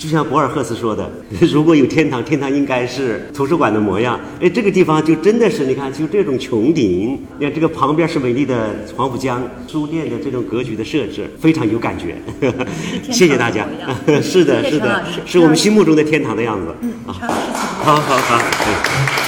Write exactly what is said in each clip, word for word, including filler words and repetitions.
就像博尔赫斯说的，如果有天堂，天堂应该是图书馆的模样。哎，这个地方就真的是，你看，就这种穹顶，你看这个旁边是美丽的黄浦江，书店的这种格局的设置非常有感觉。谢谢大家。是的，是的，是我们心目中的天堂的样子。 嗯， 啊，好好好。嗯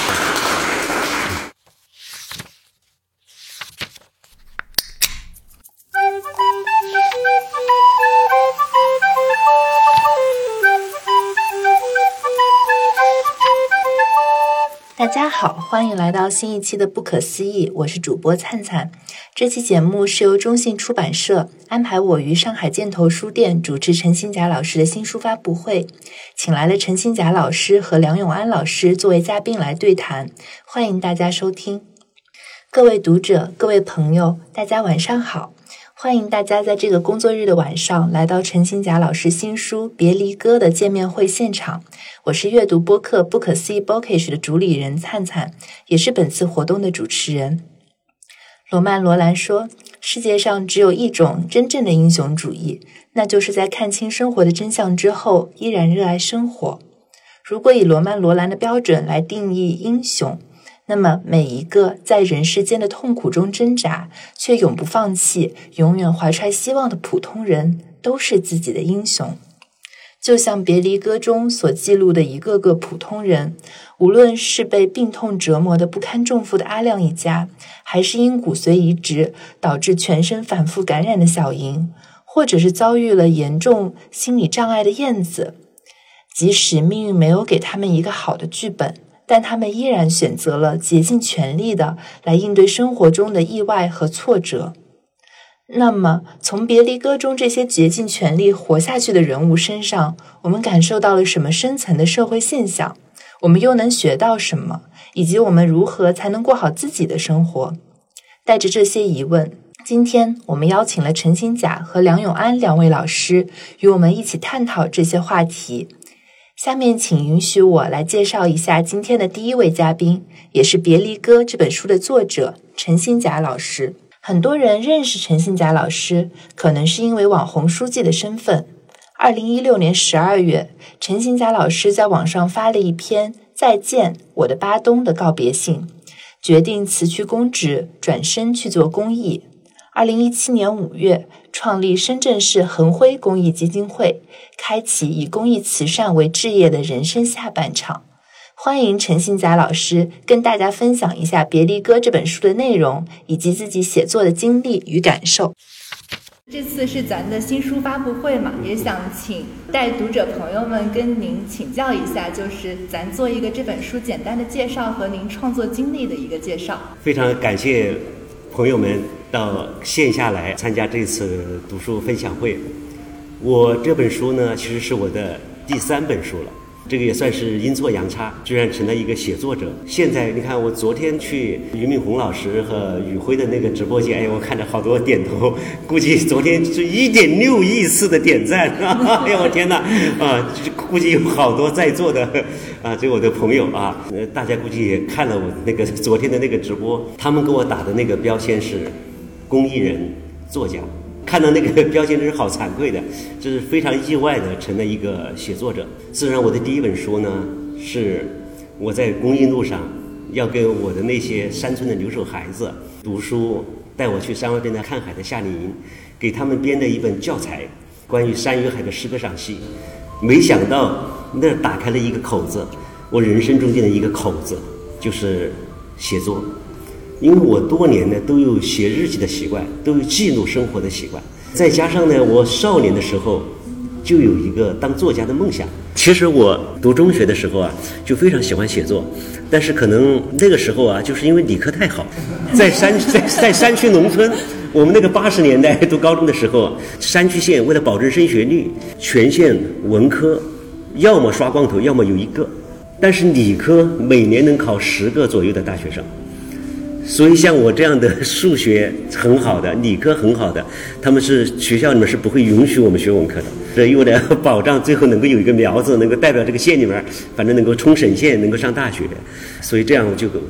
大家好，欢迎来到新一期的不可思议，我是主播灿灿。这期节目是由中信出版社安排我于上海箭头书店主持陈新甲老师的新书发布会，请来了陈新甲老师和梁永安老师作为嘉宾来对谈，欢迎大家收听。各位读者，各位朋友，大家晚上好，欢迎大家在这个工作日的晚上来到陈新甲老师新书《别离歌》的见面会现场。我是阅读播客不可思议 Bookish 的主理人灿灿，也是本次活动的主持人。罗曼·罗兰说，世界上只有一种真正的英雄主义，那就是在看清生活的真相之后依然热爱生活。如果以罗曼·罗兰的标准来定义英雄，那么每一个在人世间的痛苦中挣扎却永不放弃，永远怀揣希望的普通人都是自己的英雄。就像《别离歌》中所记录的一个个普通人，无论是被病痛折磨得不堪重负的阿亮一家，还是因骨髓移植导致全身反复感染的小莹，或者是遭遇了严重心理障碍的燕子，即使命运没有给他们一个好的剧本，但他们依然选择了竭尽全力的来应对生活中的意外和挫折。那么从别离歌中这些竭尽全力活下去的人物身上，我们感受到了什么深层的社会现象？我们又能学到什么？以及我们如何才能过好自己的生活？带着这些疑问，今天我们邀请了陈新甲和梁永安两位老师与我们一起探讨这些话题。下面请允许我来介绍一下今天的第一位嘉宾，也是《别离歌》这本书的作者陈新甲老师。很多人认识陈新甲老师，可能是因为网红书记的身份。二零一六年十二月，陈新甲老师在网上发了一篇再见我的巴东的告别信，决定辞去公职，转身去做公益。二零一七年五月，创立深圳市恒辉公益基金会，开启以公益慈善为志业的人生下半场。欢迎陈新甲老师跟大家分享一下《别离歌》这本书的内容，以及自己写作的经历与感受。 这次是咱的新书发布会嘛，也想请带读者朋友们跟您请教一下，就是咱做一个这本书简单的介绍和您创作经历的一个介绍。 非常感谢朋友们到线下来参加这次读书分享会。我这本书呢，其实是我的第三本书了。这个也算是阴错阳差，居然成了一个写作者。现在你看，我昨天去俞敏洪老师和宇辉的那个直播间，哎，我看着好多点头，估计昨天是一点六亿次的点赞，哎呀，我天哪，啊，估计有好多在座的啊，这我的朋友啊，大家估计也看了我那个昨天的那个直播，他们给我打的那个标签是公益人、作家。看到那个标签真是好惭愧的，这是非常意外的成了一个写作者。自然我的第一本书呢，是我在公益路上要跟我的那些山村的留守孩子读书，带我去山外边的看海的夏令营，给他们编的一本教材，关于山与海的诗歌赏析。没想到那打开了一个口子，我人生中间的一个口子，就是写作。因为我多年呢都有写日记的习惯，都有记录生活的习惯，再加上呢我少年的时候就有一个当作家的梦想。其实我读中学的时候啊就非常喜欢写作，但是可能那个时候啊就是因为理科太好，在山在在山区农村，我们那个八十年代读高中的时候，山区县为了保证升学率，全县文科要么刷光头，要么有一个，但是理科每年能考十个左右的大学生。所以像我这样的数学很好的，理科很好的，他们是学校里面是不会允许我们学文科的。所以为了保障最后能够有一个苗子能够代表这个县里面，反正能够冲省县，能够上大学，所以这样我就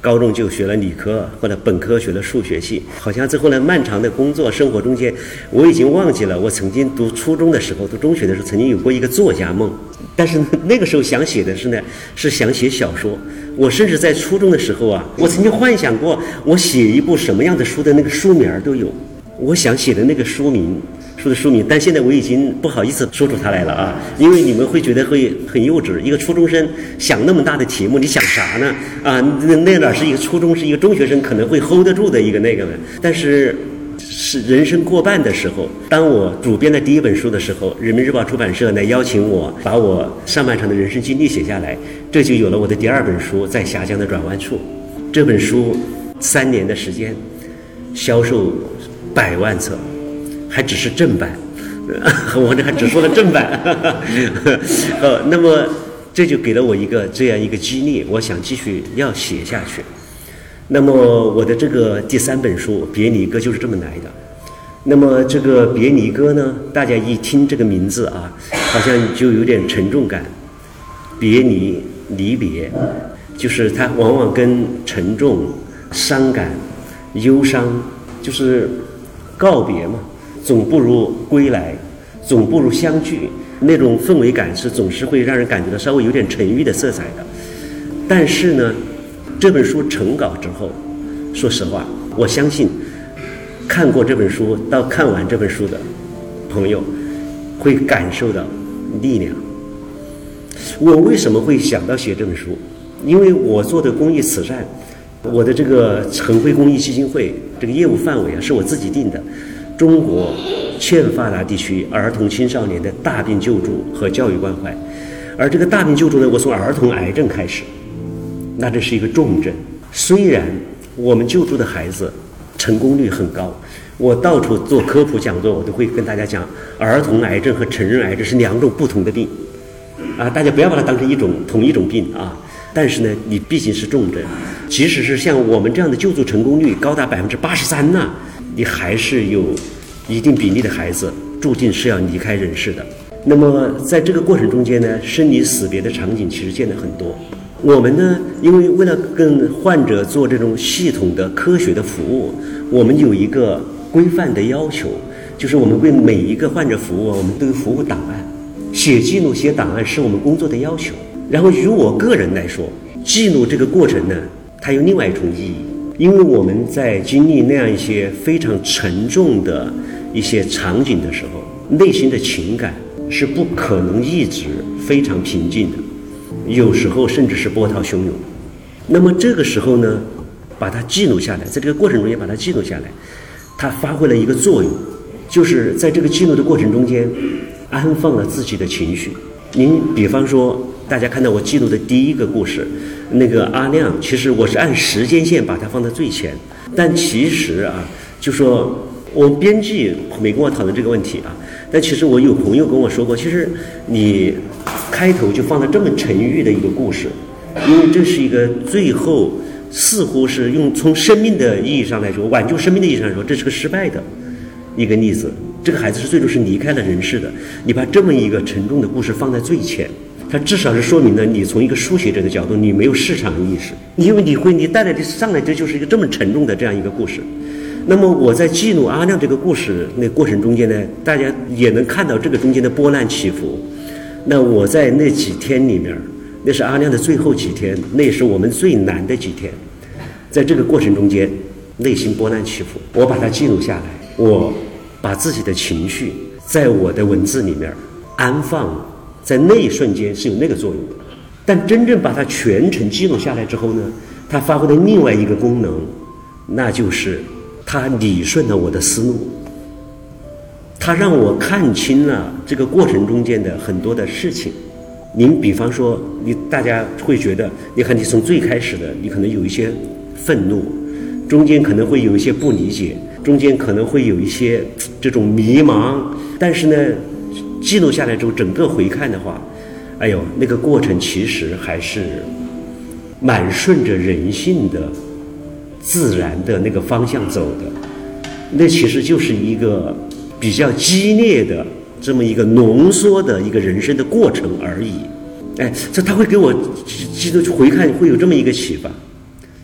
高中就学了理科，后来本科学了数学系，好像最后呢漫长的工作生活中间，我已经忘记了我曾经读初中的时候，读中学的时候曾经有过一个作家梦，但是那个时候想写的是呢是想写小说。我甚至在初中的时候啊，我曾经幻想过我写一部什么样的书的那个书名都有，我想写的那个书名书的书名，但现在我已经不好意思说出它来了啊，因为你们会觉得会很幼稚。一个初中生想那么大的题目，你想啥呢？啊，那那哪是一个初中，是一个中学生可能会 hold 得住的一个那个呢？但是是人生过半的时候，当我主编的第一本书的时候，人民日报出版社呢邀请我把我上半场的人生经历写下来，这就有了我的第二本书《在峡江的转弯处》。这本书三年的时间，销售百万册。还只是正版，我这还只说了正版。呃，那么这就给了我一个这样一个激励，我想继续要写下去。那么我的这个第三本书《别离歌》就是这么来的。那么这个《别离歌》呢，大家一听这个名字啊，好像就有点沉重感。别离，离别，就是它往往跟沉重、伤感、忧伤，就是告别嘛。总不如归来，总不如相聚，那种氛围感是总是会让人感觉到稍微有点沉郁的色彩的。但是呢，这本书成稿之后，说实话，我相信看过这本书到看完这本书的朋友会感受到力量。我为什么会想到写这本书？因为我做的公益慈善，我的这个恒辉公益基金会这个业务范围啊是我自己定的，中国欠发达地区儿童青少年的大病救助和教育关怀。而这个大病救助呢，我从儿童癌症开始，那这是一个重症。虽然我们救助的孩子成功率很高，我到处做科普讲座，我都会跟大家讲，儿童癌症和成人癌症是两种不同的病啊，大家不要把它当成一种同一种病啊。但是呢，你毕竟是重症，即使是像我们这样的救助成功率高达百分之八十三呢，你还是有一定比例的孩子注定是要离开人世的。那么在这个过程中间呢，生离死别的场景其实见得很多。我们呢，因为为了跟患者做这种系统的科学的服务，我们有一个规范的要求，就是我们为每一个患者服务，我们都有服务档案，写记录写档案是我们工作的要求。然后于我个人来说，记录这个过程呢，它有另外一种意义，因为我们在经历那样一些非常沉重的一些场景的时候，内心的情感是不可能一直非常平静的，有时候甚至是波涛汹涌。那么这个时候呢，把它记录下来，在这个过程中间把它记录下来，它发挥了一个作用，就是在这个记录的过程中间安放了自己的情绪。您比方说大家看到我记录的第一个故事，那个阿亮，其实我是按时间线把它放在最前，但其实啊，就说我编辑没跟我讨论这个问题啊，但其实我有朋友跟我说过，其实你开头就放了这么沉郁的一个故事，因为这是一个最后似乎是用从生命的意义上来说，挽救生命的意义上来说，这是个失败的一个例子。这个孩子是最终是离开了人世的，你把这么一个沉重的故事放在最前，它至少是说明了你从一个书写者的角度，你没有市场意识，因为你会你带来的上来这就是一个这么沉重的这样一个故事。那么我在记录阿亮这个故事那过程中间呢，大家也能看到这个中间的波澜起伏。那我在那几天里面，那是阿亮的最后几天，那也是我们最难的几天，在这个过程中间内心波澜起伏，我把它记录下来，我把自己的情绪在我的文字里面安放，在那一瞬间是有那个作用的。但真正把它全程记录下来之后呢，它发挥的另外一个功能，那就是它理顺了我的思路，它让我看清了这个过程中间的很多的事情。您比方说，你大家会觉得，你看你从最开始的，你可能有一些愤怒，中间可能会有一些不理解，中间可能会有一些这种迷茫，但是呢，记录下来之后，整个回看的话，哎呦，那个过程其实还是蛮顺着人性的自然的那个方向走的，那其实就是一个比较激烈的这么一个浓缩的一个人生的过程而已。哎，这他会给我记得回看会有这么一个启发。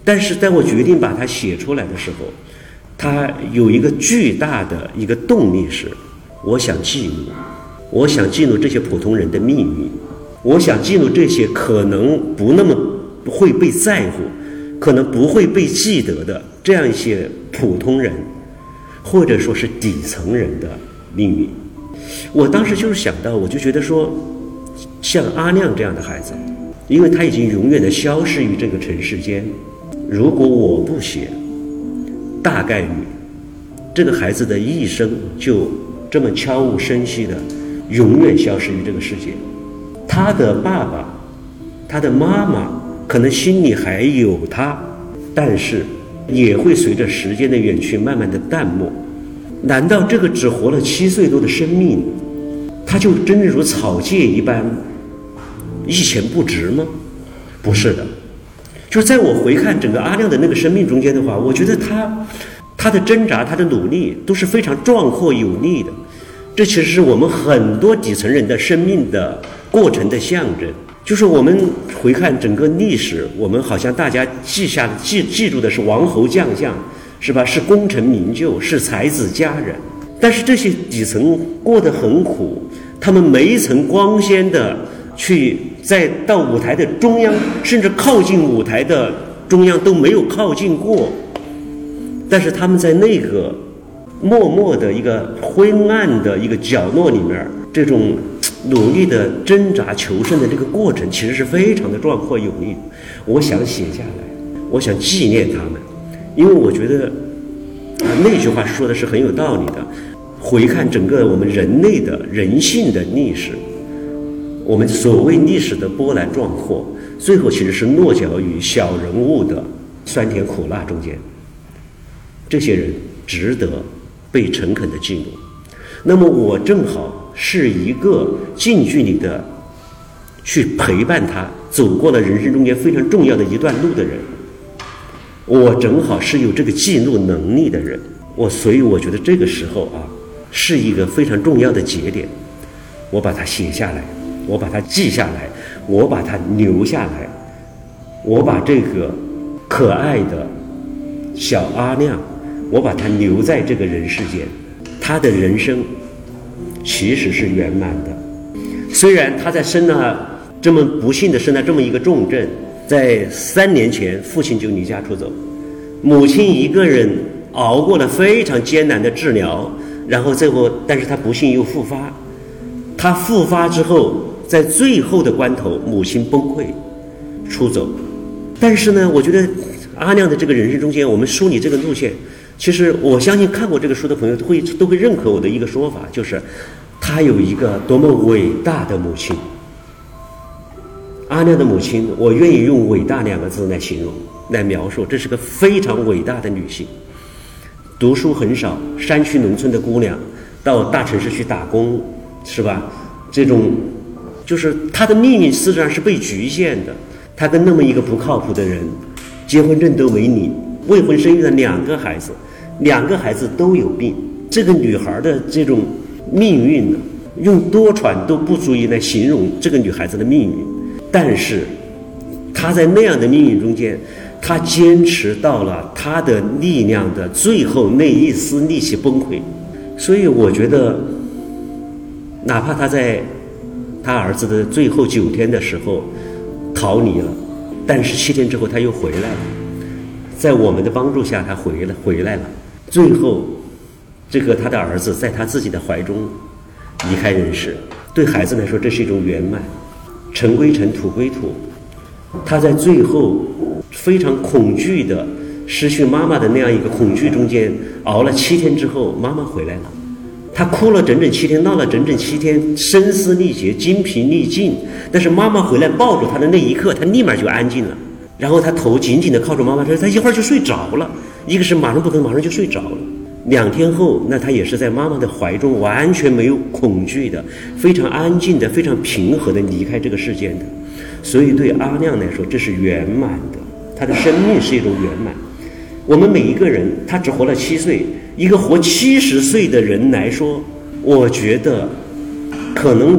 但是当我决定把它写出来的时候，它有一个巨大的一个动力是，我想记录，我想记录这些普通人的命运，我想记录这些可能不那么会被在乎，可能不会被记得的这样一些普通人，或者说是底层人的命运。我当时就是想到，我就觉得说，像阿亮这样的孩子，因为他已经永远的消失于这个尘世间，如果我不写，大概率这个孩子的一生就这么悄无声息的永远消失于这个世界。他的爸爸，他的妈妈可能心里还有他，但是也会随着时间的远去慢慢的淡漠。难道这个只活了七岁多的生命，他就真正如草芥一般一钱不值吗？不是的。就是在我回看整个阿亮的那个生命中间的话，我觉得他他的挣扎，他的努力都是非常壮阔有力的。这其实是我们很多底层人的生命的过程的象征。就是我们回看整个历史，我们好像大家记下记记住的是王侯将相，是吧？是功成名就，是才子佳人。但是这些底层过得很苦，他们每一层光鲜的去在到舞台的中央，甚至靠近舞台的中央都没有靠近过，但是他们在那个默默的一个昏暗的一个角落里面，这种努力的挣扎求生的这个过程其实是非常的壮阔有力。我想写下来，我想纪念他们，因为我觉得、啊、那句话说的是很有道理的。回看整个我们人类的人性的历史，我们所谓历史的波澜壮阔，最后其实是落脚于小人物的酸甜苦辣中间。这些人值得被诚恳的记录。那么我正好是一个近距离的去陪伴他走过了人生中间非常重要的一段路的人，我正好是有这个记录能力的人。我所以我觉得这个时候啊，是一个非常重要的节点，我把它写下来，我把它记下来，我把它留下来，我把这个可爱的小阿亮，我把他留在这个人世间。他的人生其实是圆满的，虽然他在生了这么不幸的生了这么一个重症，在三年前父亲就离家出走，母亲一个人熬过了非常艰难的治疗，然后最后但是他不幸又复发。他复发之后，在最后的关头母亲崩溃出走。但是呢，我觉得阿亮的这个人生中间，我们梳理这个路线，其实我相信看过这个书的朋友都会都会认可我的一个说法，就是他有一个多么伟大的母亲。阿亮的母亲，我愿意用伟大两个字来形容来描述，这是个非常伟大的女性。读书很少，山区农村的姑娘到大城市去打工，是吧？这种就是她的命运实际上是被局限的。她跟那么一个不靠谱的人结婚证都没领，未婚生育了两个孩子，两个孩子都有病。这个女孩的这种命运呢，用多舛都不足以来形容这个女孩子的命运。但是她在那样的命运中间，她坚持到了她的力量的最后那一丝力气崩溃。所以我觉得哪怕她在她儿子的最后九天的时候逃离了，但是七天之后她又回来了，在我们的帮助下她回来回来了。最后这个她的儿子在她自己的怀中离开人世，对孩子来说这是一种圆满。尘归尘，土归土。他在最后非常恐惧的失去妈妈的那样一个恐惧中间熬了七天之后，妈妈回来了。他哭了整整七天，闹了整整七天，声嘶力竭，精疲力尽。但是妈妈回来抱住他的那一刻，他立马就安静了。然后他头紧紧地靠住妈妈，他一会儿就睡着了。一个是马上不吭，马上就睡着了。两天后，那他也是在妈妈的怀中，完全没有恐惧的，非常安静的，非常平和的离开这个世间的。所以对阿亮来说，这是圆满的，他的生命是一种圆满。我们每一个人，他只活了七岁，一个活七十岁的人来说，我觉得可能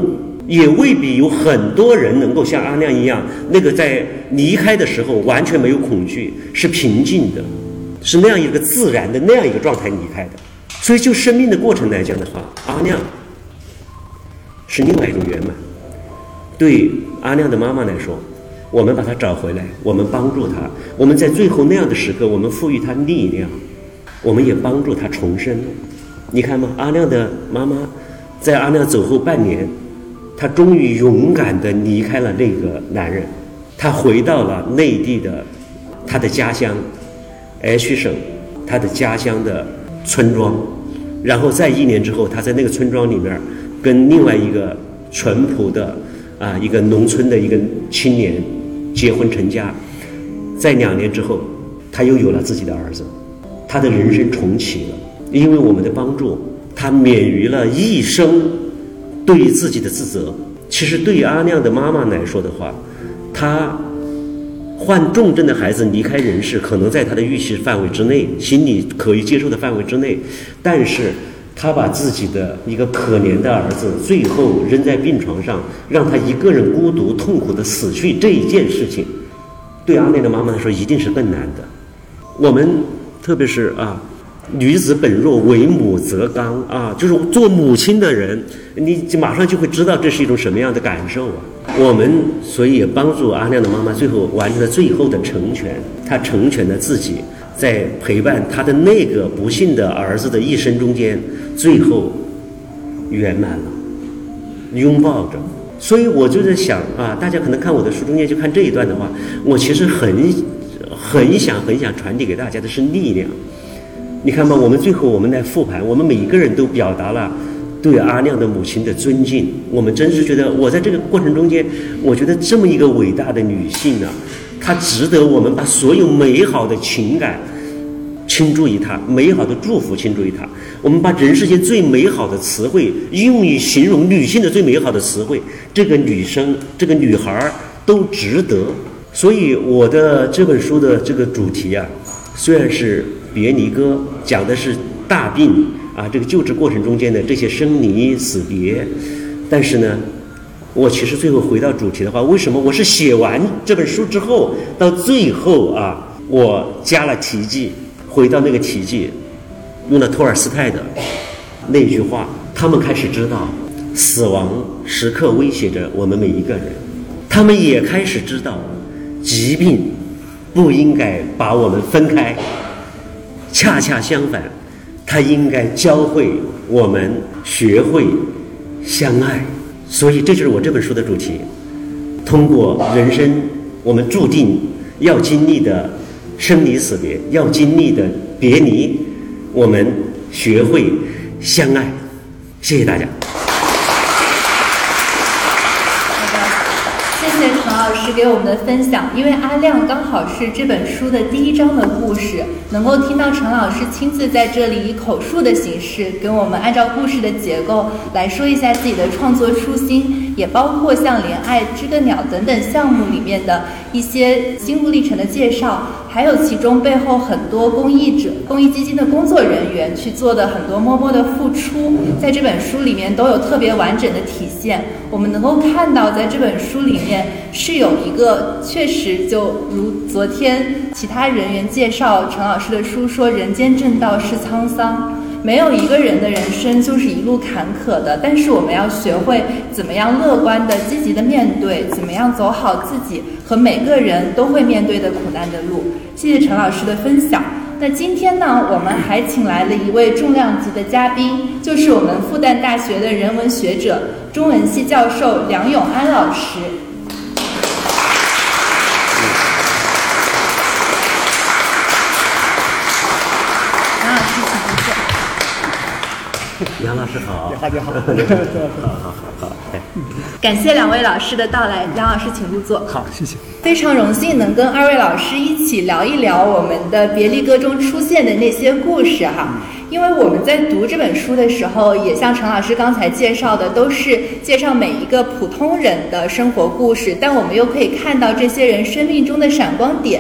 也未必有很多人能够像阿亮一样，那个在离开的时候完全没有恐惧，是平静的，是那样一个自然的那样一个状态离开的。所以就生命的过程来讲的话，阿亮是另外一种圆满。对阿亮的妈妈来说，我们把她找回来，我们帮助她，我们在最后那样的时刻，我们赋予她力量，我们也帮助她重生。你看嘛，阿亮的妈妈在阿亮走后半年，她终于勇敢地离开了那个男人，她回到了内地的她的家乡安徽省，她的家乡的村庄。然后在一年之后，她在那个村庄里面跟另外一个淳朴的啊一个农村的一个青年结婚成家。在两年之后，她又有了自己的儿子，她的人生重启了。因为我们的帮助，她免于了一生对于自己的自责。其实对于阿亮的妈妈来说的话，她患重症的孩子离开人世，可能在她的预期范围之内，心理可以接受的范围之内，但是她把自己的一个可怜的儿子最后扔在病床上，让他一个人孤独痛苦的死去，这一件事情对阿亮的妈妈来说一定是更难的。我们特别是啊女子本弱，为母则刚啊，就是做母亲的人，你马上就会知道这是一种什么样的感受啊。我们所以也帮助阿亮的妈妈最后完成了最后的成全，她成全了自己，在陪伴她的那个不幸的儿子的一生中间，最后圆满了，拥抱着。所以我就在想啊，大家可能看我的书中间就看这一段的话，我其实很很想很想传递给大家的是力量。你看吧，我们最后我们来复盘，我们每一个人都表达了对阿亮的母亲的尊敬。我们真是觉得，我在这个过程中间，我觉得这么一个伟大的女性啊，她值得我们把所有美好的情感倾注于她，美好的祝福倾注于她。我们把人世间最美好的词汇用于形容女性的最美好的词汇，这个女生，这个女孩都值得。所以我的这本书的这个主题啊，虽然是别离歌，讲的是大病啊，这个救治过程中间的这些生离死别，但是呢，我其实最后回到主题的话，为什么我是写完这本书之后，到最后啊，我加了题记，回到那个题记，用了托尔斯泰的那句话，他们开始知道死亡时刻威胁着我们每一个人，他们也开始知道疾病不应该把我们分开，恰恰相反，它应该教会我们学会相爱。所以这就是我这本书的主题，通过人生我们注定要经历的生离死别，要经历的别离，我们学会相爱。谢谢大家。 谢谢陈老师给我们的分享，因为阿亮刚好是这本书的第一章的故事，能够听到陈老师亲自在这里以口述的形式跟我们按照故事的结构来说一下自己的创作初心，也包括像怜爱、知更鸟等等项目里面的一些心路历程的介绍，还有其中背后很多公益者、公益基金的工作人员去做的很多默默的付出，在这本书里面都有特别完整的体现。我们能够看到在这本书里面是有一个确实就如昨天其他人员介绍陈老师的书说，人间正道是沧桑，没有一个人的人生就是一路坎坷的，但是我们要学会怎么样乐观的积极的面对，怎么样走好自己和每个人都会面对的苦难的路。谢谢陈老师的分享。那今天呢，我们还请来了一位重量级的嘉宾，就是我们复旦大学的人文学者、中文系教授梁永安老师。梁老师请入座。 梁老师好。 大家好。 好好好好。 感谢两位老师的到来，梁老师请入座。 好，谢谢。 非常荣幸能跟二位老师一起聊一聊我们的别离歌中出现的那些故事哈。因为我们在读这本书的时候，也像陈老师刚才介绍的，都是介绍每一个普通人的生活故事，但我们又可以看到这些人生命中的闪光点，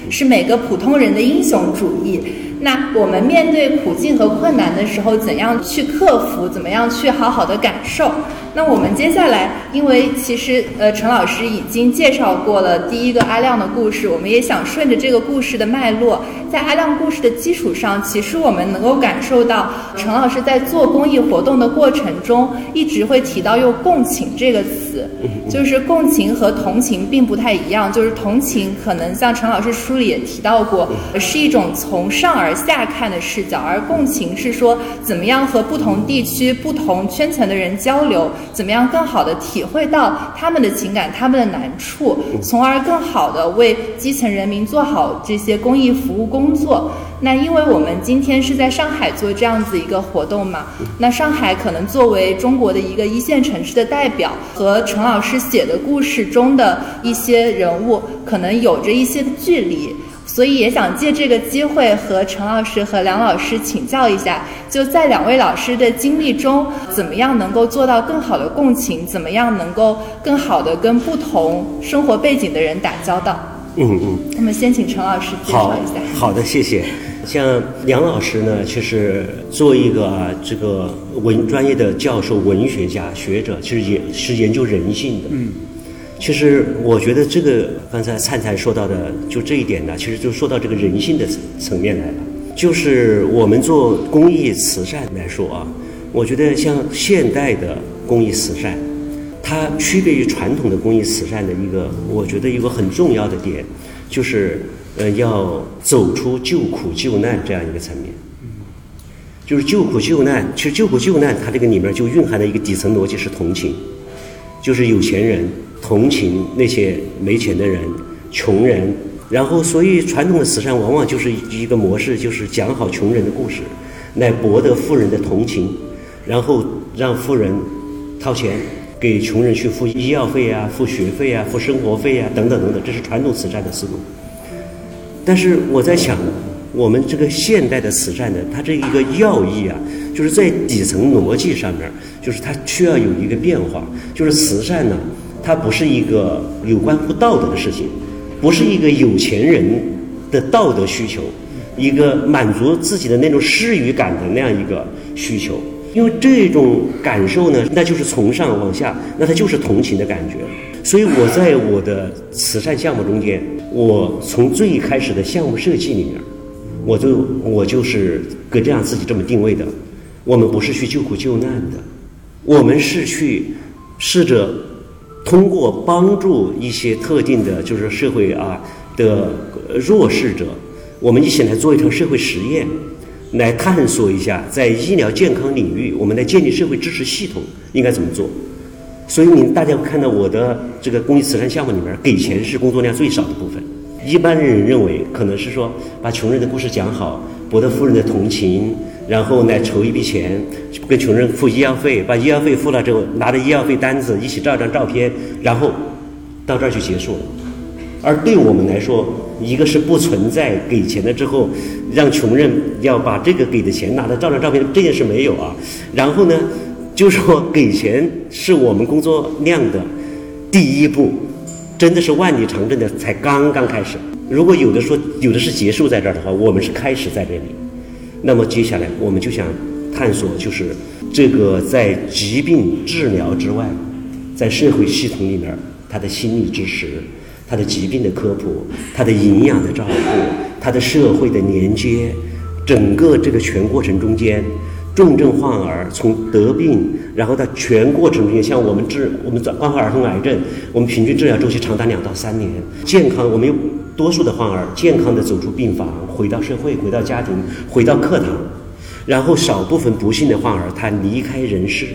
是每个普通人的英雄主义。那我们面对苦境和困难的时候，怎样去克服？怎么样去好好的感受？那我们接下来，因为其实呃陈老师已经介绍过了第一个阿亮的故事，我们也想顺着这个故事的脉络，在阿亮故事的基础上，其实我们能够感受到陈老师在做公益活动的过程中，一直会提到用共情这个词，就是共情和同情并不太一样，就是同情可能像陈老师书里也提到过，是一种从上而下看的视角，而共情是说怎么样和不同地区、不同圈层的人交流，怎么样更好的体会到他们的情感、他们的难处，从而更好的为基层人民做好这些公益服务工作。那因为我们今天是在上海做这样子一个活动嘛，那上海可能作为中国的一个一线城市的代表，和陈老师写的故事中的一些人物可能有着一些的距离，所以也想借这个机会和陈老师和梁老师请教一下，就在两位老师的经历中，怎么样能够做到更好的共情，怎么样能够更好的跟不同生活背景的人打交道。 嗯嗯， 那么先请陈老师介绍一下。 好, 好的，谢谢。像梁老师呢，其实作为一个、啊、这个文专业的教授、文学家、学者，其实也是研究人性的。嗯，其实我觉得这个刚才灿灿说到的，就这一点呢，其实就说到这个人性的层面来了。就是我们做公益慈善来说啊，我觉得像现代的公益慈善，它区别于传统的公益慈善的一个，我觉得一个很重要的点，就是呃要走出救苦救难这样一个层面。就是救苦救难，其实救苦救难它这个里面就蕴含的一个底层逻辑是同情，就是有钱人同情那些没钱的人、穷人，然后所以传统的慈善往往就是一个模式，就是讲好穷人的故事，来博得富人的同情，然后让富人掏钱给穷人去付医药费啊、付学费啊、付生活费啊等等等等，这是传统慈善的思路。但是我在想，我们这个现代的慈善呢，它这一个要义啊，就是在底层逻辑上面，就是它需要有一个变化。就是慈善呢，它不是一个有关乎道德的事情，不是一个有钱人的道德需求，一个满足自己的那种施予感的那样一个需求。因为这种感受呢，那就是从上往下，那它就是同情的感觉。所以我在我的慈善项目中间，我从最开始的项目设计里面，我就我就是跟这样自己这么定位的。我们不是去救苦救难的，我们是去试着通过帮助一些特定的就是社会啊的弱势者，我们一起来做一场社会实验，来探索一下在医疗健康领域我们来建立社会支持系统应该怎么做。所以你大家会看到我的这个公益慈善项目里面，给钱是工作量最少的部分。一般人认为可能是说把穷人的故事讲好，博得富人的同情，然后来筹一笔钱跟穷人付医药费，把医药费付了之后拿着医药费单子一起照张照片，然后到这儿就结束了。而对我们来说，一个是不存在给钱了之后让穷人要把这个给的钱拿着照张照片，这件事没有啊。然后呢就是说给钱是我们工作量的第一步，真的是万里长征的才刚刚开始。如果有的说有的是结束在这儿的话，我们是开始在这里。那么接下来我们就想探索，就是这个在疾病治疗之外，在社会系统里面它的心理支持，它的疾病的科普，它的营养的照顾，它的社会的连接，整个这个全过程中间，重症患儿从得病，然后到全过程中间，像我们治我们关怀儿童癌症，我们平均治疗周期长达两到三年。健康，我们有多数的患儿健康的走出病房，回到社会，回到家庭，回到课堂。然后少部分不幸的患儿，他离开人世，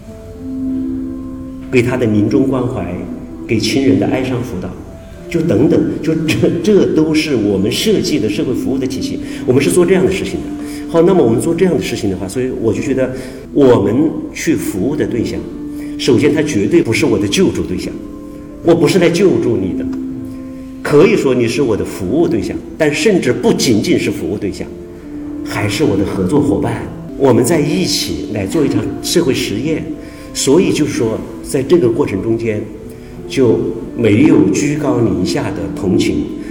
给他的临终关怀，给亲人的哀伤辅导，就等等，就这这都是我们设计的社会服务的体系。我们是做这样的事情的。好，那么我们做这样的事情的话，所以我就觉得我们去服务的对象，首先他绝对不是我的救助对象，我不是来救助你的，可以说你是我的服务对象，但甚至不仅仅是服务对象，还是我的合作伙伴，我们在一起来做一场社会实验。所以就是说在这个过程中间就没有居高临下的同情，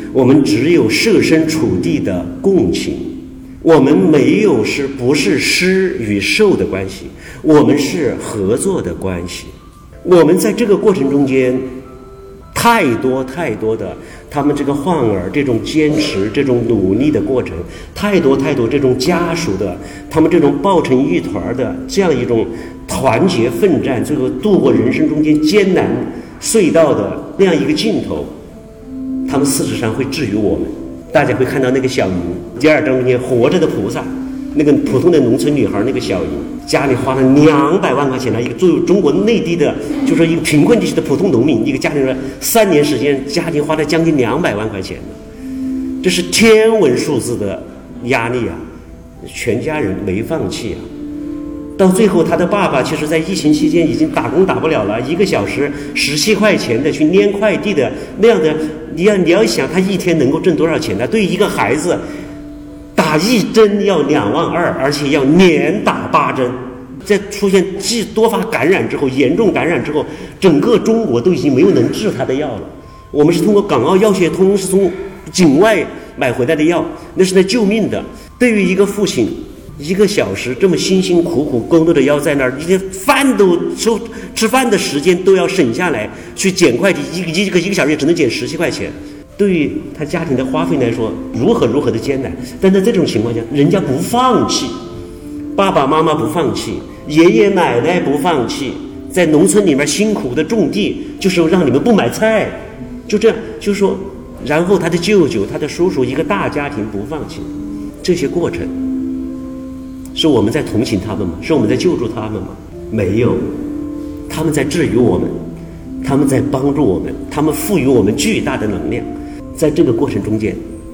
我们只有设身处地的共情，我们没有是不是施与受的关系，我们是合作的关系。我们在这个过程中间，太多太多的他们这个患儿这种坚持这种努力的过程，太多太多这种家属的他们这种抱成一团的这样一种团结奋战，最后度过人生中间艰难隧道的那样一个镜头，他们事实上会治愈我们。大家会看到那个小云，第二章中间活着的菩萨，那个普通的农村女孩，那个小云家里花了两百万块钱的一个，作为中国内地的就说一个贫困地区的普通农民，一个家庭三年时间家庭花了将近两百万块钱，这是天文数字的压力啊，全家人没放弃啊。到最后他的爸爸其实在疫情期间已经打工打不了了，一个小时十七块钱的去拈快递的那样的，你要你要想他一天能够挣多少钱呢？对于一个孩子打一针要两万二，而且要连打八针，在出现既多发感染之后，严重感染之后，整个中国都已经没有能治他的药了。我们是通过港澳药协通，是从境外买回来的药，那是在救命的。对于一个父亲，一个小时这么辛辛苦苦工作的药在那儿，一天饭都收吃饭的时间都要省下来去捡快递，一个一个一个小时也只能捡十七块钱。对于他家庭的花费来说，如何如何的艰难，但在这种情况下，人家不放弃，爸爸妈妈不放弃，爷爷奶奶不放弃，在农村里面辛苦的种地，就是让你们不买菜，就这样，就说，然后他的舅舅、他的叔叔，一个大家庭不放弃，这些过程，是我们在同情他们吗？是我们在救助他们吗？没有，他们在治愈我们，他们在帮助我们，他们赋予我们巨大的能量。在这个过程中间，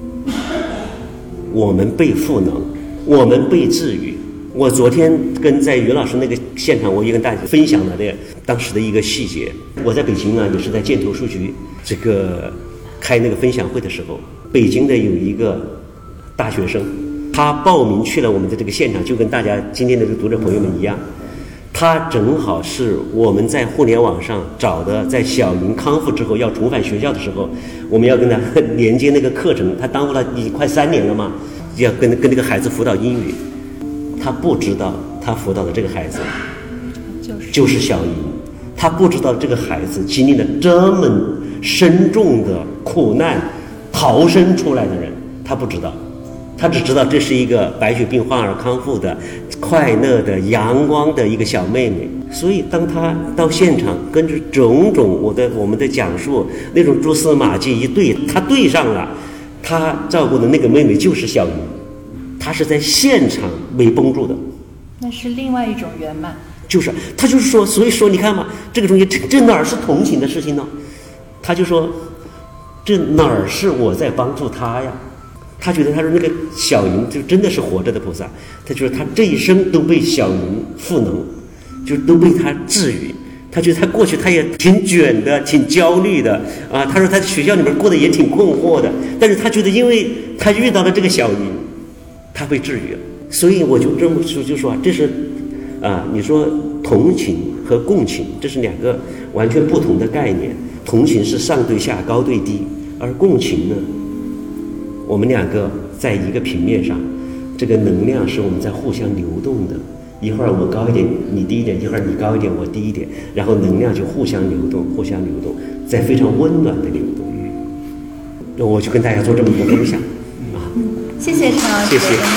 我们被赋能，我们被治愈。我昨天跟在于老师那个现场，我也跟大家分享了这当时的一个细节。我在北京啊，也是在建投书局这个开那个分享会的时候，北京的有一个大学生，他报名去了我们的这个现场，就跟大家今天的这个读者朋友们一样。他正好是我们在互联网上找的，在小云康复之后要重返学校的时候，我们要跟他连接那个课程，他耽误了已经快三年了嘛，要跟跟那个孩子辅导英语。他不知道他辅导的这个孩子就是就是小云，他不知道这个孩子经历了这么深重的苦难逃生出来的人，他不知道，他只知道这是一个白血病患儿康复的快乐的阳光的一个小妹妹。所以当他到现场跟着种种我的我们的讲述，那种蛛丝马迹一对，他对上了，他照顾的那个妹妹就是小云，他是在现场没绷住的， 那是另外一种圆满。 就是他就是说，所以说你看嘛，这个东西这这哪儿是同情的事情呢？他就说这哪儿是我在帮助他呀？他觉得他说那个小云就真的是活着的菩萨，他觉得他这一生都被小云赋能，就都被他治愈。他觉得他过去他也挺卷的，挺焦虑的啊。他说他在学校里面过得也挺困惑的，但是他觉得因为他遇到了这个小云，他被治愈了。所以我就这么说，就说这是啊，你说同情和共情，这是两个完全不同的概念。同情是上对下、高对低，而共情呢，我们两个在一个平面上，这个能量是我们在互相流动的。一会儿我高一点，你低一点；一会儿你高一点，我低一点，然后能量就互相流动，互相流动，在非常温暖的流动。那我就跟大家做这么一个分享啊。 谢谢陈老师的分享。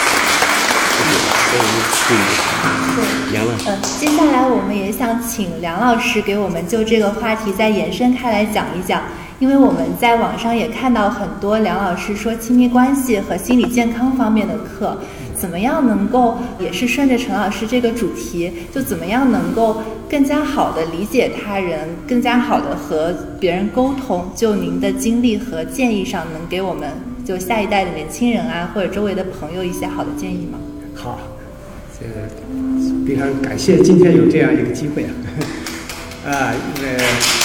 谢谢。梁老师。 嗯，接下来我们也想请梁老师给我们就这个话题再延伸开来讲一讲，因为我们在网上也看到很多梁老师说亲密关系和心理健康方面的课，怎么样能够也是顺着陈老师这个主题，就怎么样能够更加好的理解他人，更加好的和别人沟通，就您的经历和建议上能给我们就下一代的年轻人啊或者周围的朋友一些好的建议吗？ 好，这个非常感谢今天有这样一个机会啊，啊，因为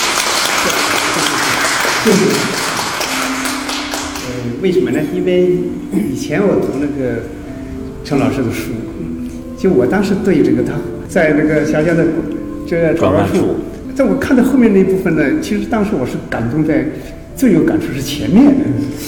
就是呃，为什么呢？因为以前我读那个陈老师的书，就我当时对这个他在那个小小的这个转弯处，在我看到后面那一部分呢，其实当时我是感动在最有感触是前面，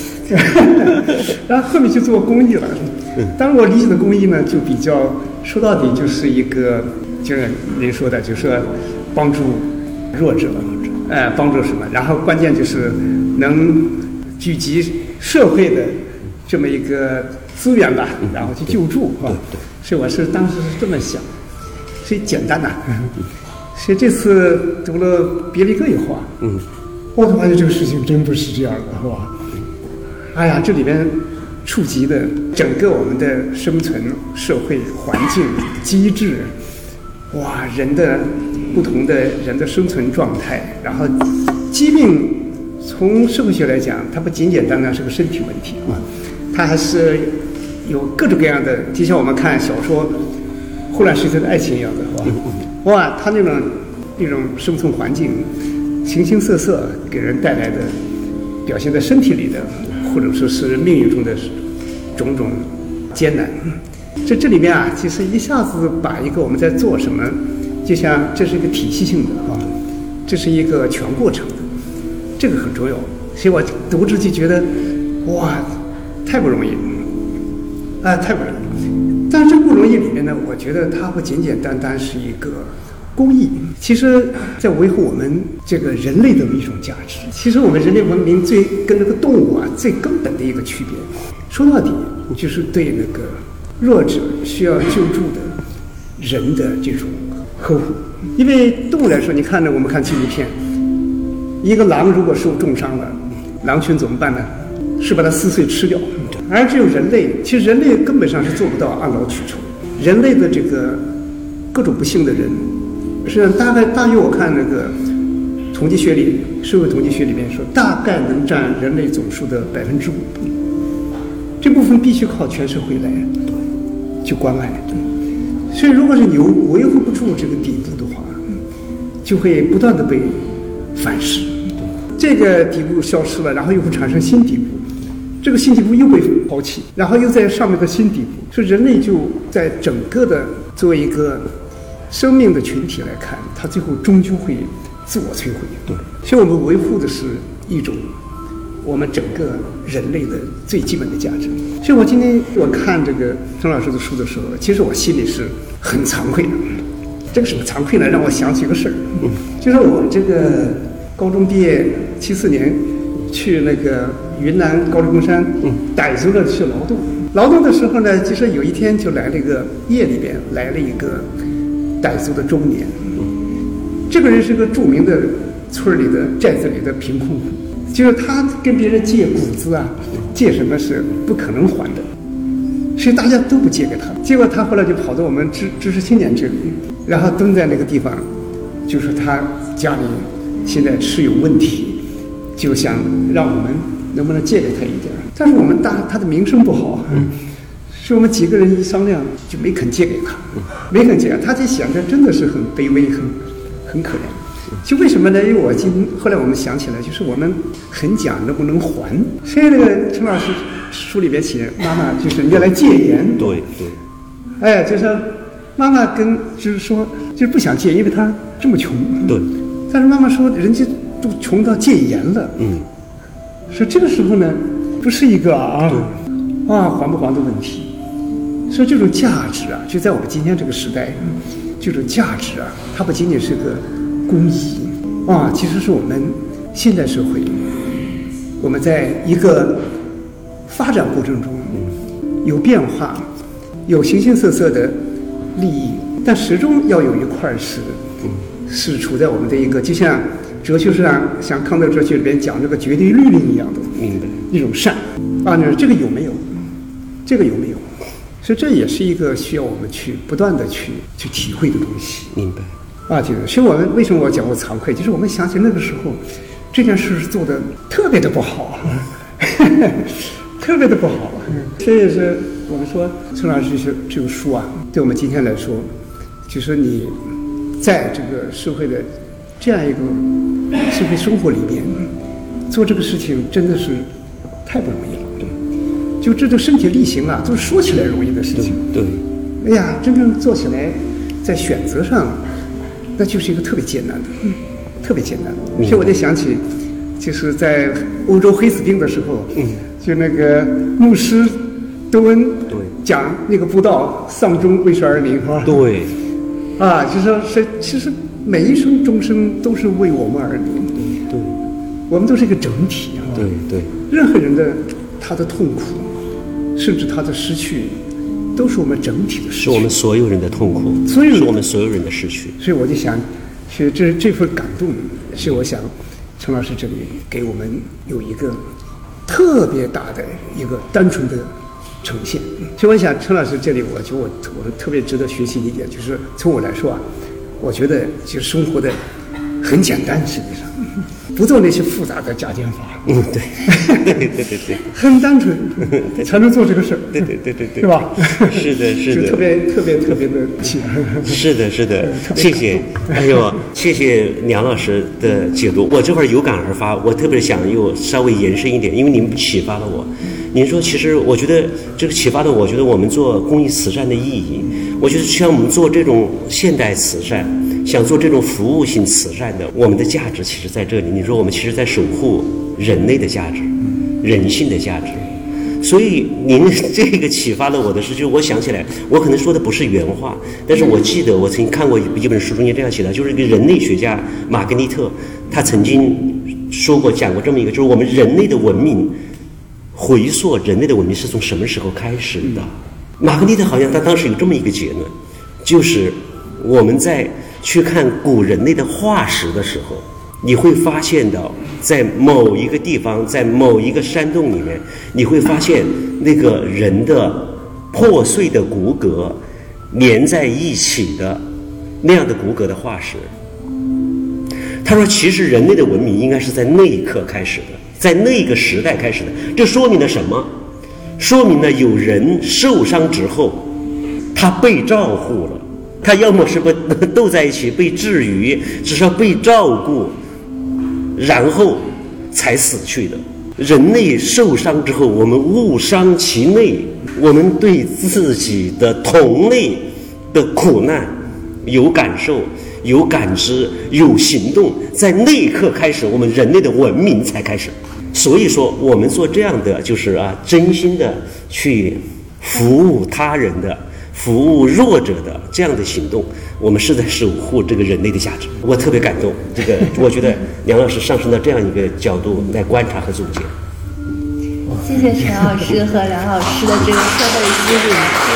然后后面就做公益了。当然我理解的公益呢，就比较说到底就是一个，就是您说的，就是说帮助弱者，呃，帮助什么？然后关键就是能聚集社会的这么一个资源吧，然后去救助啊。所以我是当时是这么想，所以简单呐、啊。所以这次读了别离歌以后啊，嗯，我发现这个事情真不是这样的，是吧？哎呀，这里边触及的整个我们的生存、社会环境、机制，哇，人的不同的人的生存状态，然后疾病，从社会学来讲，它不仅简单单是个身体问题啊，它还是有各种各样的，就像我们看小说《混乱时期的爱情》一样的，是吧？哇，它那种那种生存环境，形形色色，给人带来的表现在身体里的，或者说是命运中的种种艰难。这这里面啊，其实一下子把一个我们在做什么，就像这是一个体系性的啊，这是一个全过程的，这个很重要。所以我读着就觉得，哇，太不容易了，啊，太不容易。但是这不容易里面呢，我觉得它不简简单单是一个公益，其实在维护我们这个人类的一种价值。其实我们人类文明最跟那个动物啊最根本的一个区别，说到底就是对那个弱者需要救助的人的这种呵护。因为动物来说，你看呢，我们看纪录片，一个狼如果受重伤了，狼群怎么办呢？是把它撕碎吃掉。而只有人类，其实人类根本上是做不到按劳取酬。人类的这个各种不幸的人，实际上大概大约我看那个统计学里，社会统计学里面说，大概能占人类总数的百分之五。这部分必须靠全社会来去关爱。所以，如果是你维护不住这个底部的话，就会不断的被反噬。这个底部消失了，然后又会产生新底部。这个新底部又被抛弃，然后又在上面的新底部，所以人类就在整个的作为一个生命的群体来看，它最后终究会自我摧毁。对，所以我们维护的是一种我们整个人类的最基本的价值。所以我今天我看这个陈老师的书的时候，其实我心里是很惭愧的。这个什么惭愧呢？让我想起一个事儿，就是我这个高中毕业七四年去那个云南高黎贡山傣族的去劳动，劳动的时候呢，其实有一天就来了一个夜里边来了一个傣族的中年，这个人是个著名的村里的寨子里的贫困户，就是他跟别人借谷子啊，借什么是不可能还的，所以大家都不借给他。结果他后来就跑到我们知知识青年这里，然后蹲在那个地方，就说他家里现在是有问题，就想让我们能不能借给他一点。但是我们大他的名声不好，嗯，所以我们几个人一商量就没肯借给他，没肯借。他就想着真的是很卑微，很很可怜。就为什么呢？因为我今后来我们想起来，就是我们很讲能不能还。所以那个陈老师书里边写，妈妈就是人家来戒严， 对对， 哎，就是妈妈跟就是说就是不想戒，因为他这么穷， 对。 但是妈妈说人家都穷到戒严了， 嗯， 所以这个时候呢，不是一个啊啊还不还的问题。所以这种价值啊，就在我们今天这个时代，这种价值啊，它不仅仅是个公益啊，其实是我们现代社会，我们在一个发展过程中有变化，有形形色色的利益，但始终要有一块是是处在我们的一个，就像哲学上，像康德哲学里边讲这个绝对律令一样的， 明白一种善啊，你说这个有没有？这个有没有？所以这也是一个需要我们去不断的去去体会的东西。 明白啊，就是，所以我们为什么我讲过惭愧，就是我们想起那个时候，这件事是做的特别的不好，特别的不好。所以是我们说陈老师这这个书啊，对我们今天来说，就是你在这个社会的这样一个社会生活里面做这个事情，真的是太不容易了。就这个身体力行啊，都是说起来容易的事情。 对， 哎呀，真正做起来，在选择上，那就是一个特别艰难的，嗯、特别艰难的。所以我就想起就是在欧洲黑死病的时候， 嗯， 就那个牧师窦恩对讲那个布道，丧钟为谁而鸣，是吧？ 对， 啊，就说是其实每一声钟声都是为我们而鸣， 对， 我们都是一个整体啊。 对对， 任何人的他的痛苦，甚至他的失去，都是我们整体的失去， 是我们所有人的痛苦， 所以是我们所有人的失去。 所以我就想，其实这这份感动，是我想陈老师这里给我们有一个特别大的一个单纯的呈现。所以我想陈老师这里，我觉得我我特别值得学习的一点，就是从我来说啊，我觉得就生活的很简单，实际上不做那些复杂的加减法。 嗯，对，对对对对， 很单纯才能做这个事儿。 对对对对对， 是吧？ 是的，是的， 就特别特别特别的气。 是的，是的，谢谢，哎呦，谢谢梁老师的解读，我这会儿有感而发，我特别想又稍微延伸一点，因为你们启发了我。您说，其实我觉得这个启发了我，觉得我们做公益慈善的意义，我觉得像我们做这种现代慈善，想做这种服务性慈善的，我们的价值其实在这里。你说我们其实在守护人类的价值，人性的价值。所以您这个启发了我的是，就是我想起来，我可能说的不是原话，但是我记得我曾经看过一本书中间这样写的，就是一个人类学家玛格丽特，他曾经说过讲过这么一个，就是我们人类的文明，回溯人类的文明是从什么时候开始的？玛格丽特好像他当时有这么一个结论，就是我们在去看古人类的化石的时候，你会发现到在某一个地方，在某一个山洞里面，你会发现那个人的破碎的骨骼连在一起的那样的骨骼的化石。他说其实人类的文明应该是在那一刻开始的，在那个时代开始的。这说明了什么？说明了有人受伤之后他被照护了，他要么是被斗在一起被治愈，至少被照顾，然后才死去的。人类受伤之后，我们误伤其内，我们对自己的同类的苦难有感受，有感知，有行动，在那一刻开始，我们人类的文明才开始。所以说我们做这样的就是啊，真心的去服务他人的，服务弱者的这样的行动，我们是在守护这个人类的价值。我特别感动，这个我觉得梁老师上升到这样一个角度来观察和总结。 谢谢陈老师和梁老师的这个社会激励。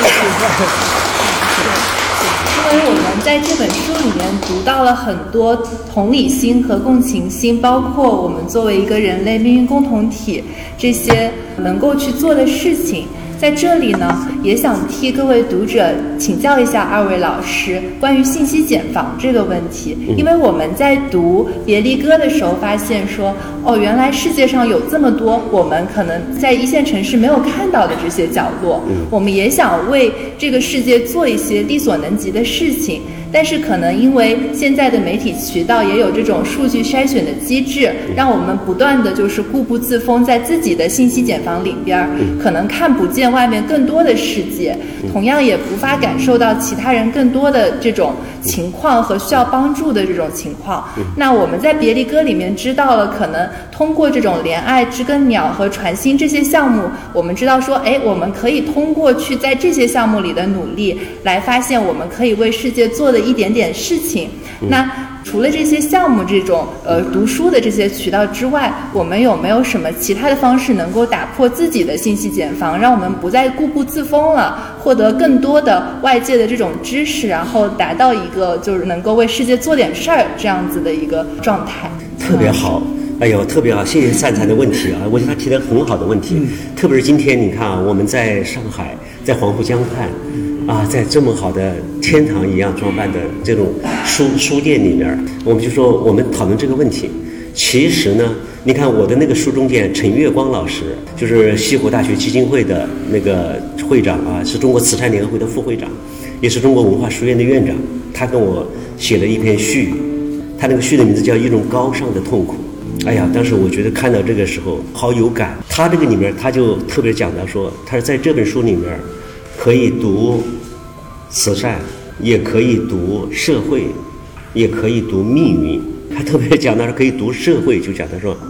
因为我们在这本书里面读到了很多同理心和共情心，包括我们作为一个人类命运共同体这些能够去做的事情。在这里呢，也想替各位读者请教一下二位老师关于信息茧房这个问题。因为我们在读《别离歌》的时候发现说，哦，原来世界上有这么多我们可能在一线城市没有看到的这些角落，我们也想为这个世界做一些力所能及的事情。但是可能因为现在的媒体渠道也有这种数据筛选的机制，让我们不断的就是固步自封在自己的信息茧房里边，可能看不见外面更多的世界，同样也无法感受到其他人更多的这种情况和需要帮助的这种情况。那我们在别离歌里面知道了，可能通过这种怜爱、知更鸟和传心这些项目，我们知道说，哎，我们可以通过去在这些项目里的努力，来发现我们可以为世界做的一点点事情。那除了这些项目这种呃读书的这些渠道之外，我们有没有什么其他的方式能够打破自己的信息茧房，让我们不再固步自封了，获得更多的外界的这种知识，然后达到一个就是能够为世界做点事儿这样子的一个状态？ 特别好。哎呦，特别好，谢谢灿灿的问题啊！我觉得他提的很好的问题，嗯、特别是今天你看啊，我们在上海，在黄浦江畔，啊，在这么好的天堂一样装扮的这种书书店里面，我们就说我们讨论这个问题。其实呢，你看我的那个书中间，陈月光老师就是西湖大学基金会的那个会长啊，是中国慈善联合会的副会长，也是中国文化书院的院长。他跟我写了一篇序语，他那个序的名字叫《一种高尚的痛苦》。哎呀，当时我觉得看到这个时候好有感。他这个里面他就特别讲到说，他是在这本书里面可以读慈善，也可以读社会，也可以读命运。他特别讲到说可以读社会，就讲他说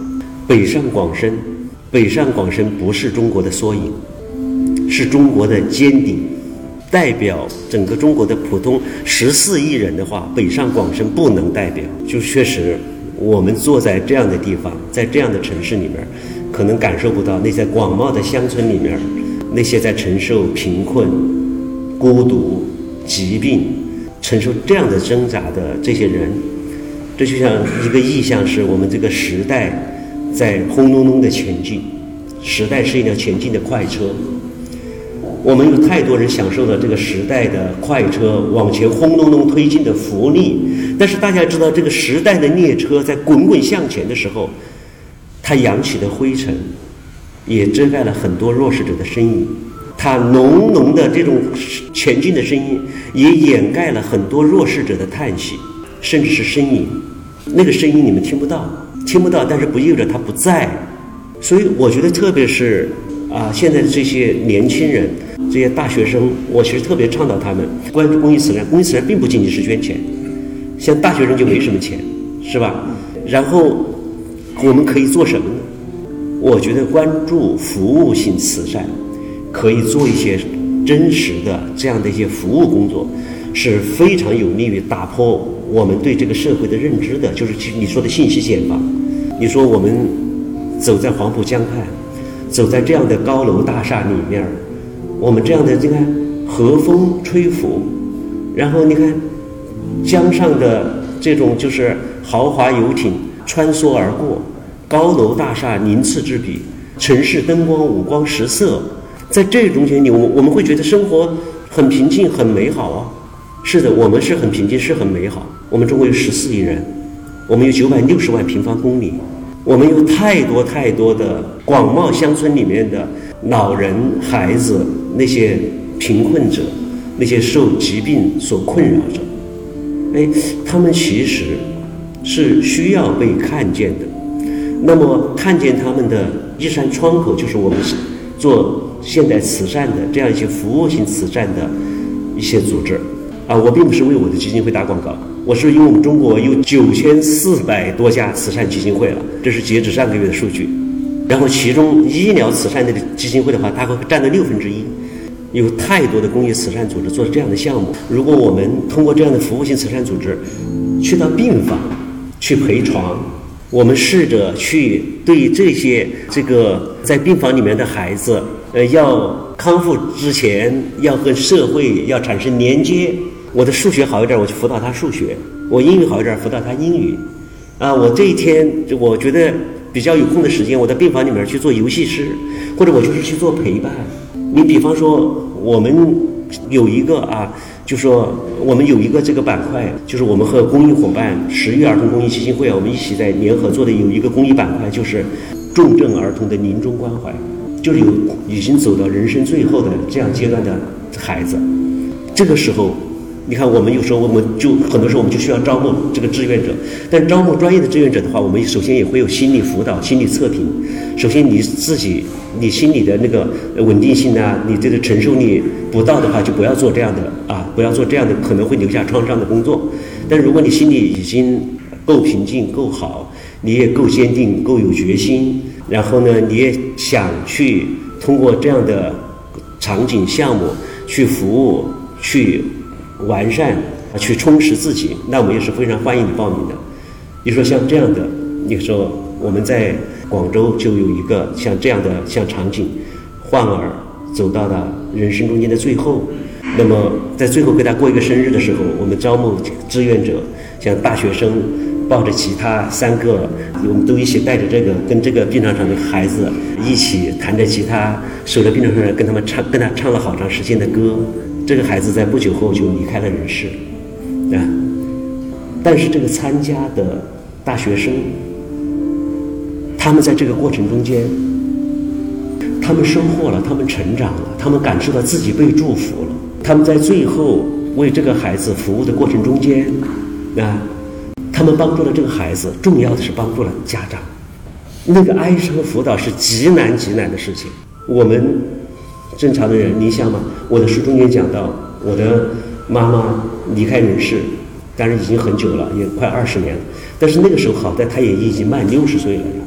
北上广深，北上广深不是中国的缩影，是中国的尖顶。代表整个中国的普通十四亿人的话，北上广深不能代表。就确实，我们坐在这样的地方，在这样的城市里面，可能感受不到那在广袤的乡村里面，那些在承受贫困、孤独、疾病、承受这样的挣扎的这些人。这就像一个意象，是我们这个时代在轰隆隆的前进，时代是一辆前进的快车。我们有太多人享受了这个时代的快车往前轰隆隆推进的福利，但是大家知道，这个时代的列车在滚滚向前的时候，它扬起的灰尘也遮盖了很多弱势者的身影，它浓浓的这种前进的声音也掩盖了很多弱势者的叹息，甚至是呻吟。那个声音你们听不到，听不到，但是不意味着它不在。所以我觉得，特别是啊，现在的这些年轻人，这些大学生，我其实特别倡导他们关注公益慈善。公益慈善并不仅仅是捐钱，像大学生就没什么钱，是吧？然后我们可以做什么呢？我觉得关注服务性慈善，可以做一些真实的这样的一些服务工作，是非常有利于打破我们对这个社会的认知的。就是你说的信息茧房，你说我们走在黄浦江畔，走在这样的高楼大厦里面，我们这样的，你看和风吹拂，然后你看江上的这种就是豪华游艇穿梭而过，高楼大厦鳞次栉比，城市灯光五光十色，在这种情况里，我们会觉得生活很平静很美好啊。是的，我们是很平静是很美好。我们中国有十四亿人，我们有九百六十万平方公里，我们有太多太多的广袤乡村里面的老人孩子，那些贫困者，那些受疾病所困扰者，哎，他们其实是需要被看见的。那么看见他们的一扇窗口，就是我们做现代慈善的这样一些服务性慈善的一些组织啊。我并不是为我的基金会打广告，我是因为我们中国有九千四百多家慈善基金会了，这是截止上个月的数据。然后其中医疗慈善的基金会的话，它会占了六分之一。有太多的公益慈善组织做这样的项目。如果我们通过这样的服务性慈善组织去到病房去陪床，我们试着去对这些这个在病房里面的孩子，呃，要康复之前要和社会要产生连接。我的数学好一点，我去辅导他数学；我英语好一点，辅导他英语。啊，我这一天我觉得比较有空的时间，我在病房里面去做游戏师，或者我就是去做陪伴。你比方说，我们有一个啊，就说我们有一个这个板块，就是我们和公益伙伴十月儿童公益基金会啊，我们一起在联合做的有一个公益板块，就是重症儿童的临终关怀，就是有已经走到人生最后的这样阶段的孩子。这个时候，你看我们有时候我们就很多时候我们就需要招募这个志愿者，但招募专业的志愿者的话，我们首先也会有心理辅导、心理测评。首先你自己你心理的那个稳定性啊，你这个承受力不到的话，就不要做这样的啊，不要做这样的可能会留下创伤的工作。但如果你心里已经够平静、够好，你也够坚定、够有决心，然后呢，你也想去通过这样的场景项目去服务、去完善、去充实自己，那我们也是非常欢迎你报名的。你说像这样的，你说我们在广州就有一个像这样的像场景，患儿走到了人生中间的最后，那么在最后给他过一个生日的时候，我们招募志愿者，像大学生抱着吉他三个，我们都一起带着这个跟这个病床上的孩子一起弹着吉他，守着病床上跟他们唱，跟他唱了好长时间的歌。这个孩子在不久后就离开了人世啊。但是这个参加的大学生，他们在这个过程中间，他们收获了，他们成长了，他们感受到自己被祝福了。他们在最后为这个孩子服务的过程中间啊，他们帮助了这个孩子，重要的是帮助了家长。那个哀伤辅导是极难极难的事情。我们正常的人，你想嘛，我的书中间讲到，我的妈妈离开人世，当然已经很久了，也快二十年了。但是那个时候好在她也已经满六十岁了呀。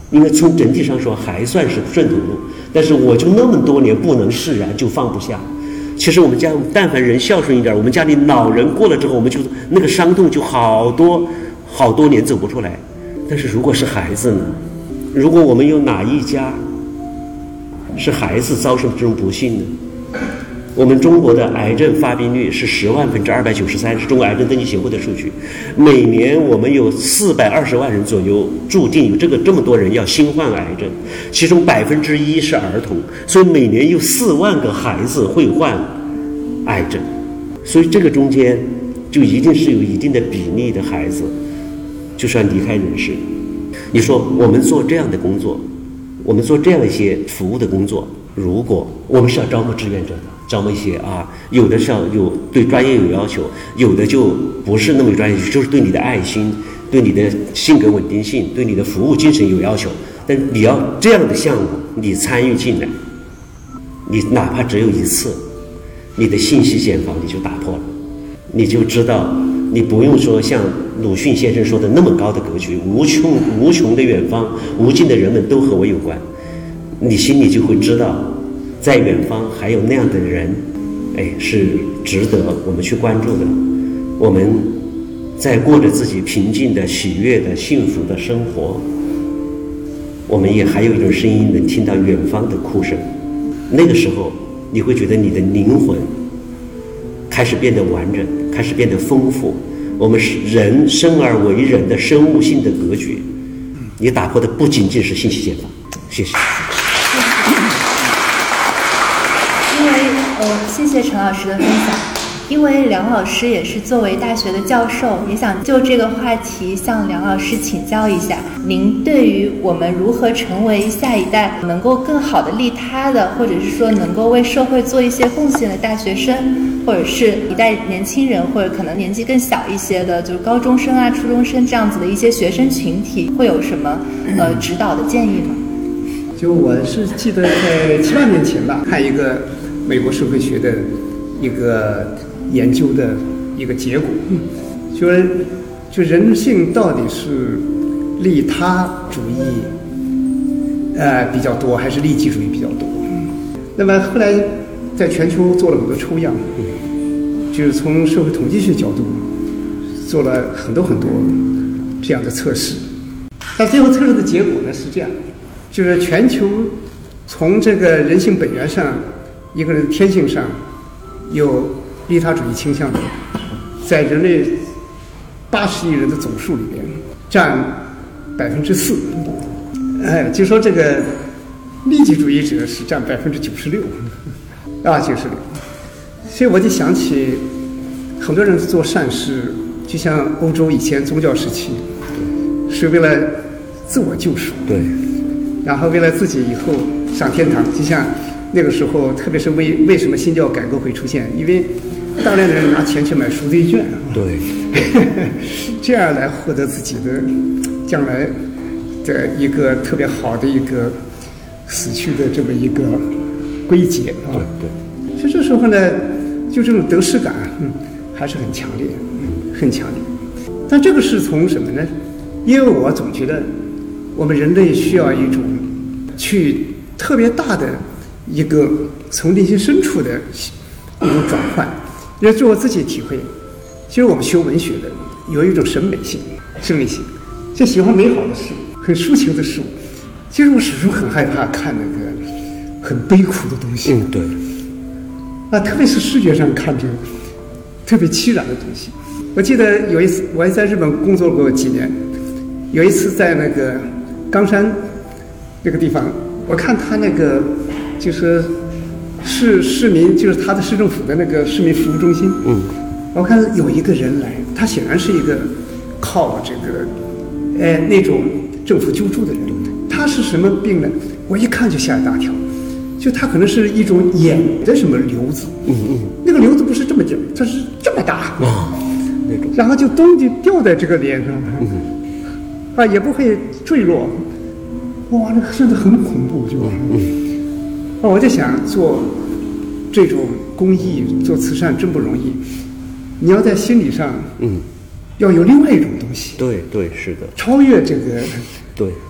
应该从整体上说还算是顺头路，但是我就那么多年不能释然，就放不下。其实我们家但凡人孝顺一点，我们家里老人过了之后，我们就那个伤痛就好多好多年走不出来。但是如果是孩子呢？如果我们有哪一家是孩子遭受这种不幸呢？我们中国的癌症发病率是十万分之二百九十三，是中国癌症登记协会的数据。每年我们有四百二十万人左右注定有这个这么多人要新患癌症，其中百分之一是儿童，所以每年有四万个孩子会患癌症。所以这个中间就一定是有一定的比例的孩子就算离开人世。你说我们做这样的工作，我们做这样一些服务的工作，如果我们是要招募志愿者的，招募一些啊，有的是要有对专业有要求，有的就不是那么专业，就是对你的爱心，对你的性格稳定性，对你的服务精神有要求。但你要这样的项目你参与进来，你哪怕只有一次，你的信息茧房你就打破了，你就知道你不用说像鲁迅先生说的那么高的格局，无穷无穷的远方，无尽的人们都和我有关，你心里就会知道在远方还有那样的人，哎，是值得我们去关注的。我们在过着自己平静的、喜悦的、幸福的生活，我们也还有一种声音能听到远方的哭声。那个时候你会觉得你的灵魂开始变得完整，开始变得丰富。我们是人生而为人的生物性的格局，你打破的不仅仅是信息茧房。谢谢。 因为呃，谢谢陈老师的分享。因为梁老师也是作为大学的教授，也想就这个话题向梁老师请教一下，您对于我们如何成为下一代能够更好的利他的，或者是说能够为社会做一些贡献的大学生，或者是一代年轻人，或者可能年纪更小一些的，就是高中生啊、初中生这样子的一些学生群体，会有什么呃指导的建议吗？ 就我是记得在七八年前吧，看一个美国社会学的一个研究的一个结果，就是就人性到底是利他主义呃比较多，还是利己主义比较多？那么后来在全球做了很多抽样，就是从社会统计学角度做了很多很多这样的测试。但最后测试的结果呢是这样，就是全球从这个人性本源上，一个人天性上有利他主义倾向的，在人类八十亿人的总数里边占百分之四，哎，就说这个利己主义者是占百分之九十六，啊，九十六。所以我就想起很多人做善事，就像欧洲以前宗教时期，是为了自我救赎， 对， 然后为了自己以后上天堂，就像那个时候，特别是为为什么新教改革会出现？因为大量的人拿钱去买赎罪券， 对， 这样来获得自己的将来的一个特别好的一个死去的这么一个归结啊。对对。所以这时候呢，就这种得失感，嗯，还是很强烈，嗯，很强烈。但这个是从什么呢？因为我总觉得，我们人类需要一种去特别大的一个从内心深处的一种转换。因为据我自己体会，其实我们学文学的有一种审美性、生理性，就喜欢美好的事物、很抒情的事物。其实我始终很害怕看那个很悲苦的东西。 嗯，对。 啊，特别是视觉上看着特别凄然的东西。我记得有一次，我还在日本工作过几年，有一次在那个冈山那个地方，我看他那个就是市市民，就是他的市政府的那个市民服务中心。嗯，我看有一个人来，他显然是一个靠这个，呃，那种政府救助的人。他是什么病呢？我一看就吓一大跳，就他可能是一种眼的什么瘤子。嗯嗯，那个瘤子不是这么整，它是这么大。哦，那种。然后就咚就掉在这个脸上。嗯，啊，也不会坠落。哇，那真的很恐怖，就。嗯。哦，我在想做这种公益、做慈善真不容易。你要在心理上，嗯，要有另外一种东西。 对对，是的。 超越这个， 对，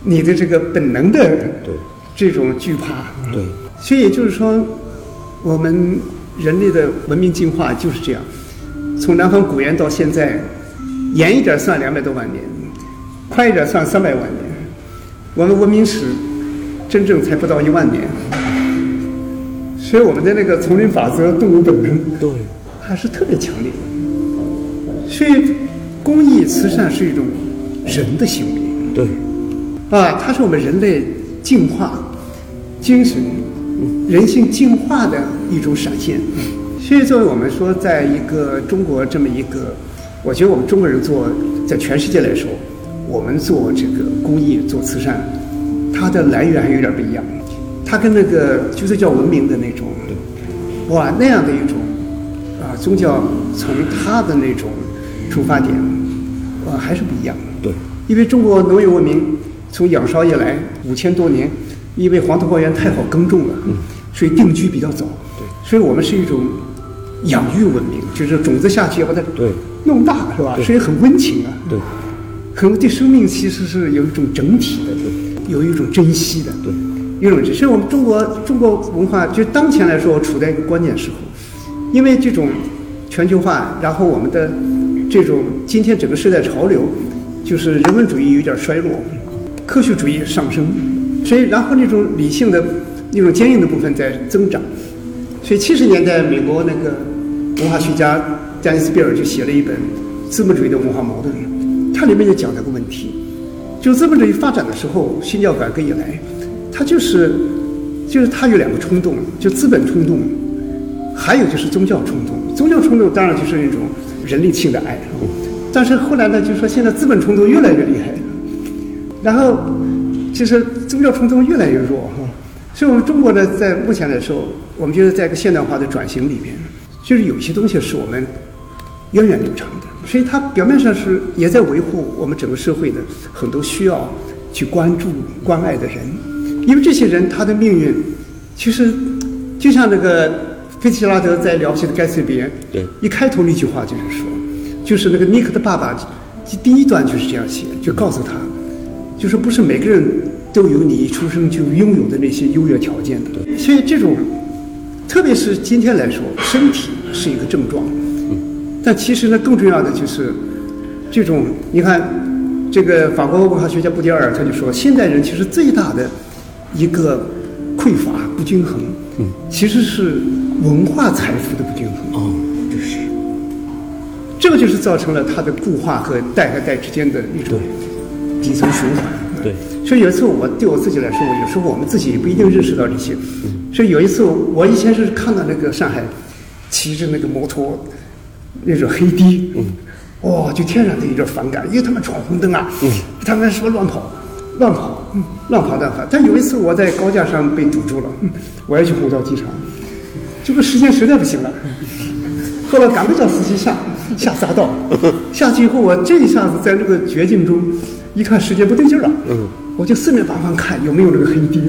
你的这个本能的这种惧怕。 对， 所以也就是说，我们人类的文明进化就是这样，从南方古猿到现在，严一点算两百多万年，快一点算三百万年，我们文明史真正才不到一万年。所以我们的那个丛林法则、动物本能， 对， 还是特别强烈的。所以，公益慈善是一种人的行为。 对， 啊，它是我们人类进化、精神、人性进化的一种闪现。所以，作为我们说，在一个中国这么一个，我觉得我们中国人做，在全世界来说，我们做这个公益、做慈善，它的来源还有点不一样。它跟那个就是叫文明的那种，哇，那样的一种啊宗教，从它的那种出发点，啊还是不一样的。 对， 因为中国农业文明从仰韶以来五千多年，因为黄土高原太好耕种了，嗯，所以定居比较早。对，所以我们是一种养育文明，就是种子下去要把它对弄大，是吧？所以很温情啊。 对， 很对生命其实是有一种整体的，有一种珍惜的。 对。 一种，所以我们中国中国文化，就当前来说，处在一个关键时候，因为这种全球化，然后我们的这种今天整个时代潮流，就是人文主义有点衰落，科学主义上升，所以然后那种理性的那种坚硬的部分在增长，所以七十年代美国那个文化学家丹尼斯比尔就写了一本《资本主义的文化矛盾》，它里面就讲这个问题，就资本主义发展的时候，新教改革以来。它就是，就是它有两个冲动，就资本冲动，还有就是宗教冲动。宗教冲动当然就是那种人类性的爱，但是后来呢，就是说现在资本冲动越来越厉害，然后就是宗教冲动越来越弱哈。所以我们中国呢，在目前来说，我们觉得在一个现代化的转型里面，就是有些东西是我们源远流长的，所以它表面上是也在维护我们整个社会的很多需要去关注、关爱的人。因为这些人他的命运，其实就像那个菲茨杰拉德在《了不起的盖茨比》 对一开头那句话就是说，就是那个尼克的爸爸第一段就是这样写，就告诉他，就是不是每个人都有你一出生就拥有的那些优越条件的。所以这种，特别是今天来说，身体是一个症状，但其实呢，更重要的就是这种，你看这个法国文化学家布迪厄尔他就说，现代人其实最大的一个匮乏不均衡，嗯，其实是文化财富的不均衡。 哦，这是， 这个就是造成了它的固化和代和代之间的一种底层循环。 对， 所以有一次我对我自己来说，有时候我们自己也不一定认识到这些。嗯，所以有一次我以前是看到那个上海骑着那个摩托那种黑的，嗯，哇、哦，就天然的有点反感，因为他们闯红灯啊，嗯，他们说乱跑。乱跑，嗯，乱跑乱跑。但有一次我在高架上被堵住了，嗯、我要去虹桥机场，这个时间实在不行了。后来赶快叫司机下下匝道，下去以后我这一下子在这个绝境中，一看时间不对劲了，嗯，我就四面八方看有没有这个黑的。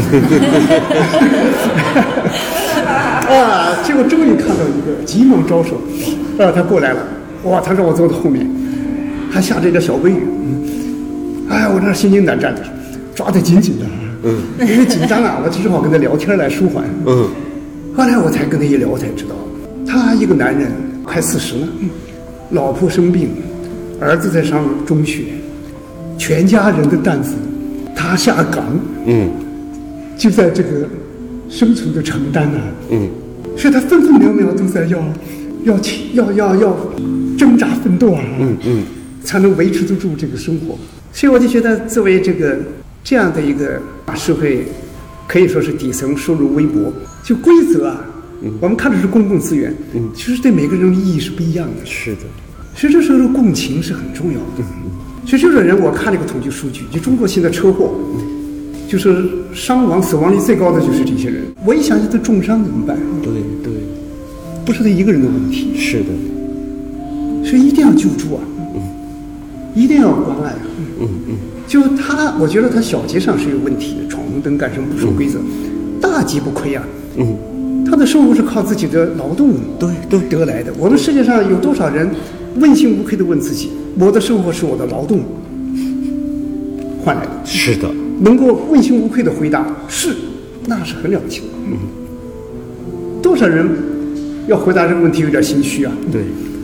啊，结果终于看到一个急忙招手，啊，他过来了，哇，他让我坐到后面，还下着一个小微雨。哎，我那心惊胆战的，抓得紧紧的，嗯，因为紧张啊，我只好跟他聊天来舒缓，嗯，后来我才跟他一聊，我才知道，他一个男人快四十了，嗯，老婆生病，儿子在上中学，全家人的担子，他下岗，嗯，就在这个生存的承担啊，嗯，所以他分分秒秒都在要，要要要要挣扎奋斗啊，嗯嗯，才能维持得住这个生活。所以我就觉得，作为这个这样的一个社会，可以说是底层收入微薄，就规则啊，嗯、我们看的是公共资源，嗯，其实对每个人的意义是不一样的。 是的， 所以这时候的共情是很重要的。嗯、所以这种人，我看了一个统计数据，就中国现在车祸，就是伤亡死亡率最高的就是这些人。我一想，他重伤怎么办？ 对对， 不是他一个人的问题。 是的， 所以一定要救助啊。一定要关爱，嗯嗯，就他，我觉得他小节上是有问题的，闯红灯干什么不守规则，嗯、大忌不亏啊，嗯，他的生活是靠自己的劳动对对得来的。我们世界上有多少人问心无愧地问自己，我的生活是我的劳动， 换来的。 是的， 能够问心无愧的回答是，那是很了不起的。嗯，多少人要回答这个问题有点心虚啊。 对，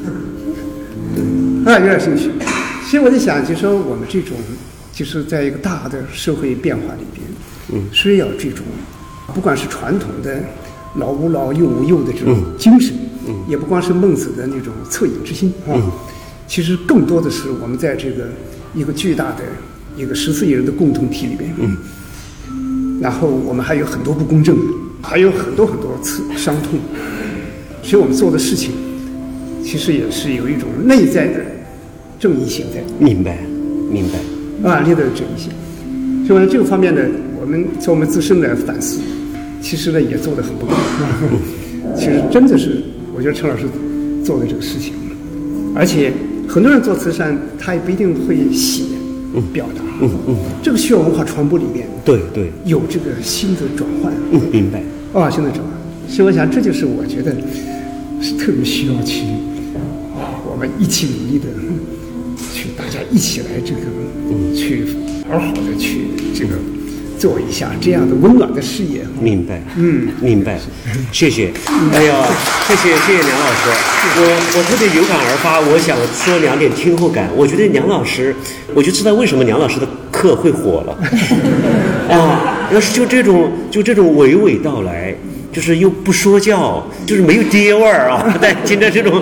啊，有点心虚。所以我在想，就是说我们这种，就是在一个大的社会变化里边，嗯，是要这种，不管是传统的老吾老幼吾幼的这种精神，嗯，也不光是孟子的那种恻隐之心啊，嗯，其实更多的是我们在这个一个巨大的一个十四亿人的共同体里边，嗯，然后我们还有很多不公正，还有很多很多次伤痛，所以我们做的事情，其实也是有一种内在的正义性在。 明白，明白， 啊，内在的正义性。所以呢，这个方面呢，我们从我们自身来反思，其实呢也做得很不够。其实真的是，我觉得陈老师做的这个事情，而且很多人做慈善，他也不一定会写、表达。嗯嗯，这个需要文化传播里面， 对对， 有这个新的转换。 嗯，明白。 啊，新的转换。所以我想，这就是我觉得是特别需要去啊，我们一起努力的去，大家一起来这个，嗯，去好好的去这个做一下这样的温暖的事业。 明白，嗯，明白，谢谢。哎呀，谢谢谢谢梁老师，我我特别有感而发，我想说两点听后感。我觉得梁老师，我就知道为什么梁老师的课会火了。啊，要是就这种就这种娓娓道来。就是又不说教，就是没有爹味儿啊！但听着这种，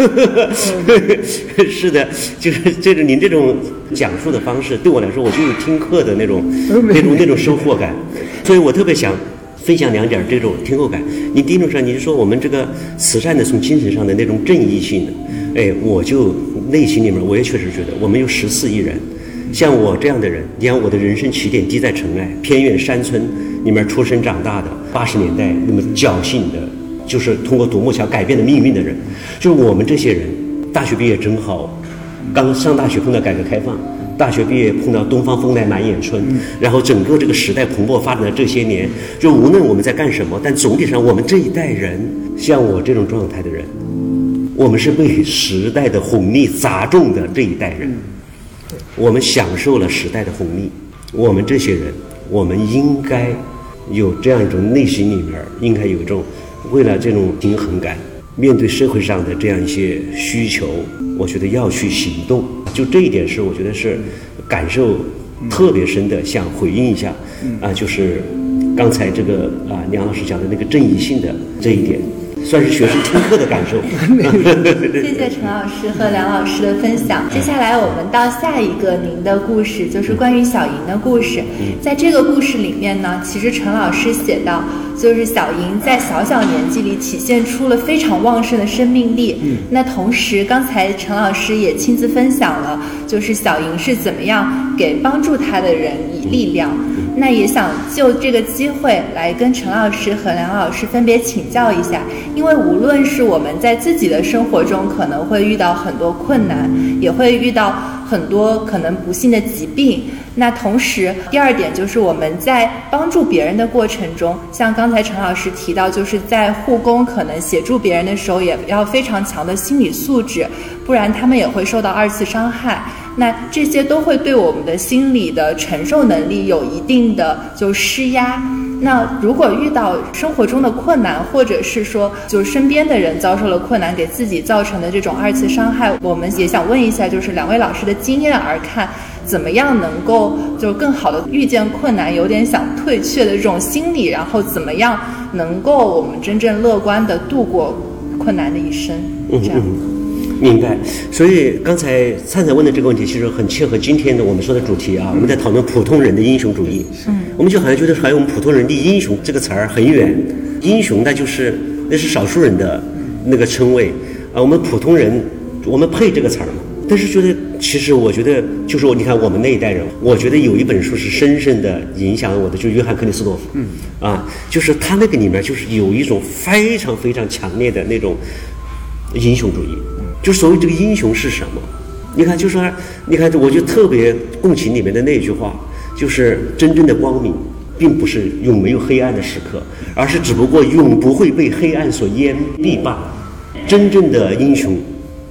是的，就是这种您这种讲述的方式，对我来说，我就有听课的那种那种那种收获感，所以我特别想分享两点这种听后感。您第一种上，您说我们这个慈善的从精神上的那种正义性的，哎，我就内心里面我也确实觉得，我们有十四亿人，像我这样的人，你看我的人生起点低在城外偏远山村里面出生长大的，八十年代那么侥幸的，就是通过独木桥改变了命运的人，就是我们这些人。大学毕业正好，刚上大学碰到改革开放，大学毕业碰到东方风来满眼春，然后整个这个时代蓬勃发展的这些年，就无论我们在干什么，但总体上我们这一代人，像我这种状态的人，我们是被时代的红利砸中的这一代人，我们享受了时代的红利，我们这些人，我们应该有这样一种内心里面应该有一种为了这种平衡感，面对社会上的这样一些需求，我觉得要去行动。就这一点是我觉得是感受特别深的，想回应一下啊，就是刚才这个啊梁老师讲的那个正义性的这一点，算是学生听课的感受。 谢谢陈老师和梁老师的分享。接下来我们到下一个您的故事，就是关于小莹的故事。在这个故事里面呢，其实陈老师写到，就是小莹在小小年纪里体现出了非常旺盛的生命力。嗯，那同时刚才陈老师也亲自分享了，就是小莹是怎么样给帮助她的人以力量。那也想就这个机会来跟陈老师和梁老师分别请教一下，因为无论是我们在自己的生活中可能会遇到很多困难，也会遇到很多可能不幸的疾病，那同时第二点就是我们在帮助别人的过程中，像刚才陈老师提到，就是在护工可能协助别人的时候也要非常强的心理素质，不然他们也会受到二次伤害。那这些都会对我们的心理的承受能力有一定的就施压。那如果遇到生活中的困难，或者是说就身边的人遭受了困难，给自己造成的这种二次伤害，我们也想问一下，就是两位老师的经验而看，怎么样能够就更好的遇见困难，有点想退却的这种心理，然后怎么样能够我们真正乐观的度过困难的一生？这样。 嗯嗯明白，所以刚才灿灿问的这个问题，其实很切合今天的我们说的主题啊。我们在讨论普通人的英雄主义，嗯，我们就好像觉得好像我们普通人离英雄这个词儿很远，英雄那就是那是少数人的那个称谓啊。我们普通人，我们配这个词儿吗？但是觉得，其实我觉得，就是我你看我们那一代人，我觉得有一本书是深深的影响我的，就是约翰克里斯多夫，嗯，啊，就是他那个里面就是有一种非常非常强烈的那种英雄主义。就所谓这个英雄是什么？你看，就说你看，我就特别共情里面的那句话，就是真正的光明，并不是永没有黑暗的时刻，而是只不过永不会被黑暗所淹蔽罢了。真正的英雄，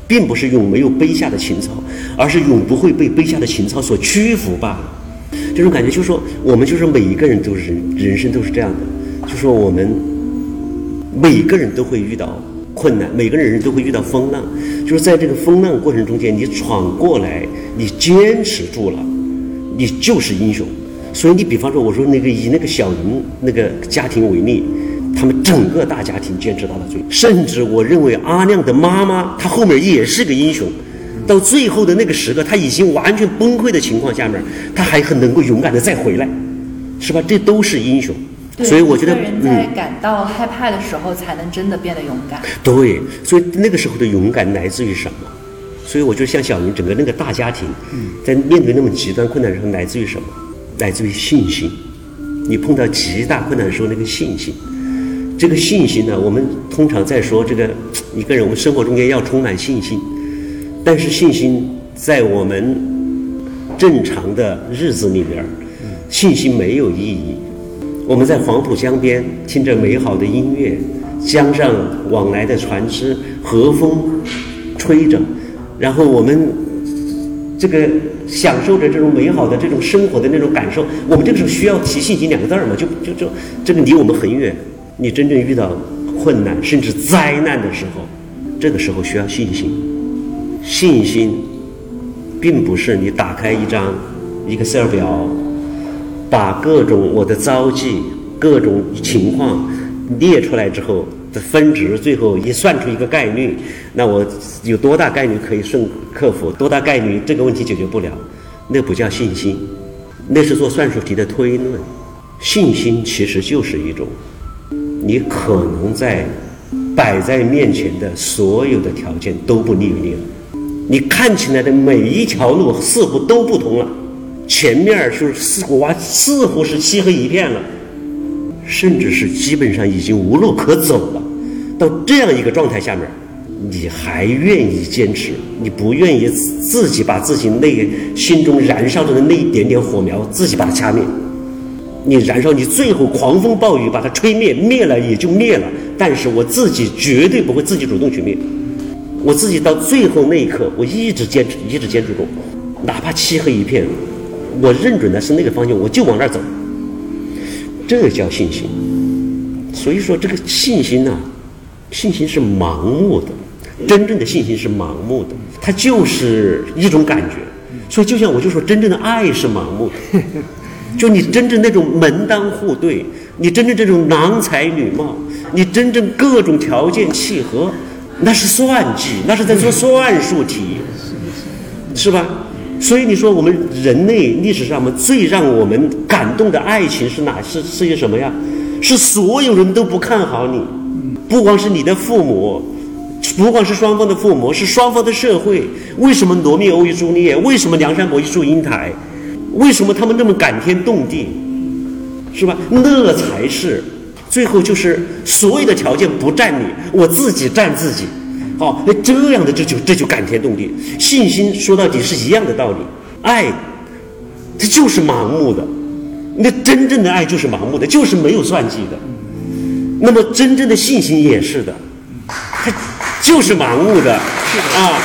并不是永没有卑下的情操，而是永不会被卑下的情操所屈服罢了。这种感觉就是说，我们就是每一个人都是人生都是这样的，就说我们每个人都会遇到困难，每个人都会遇到风浪，就是在这个风浪过程中间，你闯过来，你坚持住了，你就是英雄。所以你比方说，我说那个以那个小营那个家庭为例，他们整个大家庭坚持到了最后，甚至我认为阿亮的妈妈她后面也是个英雄，到最后的那个时刻，她已经完全崩溃的情况下面，她还很能够勇敢的再回来，是吧？这都是英雄。所以我觉得， 人在感到害怕的时候，才能真的变得勇敢。 对，所以那个时候的勇敢来自于什么？所以我觉得像小云整个那个大家庭，在面对那么极端困难的时候，来自于什么？来自于信心。你碰到极大困难的时候，那个信心，这个信心呢，我们通常在说这个一个人，我们生活中间要充满信心，但是信心在我们正常的日子里面，信心没有意义。我们在黄浦江边听着美好的音乐，江上往来的船只，和风吹着，然后我们这个享受着这种美好的这种生活的那种感受。我们这个时候需要提信心两个字嘛，就就就这个离我们很远。你真正遇到困难甚至灾难的时候，这个时候需要信心。信心并不是你打开一张 Excel 表，把各种我的遭际、各种情况列出来之后的分值，最后一算出一个概率，那我有多大概率可以顺克服，多大概率这个问题解决不了，那不叫信心，那是做算术题的推论。信心其实就是一种你可能在摆在面前的所有的条件都不利于你了，你看起来的每一条路似乎都不通了，前面是似乎哇似乎是漆黑一片了，甚至是基本上已经无路可走了。到这样一个状态下面，你还愿意坚持，你不愿意自己把自己那心中燃烧着的那一点点火苗自己把它掐灭。你燃烧，你最后狂风暴雨把它吹灭，灭了也就灭了，但是我自己绝对不会自己主动去灭，我自己到最后那一刻我一直坚持一直坚持住，哪怕漆黑一片，我认准的是那个方向，我就往那儿走，这叫信心。所以说这个信心呢、啊，信心是盲目的，真正的信心是盲目的，它就是一种感觉。所以就像我就说，真正的爱是盲目的，就你真正那种门当户对，你真正这种郎才女貌，你真正各种条件契合，那是算计，那是在做算术题，是吧？所以你说我们人类历史上面最让我们感动的爱情是哪是是些什么呀？是所有人都不看好你，不光是你的父母，不光是双方的父母，是双方的社会。为什么罗密欧与朱丽叶？为什么梁山伯与祝英台？为什么他们那么感天动地？是吧？那才是最后就是所有的条件不占你，我自己占自己。好，那这样的这就这就感天动地。信心说到底是一样的道理，爱它就是盲目的，那真正的爱就是盲目的，就是没有算计的。那么真正的信心也是的，它就是盲目的啊。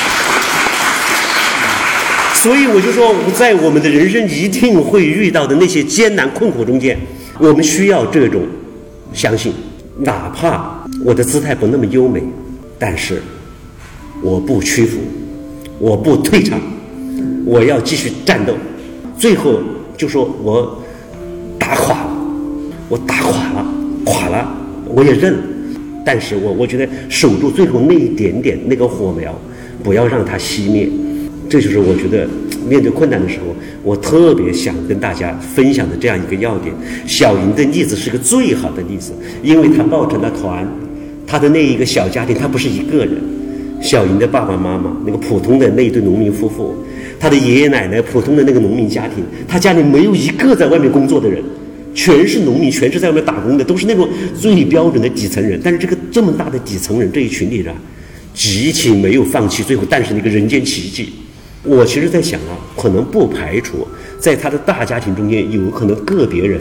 所以我就说，在我们的人生一定会遇到的那些艰难困苦中间，我们需要这种相信，哪怕我的姿态不那么优美，但是我不屈服，我不退场，我要继续战斗。最后就说我打垮了，我打垮了，垮了，我也认了。但是我我觉得守住最后那一点点那个火苗，不要让它熄灭。这就是我觉得面对困难的时候，我特别想跟大家分享的这样一个要点。小云的例子是个最好的例子，因为他抱成了团，他的那一个小家庭，他不是一个人。小云的爸爸妈妈，那个普通的那一对农民夫妇，他的爷爷奶奶，普通的那个农民家庭，他家里没有一个在外面工作的人，全是农民，全是在外面打工的，都是那种最标准的底层人。但是这个这么大的底层人这一群里啊，极其没有放弃，最后诞生了一个人间奇迹。我其实在想啊，可能不排除在他的大家庭中间有可能个别人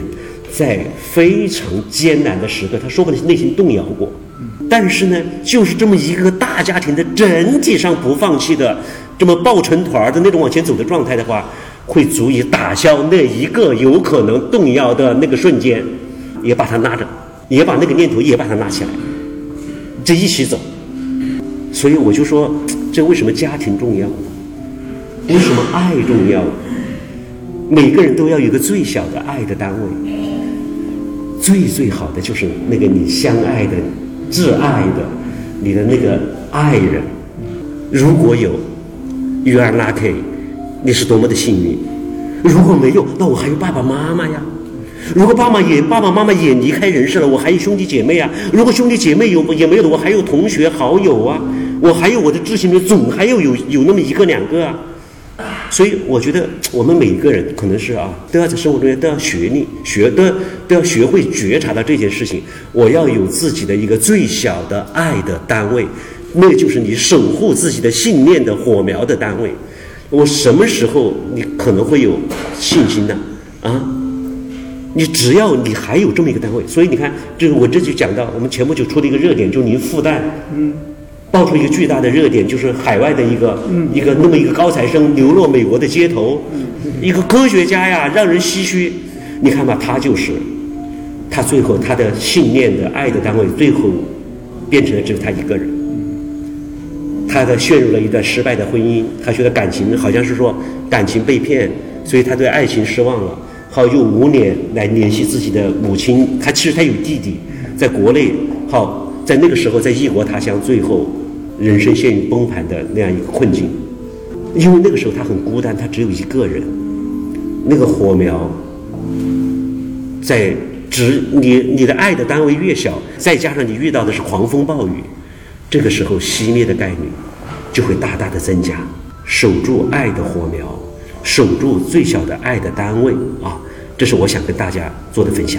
在非常艰难的时刻，他说不定内心动摇过，但是呢，就是这么一个大家庭的整体上不放弃的，这么抱成团的那种往前走的状态的话，会足以打消那一个有可能动摇的那个瞬间，也把它拉着，也把那个念头也把它拉起来，这一起走。所以我就说，这为什么家庭重要？为什么爱重要？每个人都要有一个最小的爱的单位，最最好的就是那个你相爱的、挚爱的、你的那个爱人。如果有 ，you are lucky， 你是多么的幸运；如果没有，那我还有爸爸妈妈呀。如果爸妈也爸爸妈妈也离开人世了，我还有兄弟姐妹啊。如果兄弟姐妹有也没有了，我还有同学好友啊，我还有我的知心人，总还有有有那么一个两个啊。所以我觉得我们每个人可能是啊，都要在生活中都要学历学都要都要学会觉察到这件事情。我要有自己的一个最小的爱的单位，那就是你守护自己的信念的火苗的单位。我什么时候你可能会有信心呢？啊，你只要你还有这么一个单位，所以你看，这个我这就讲到我们前不久出了一个热点，就您复旦，嗯。爆出一个巨大的热点，就是海外的一个、嗯、一个那么一个高材生流落美国的街头，嗯、一个科学家呀，让人唏嘘。你看吧，他就是他最后他的信念的爱的单位，最后变成了只有他一个人。他的陷入了一段失败的婚姻，他觉得感情好像是说感情被骗，所以他对爱情失望了。好，用五年来联系自己的母亲，他其实他有弟弟在国内，好，在那个时候在异国他乡，最后人生陷于崩盘的那样一个困境。因为那个时候他很孤单，他只有一个人，那个火苗在只你你的爱的单位越小，再加上你遇到的是狂风暴雨，这个时候熄灭的概率就会大大的增加。守住爱的火苗，守住最小的爱的单位啊，这是我想跟大家做的分享。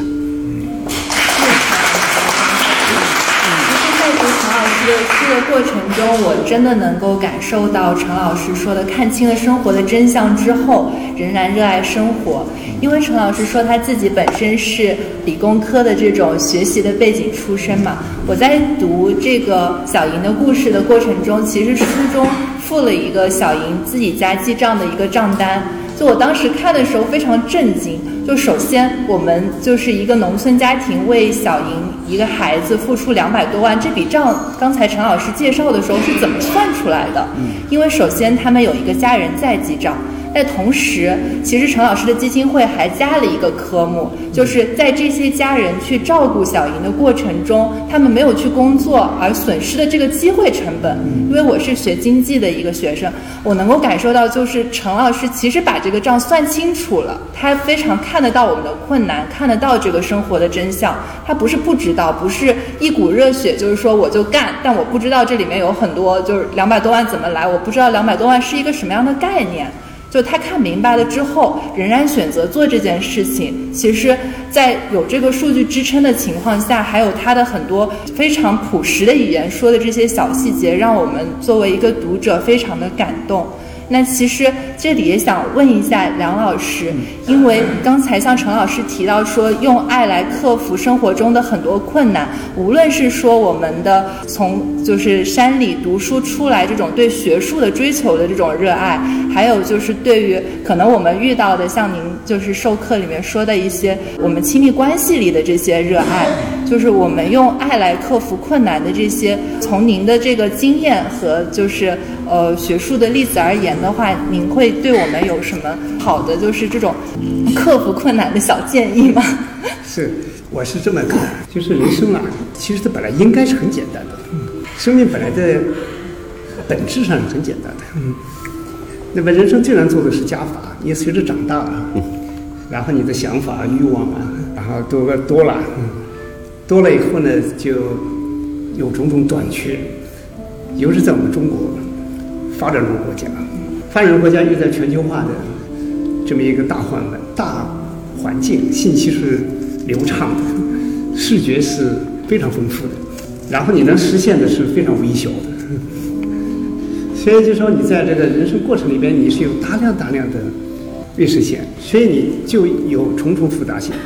书的过程中，我真的能够感受到陈老师说的看清了生活的真相之后，仍然热爱生活。因为陈老师说他自己本身是理工科的这种学习的背景出身嘛，我在读这个小莹的故事的过程中，其实书中附了一个小莹自己家记账的一个账单。就我当时看的时候非常震惊，就首先我们就是一个农村家庭为小莹一个孩子付出两百多万，这笔账刚才陈老师介绍的时候是怎么算出来的？因为首先他们有一个家人在记账，但同时其实陈老师的基金会还加了一个科目，就是在这些家人去照顾小莹的过程中，他们没有去工作而损失的这个机会成本。因为我是学经济的一个学生，我能够感受到就是陈老师其实把这个账算清楚了，他非常看得到我们的困难，看得到这个生活的真相，他不是不知道，不是一股热血就是说我就干，但我不知道这里面有很多就是两百多万怎么来，我不知道两百多万是一个什么样的概念。就他看明白了之后，仍然选择做这件事情，其实在有这个数据支撑的情况下，还有他的很多非常朴实的语言说的这些小细节，让我们作为一个读者非常的感动。那其实这里也想问一下梁老师，因为刚才像陈老师提到说用爱来克服生活中的很多困难，无论是说我们的从就是山里读书出来这种对学术的追求的这种热爱，还有就是对于可能我们遇到的像您就是授课里面说的一些我们亲密关系里的这些热爱，就是我们用爱来克服困难的这些，从您的这个经验和就是呃学术的例子而言的话，您会对我们有什么好的就是这种克服困难的小建议吗？ 是，我是这么看，就是人生啊，其实它本来应该是很简单的，生命本来的本质上是很简单的。嗯，那么人生最难做的是加法，你随着长大啊，然后你的想法、欲望啊，然后多个多了，多了以后呢，就有种种短缺，尤其在我们中国发展中国家，发展中国家又在全球化的这么一个大环大环境，信息是流畅的，视觉是非常丰富的，然后你能实现的是非常微小的。所以就说你在这个人生过程里边，你是有大量大量的未实现，所以你就有重重复杂性。所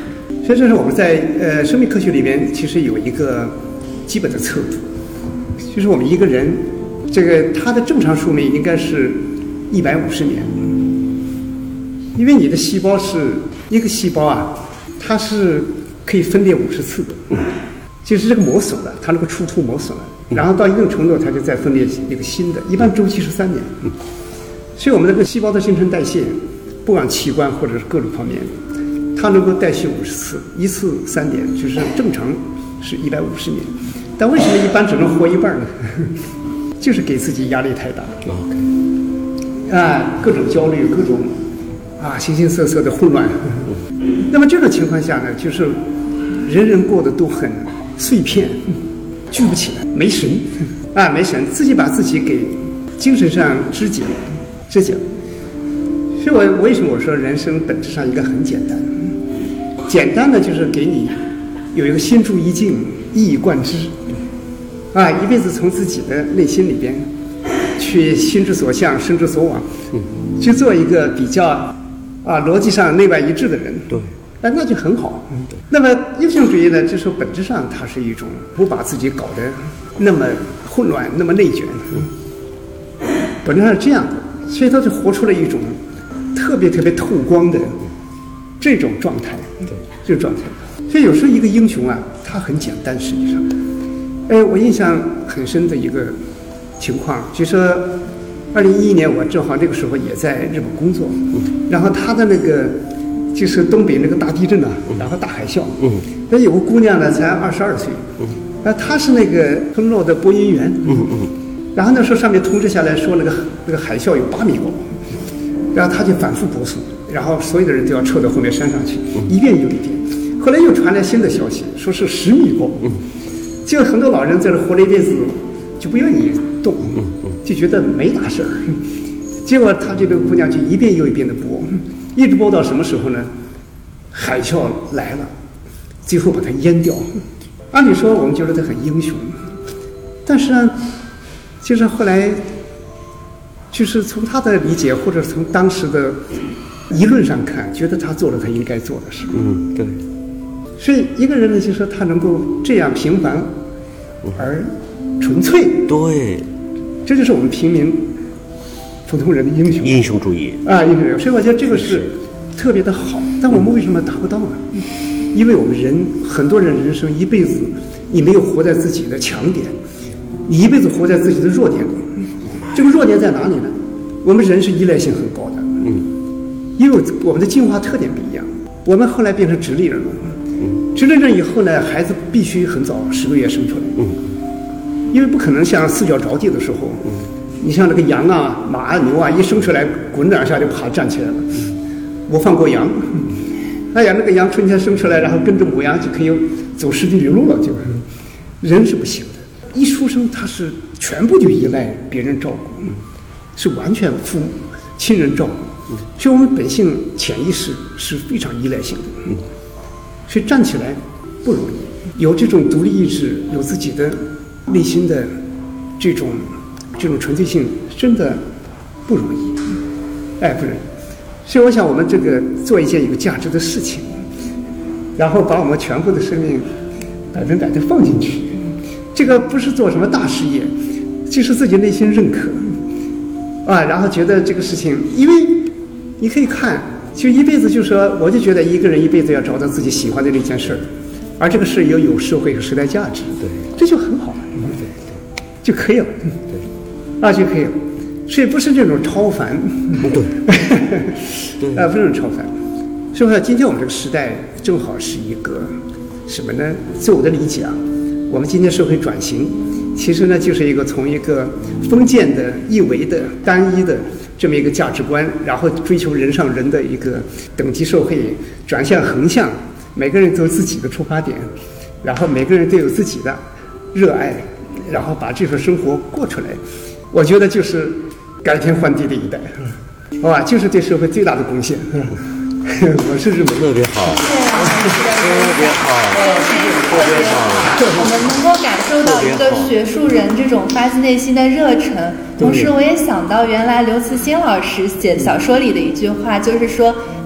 所以这是我们在呃生命科学里面其实有一个基本的测度，就是我们一个人这个他的正常寿命应该是一百五十年，因为你的细胞是一个细胞啊，它是可以分裂五十次的，就是这个磨损了，它那个出突磨损了，然后到一定程度它就再分裂一个新的，一般周期是三年。所以我们这个细胞的新陈代谢，不管器官或者是各种方面，它能够代谢五十次，一次三年，就是正常是一百五十年。但为什么一般只能活一半呢？就是给自己压力太大了，啊，各种焦虑，各种啊形形色色的混乱。那么这种情况下呢，就是人人过得都很碎片，聚不起来，没神啊，没神，自己把自己给精神上肢解。肢解。所以我为什么我说人生本质上应该很简单？简单的就是给你有一个心住意静，一以贯之，啊，一辈子从自己的内心里边去心之所向，身之所往，去做一个比较啊逻辑上内外一致的人。 对， 哎，那就很好。那么英雄主义呢，就是本质上它是一种不把自己搞得那么混乱，那么内卷，本质上是这样的。所以他就活出了一种特别特别透光的这种状态，这种状态。所以有时候一个英雄啊，他很简单，实际上，哎，我印象很深的一个情况，就说二零一一年我正好这个时候也在日本工作，然后他的那个就是东北那个大地震啊，然后大海啸，那有个姑娘呢才二十二岁，那她是那个村落的播音员。然后那时候上面通知下来说那个那个海啸有八米高，然后他就反复播送，然后所有的人都要撤到后面山上去，一遍又一遍。后来又传来新的消息，说是十米高，结果很多老人在这活了一辈子就不愿意动，就觉得没大事儿。结果他这个姑娘就一遍又一遍的播，一直播到什么时候呢？海啸来了，最后把它淹掉。按理说我们觉得他很英雄，但是呢。就是后来，就是从他的理解，或者从当时的舆论上看，觉得他做了他应该做的事。 嗯，对。 所以一个人呢，就说他能够这样平凡而纯粹， 对， 这就是我们平民普通人的英雄。 英雄主义啊，英雄主义。所以我觉得这个是特别的好。但我们为什么达不到呢？因为我们人很多人人生一辈子，你没有活在自己的强点。你一辈子活在自己的弱点里，这个弱点在哪里呢？我们人是依赖性很高的，嗯，因为我们的进化特点不一样。我们后来变成直立人了，嗯，直立人以后呢，孩子必须很早十个月生出来，嗯，因为不可能像四脚着地的时候，嗯，你像那个羊啊、马啊、牛啊，一生出来滚两下就爬站起来了。我放过羊，哎呀，那个羊春天生出来，然后跟着母羊就可以走十几里路了，就是人是不行的。一出生他是全部就依赖别人照顾，是完全父母亲人照顾，所以我们本性潜意识是非常依赖性的，所以站起来不容易，有这种独立意志，有自己的内心的这种这种纯粹性，真的不容易，哎，不容易。所以我想我们这个做一件有价值的事情，然后把我们全部的生命百分百的放进去。这个不是做什么大事业，就是自己内心认可，啊，然后觉得这个事情，因为你可以看，就一辈子就说，我就觉得一个人一辈子要找到自己喜欢的这件事儿，而这个事又有社会和时代价值， 对， 这就很好了，对，就可以了，对，啊就可以了，所以不是这种超凡， 对，对， 啊不是这种超凡，所以说今天我们这个时代正好是一个什么呢？自我的理解啊。我们今天社会转型，其实呢就是一个从一个封建的、一维的、单一的这么一个价值观，然后追求人上人的一个等级社会，转向横向，每个人都有自己的出发点，然后每个人都有自己的热爱，然后把这份生活过出来。我觉得就是改天换地的一代，好吧，就是对社会最大的贡献。我是这么特别好，特别好，特别好。 我们能够感受到一个学术人这种发自内心的热忱，同时我也想到原来刘慈欣老师写小说里的一句话，就是说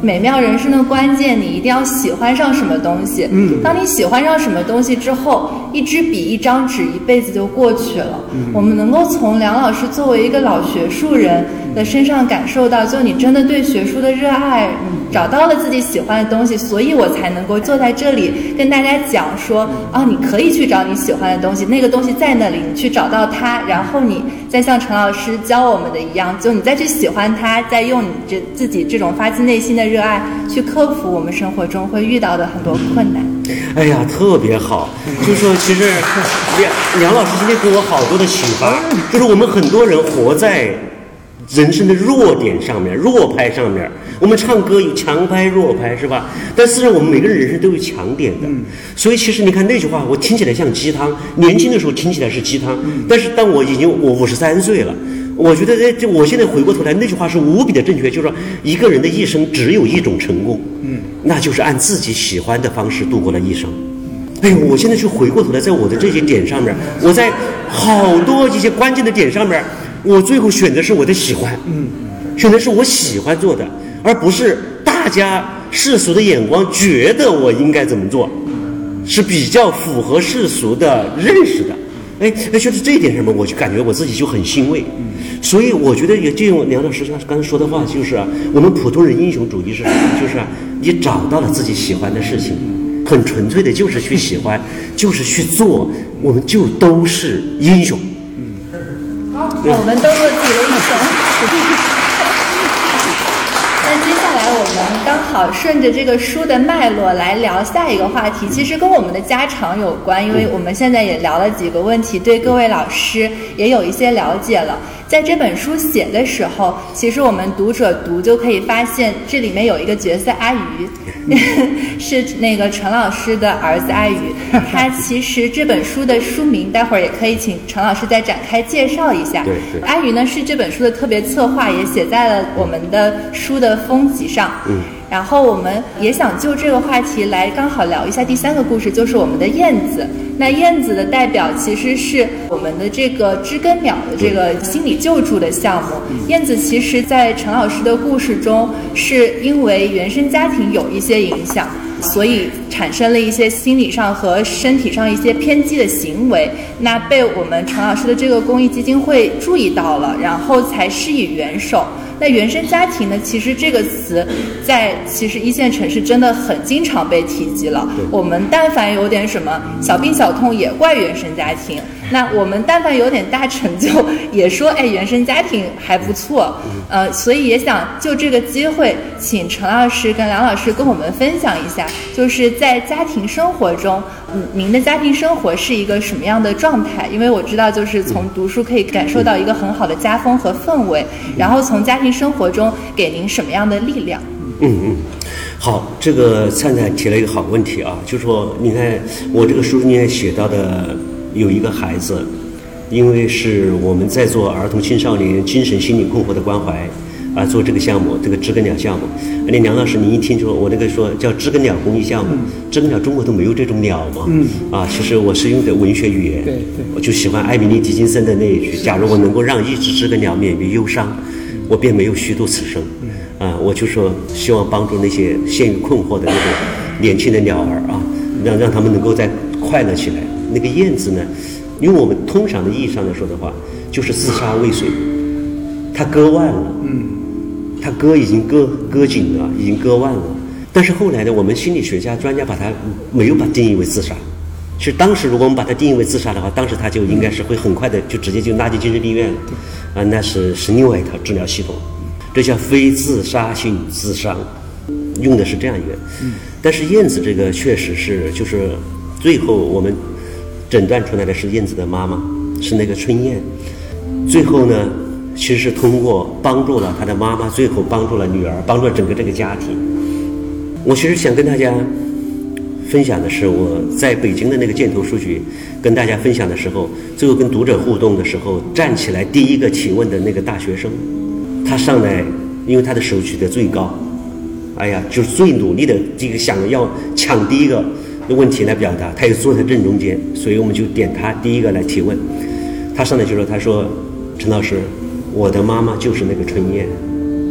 美妙人生的关键，你一定要喜欢上什么东西。嗯，当你喜欢上什么东西之后，一支笔一张纸一辈子就过去了。嗯，我们能够从梁老师作为一个老学术人的身上感受到，就你真的对学术的热爱，找到了自己喜欢的东西，所以我才能够坐在这里跟大家讲说，啊，你可以去找你喜欢的东西，那个东西在那里，你去找到它，然后你再像陈老师教我们的一样，就你再去喜欢它，再用你这自己这种发自内心的热爱去克服我们生活中会遇到的很多困难。 哎呀，特别好，就是说，其实梁梁老师今天给我好多的启发，就是我们很多人活在人生的弱点上面，弱拍上面。我们唱歌有强拍弱拍是吧？但事实上我们每个人人生都有强点的。所以其实你看那句话，我听起来像鸡汤，年轻的时候听起来是鸡汤，但是当我已经我五十三岁了，我觉得这我现在回过头来，那句话是无比的正确，就是说一个人的一生只有一种成功，嗯，那就是按自己喜欢的方式度过了一生。哎呦，我现在去回过头来，在我的这些点上面，我在好多一些关键的点上面，我最后选的是我的喜欢，嗯，选的是我喜欢做的，而不是大家世俗的眼光觉得我应该怎么做，是比较符合世俗的认识的。哎，哎，就是这一点上面，我就感觉我自己就很欣慰。所以我觉得也借用梁老师刚才说的话，就是啊，我们普通人英雄主义是什么？就是啊，你找到了自己喜欢的事情，很纯粹的，就是去喜欢，就是去做，我们就都是英雄。 好，我们都做自己的英雄。那接下来我们刚好顺着这个书的脉络来聊下一个话题，其实跟我们的家常有关，因为我们现在也聊了几个问题，对各位老师也有一些了解了。在这本书写的时候，其实我们读者读就可以发现，这里面有一个角色阿鱼，是那个陈老师的儿子阿鱼。他其实这本书的书名，待会儿也可以请陈老师再展开介绍一下。 对对。 阿鱼呢是这本书的特别策划，也写在了我们的书的封集上。嗯。然后我们也想就这个话题来刚好聊一下第三个故事，就是我们的燕子。那燕子的代表其实是我们的这个知更鸟的这个心理救助的项目。燕子其实在陈老师的故事中，是因为原生家庭有一些影响，所以产生了一些心理上和身体上一些偏激的行为，那被我们陈老师的这个公益基金会注意到了，然后才施以援手。那原生家庭呢，其实这个词在其实一线城市真的很经常被提及了。我们但凡有点什么小病小痛也怪原生家庭，那我们但凡有点大成就也说哎原生家庭还不错。呃，所以也想就这个机会请陈老师跟梁老师跟我们分享一下，就是在家庭生活中，嗯，您的家庭生活是一个什么样的状态？因为我知道就是从读书可以感受到一个很好的家风和氛围，然后从家庭生活中给您什么样的力量？ 嗯嗯，好，这个灿灿提了一个好问题啊，就说你看我这个书里面写到的有一个孩子，因为是我们在做儿童青少年精神心理困惑的关怀啊，做这个项目，这个知更鸟项目。那梁老师，你一听说我那个说叫知更鸟公益项目，知更鸟中国都没有这种鸟嘛？嗯啊，其实我是用的文学语言， 对对， 我就喜欢艾米丽·狄金森的那一句：假如我能够让一只知更鸟免于忧伤，我便没有虚度此生。啊，我就说希望帮助那些陷于困惑的那种年轻的鸟儿啊，让让他们能够再快乐起来。那个燕子呢，因为我们通常的意义上来说的话，就是自杀未遂，它割腕了，嗯，它割已经割割颈了，已经割腕了。但是后来呢，我们心理学家专家把它没有把它定义为自杀。其实当时如果我们把它定义为自杀的话，当时它就应该是会很快的就直接就拉进精神病院了，啊，那是是另外一套治疗系统。这叫非自杀性自伤，用的是这样一个。嗯、但是燕子这个确实是，就是最后我们诊断出来的是燕子的妈妈，是那个春燕。最后呢，其实是通过帮助了她的妈妈，最后帮助了女儿，帮助了整个这个家庭。我其实想跟大家分享的是，我在北京的那个箭头书局跟大家分享的时候，最后跟读者互动的时候，站起来第一个提问的那个大学生。他上来，因为他的手取得最高，哎呀，就是最努力的这个想要抢第一个问题来表达，他也坐在正中间，所以我们就点他第一个来提问。他上来就说：“他说，陈老师，我的妈妈就是那个春燕，她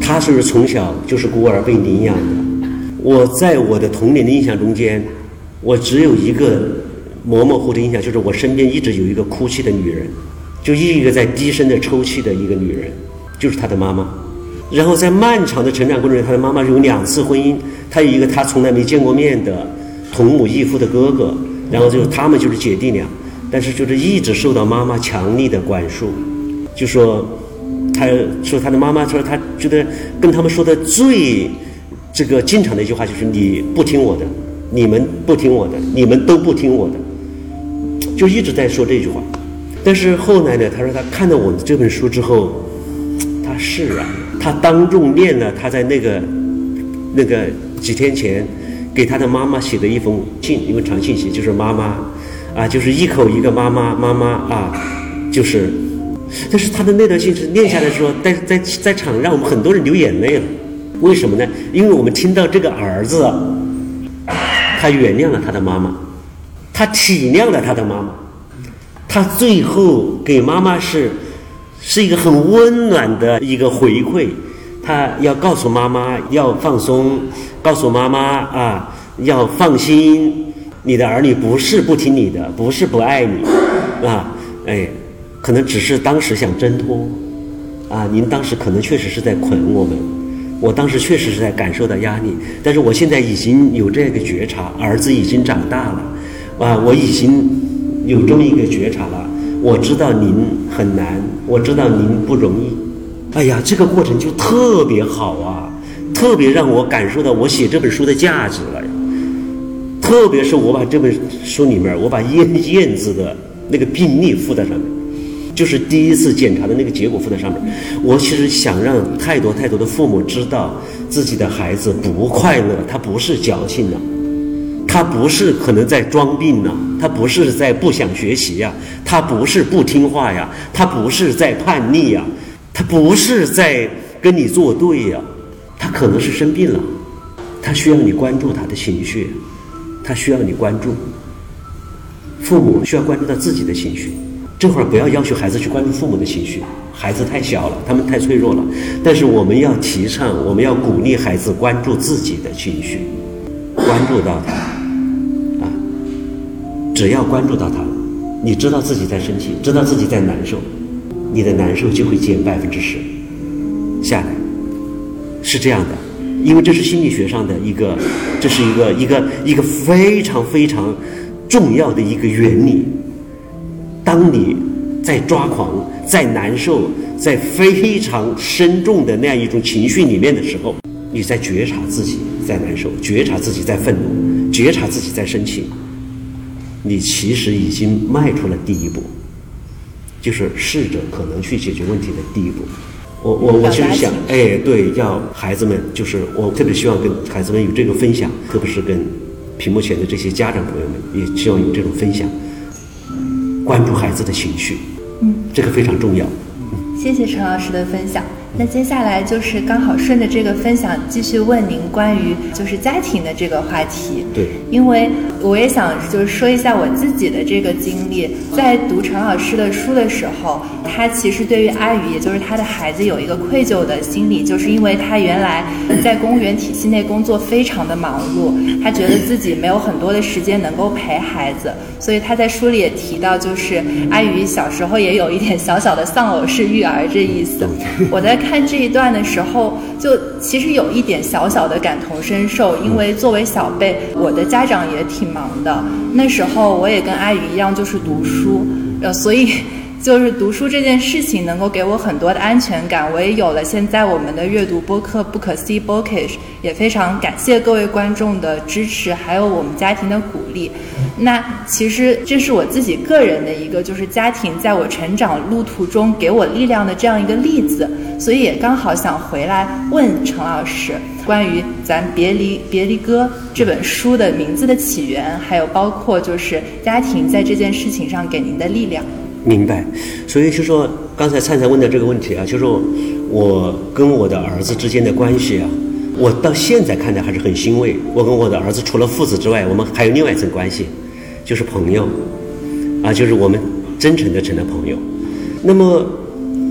他是从小就是孤儿被领养的。我在我的童年的印象中间，我只有一个模模糊糊的印象，就是我身边一直有一个哭泣的女人，就一个在低声的抽泣的一个女人，就是她的妈妈。然后在漫长的成长过程中，她的妈妈有两次婚姻，她有一个她从来没见过面的同母异父的哥哥，然后就他们就是姐弟俩，但是就是一直受到妈妈强力的管束。就说他说他的妈妈说他觉得跟他们说的最这个经常的一句话就是你不听我的，你们不听我的，你们都不听我的，就一直在说这句话。但是后来呢，他说他看到我们这本书之后，他释然了，他当众念了他在那个那个几天前给他的妈妈写的一封信，一封长信息，就是妈妈啊，就是一口一个妈妈妈妈啊，就是。但是他的那段信是念下来的时候，在在在场让我们很多人流眼泪了。为什么呢？因为我们听到这个儿子，他原谅了他的妈妈，他体谅了他的妈妈，他最后给妈妈是是一个很温暖的一个回馈。他要告诉妈妈要放松，告诉妈妈啊要放心，你的儿女不是不听你的，不是不爱你啊，哎。可能只是当时想挣脱，啊，您当时可能确实是在捆我们，我当时确实是在感受到压力，但是我现在已经有这个觉察，儿子已经长大了，啊，我已经有这么一个觉察了，我知道您很难，我知道您不容易，哎呀，这个过程就特别好啊，特别让我感受到我写这本书的价值了呀，特别是我把这本书里面，我把燕燕子的那个病例附在上面。就是第一次检查的那个结果附在上面。我其实想让太多太多的父母知道自己的孩子不快乐，他不是矫情的，他不是可能在装病呢，他不是在不想学习呀，他不是不听话呀，他不是在叛逆呀，他不是在跟你作对呀，他可能是生病了，他需要你关注他的情绪，他需要你关注。父母需要关注到自己的情绪。这会儿不要要求孩子去关注父母的情绪，孩子太小了，他们太脆弱了。但是我们要提倡，我们要鼓励孩子关注自己的情绪，关注到他，啊，只要关注到他，你知道自己在生气，知道自己在难受，你的难受就会减百分之十下来，是这样的。因为这是心理学上的一个，这是一个一个一个非常非常重要的一个原理。当你在抓狂、在难受、在非常深重的那样一种情绪里面的时候，你在觉察自己在难受，觉察自己在愤怒，觉察自己在生气，你其实已经迈出了第一步，就是试着可能去解决问题的第一步。我我我其实想，哎，对，要孩子们，就是我特别希望跟孩子们有这个分享，特别是跟屏幕前的这些家长朋友们，也希望有这种分享。关注孩子的情绪，嗯，这个非常重要。 嗯，谢谢陈老师的分享。那接下来就是刚好顺着这个分享继续问您关于就是家庭的这个话题。 对， 因为我也想就是说一下我自己的这个经历，在读陈老师的书的时候，他其实对于阿宇也就是他的孩子有一个愧疚的心理，就是因为他原来在公务员体系内工作非常的忙碌，他觉得自己没有很多的时间能够陪孩子，所以他在书里也提到，就是阿宇小时候也有一点小小的丧偶式育儿这意思。我在看这一段的时候，就其实有一点小小的感同身受，因为作为小辈，我的家长也挺忙的，那时候我也跟阿宇一样就是读书，呃，所以就是读书这件事情能够给我很多的安全感，我也有了现在我们的阅读播客不可思议 Bookish， 也非常感谢各位观众的支持，还有我们家庭的鼓励。那其实这是我自己个人的一个，就是家庭在我成长路途中给我力量的这样一个例子，所以也刚好想回来问陈老师关于咱别离别离歌这本书的名字的起源，还有包括就是家庭在这件事情上给您的力量。 明白。所以就说刚才灿灿问的这个问题啊，就是说我跟我的儿子之间的关系啊，我到现在看来还是很欣慰。我跟我的儿子除了父子之外，我们还有另外一层关系，就是朋友啊，就是我们真诚的成了朋友。那么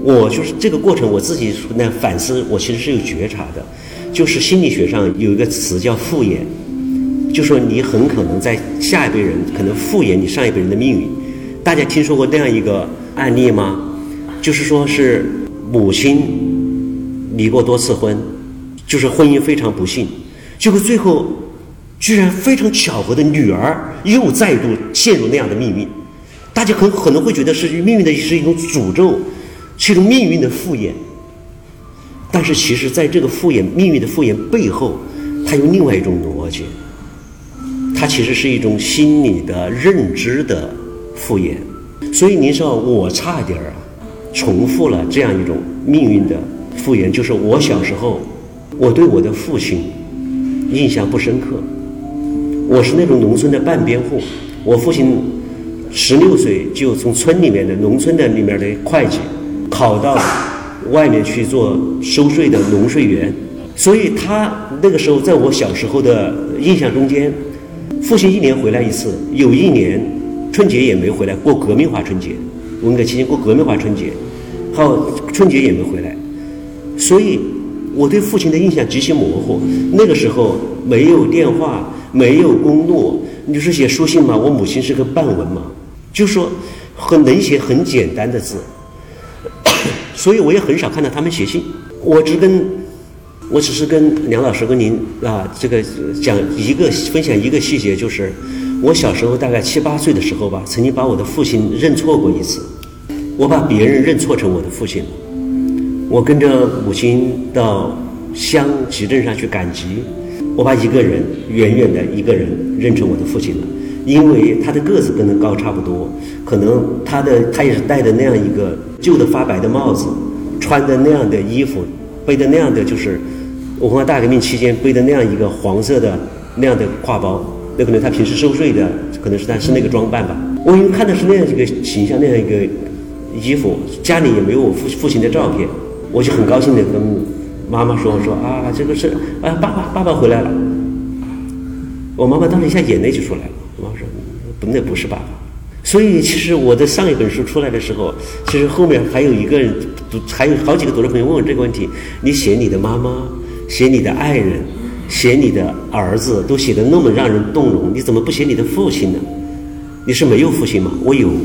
我就是这个过程，我自己那反思，我其实是有觉察的。就是心理学上有一个词叫复衍，就说你很可能在下一辈人可能复衍你上一辈人的命运。大家听说过那样一个案例吗？就是说是母亲离过多次婚，就是婚姻非常不幸，结果最后居然非常巧合的女儿又再度陷入那样的命运。大家很可能会觉得是命运的是一种诅咒，是一种命运的复衍。但是其实在这个复衍命运的复衍背后，它有另外一种逻辑，它其实是一种心理的认知的复衍。所以您说我差点啊重复了这样一种命运的复衍，就是我小时候我对我的父亲印象不深刻，我是那种农村的半边户，我父亲十六岁就从村里面的农村的里面的会计考到外面去做收税的农税员，所以他那个时候在我小时候的印象中间，父亲一年回来一次，有一年春节也没回来，过革命化春节，文革期间过革命化春节，还有春节也没回来，所以我对父亲的印象极其模糊。那个时候没有电话，没有公路，你是写书信嘛，我母亲是个半文嘛，就说很能写很简单的字，所以我也很少看到他们写信。我只跟我只是跟梁老师跟您啊，这个讲一个分享一个细节，就是我小时候大概七八岁的时候吧，曾经把我的父亲认错过一次。我把别人认错成我的父亲，我跟着母亲到乡集镇上去赶集，我把一个人远远的一个人认成我的父亲了，因为他的个子跟他高差不多，可能他的他也是戴的那样一个旧的发白的帽子，穿的那样的衣服，背的那样的就是文化大革命期间背的那样一个黄色的那样的挎包，那可能他平时收税的，可能是他是那个装扮吧。我因为看的是那样一个形象，那样一个衣服，家里也没有我父父亲的照片，我就很高兴的跟妈妈说说啊，这个是啊，爸爸爸爸回来了。我妈妈当时一下眼泪就出来了，我妈妈说不，那不是爸爸。所以其实我的上一本书出来的时候，其实后面还有一个人读，还有好几个读者朋友问我这个问题：你写你的妈妈，写你的爱人，写你的儿子，都写得那么让人动容，你怎么不写你的父亲呢？你是没有父亲吗？我有。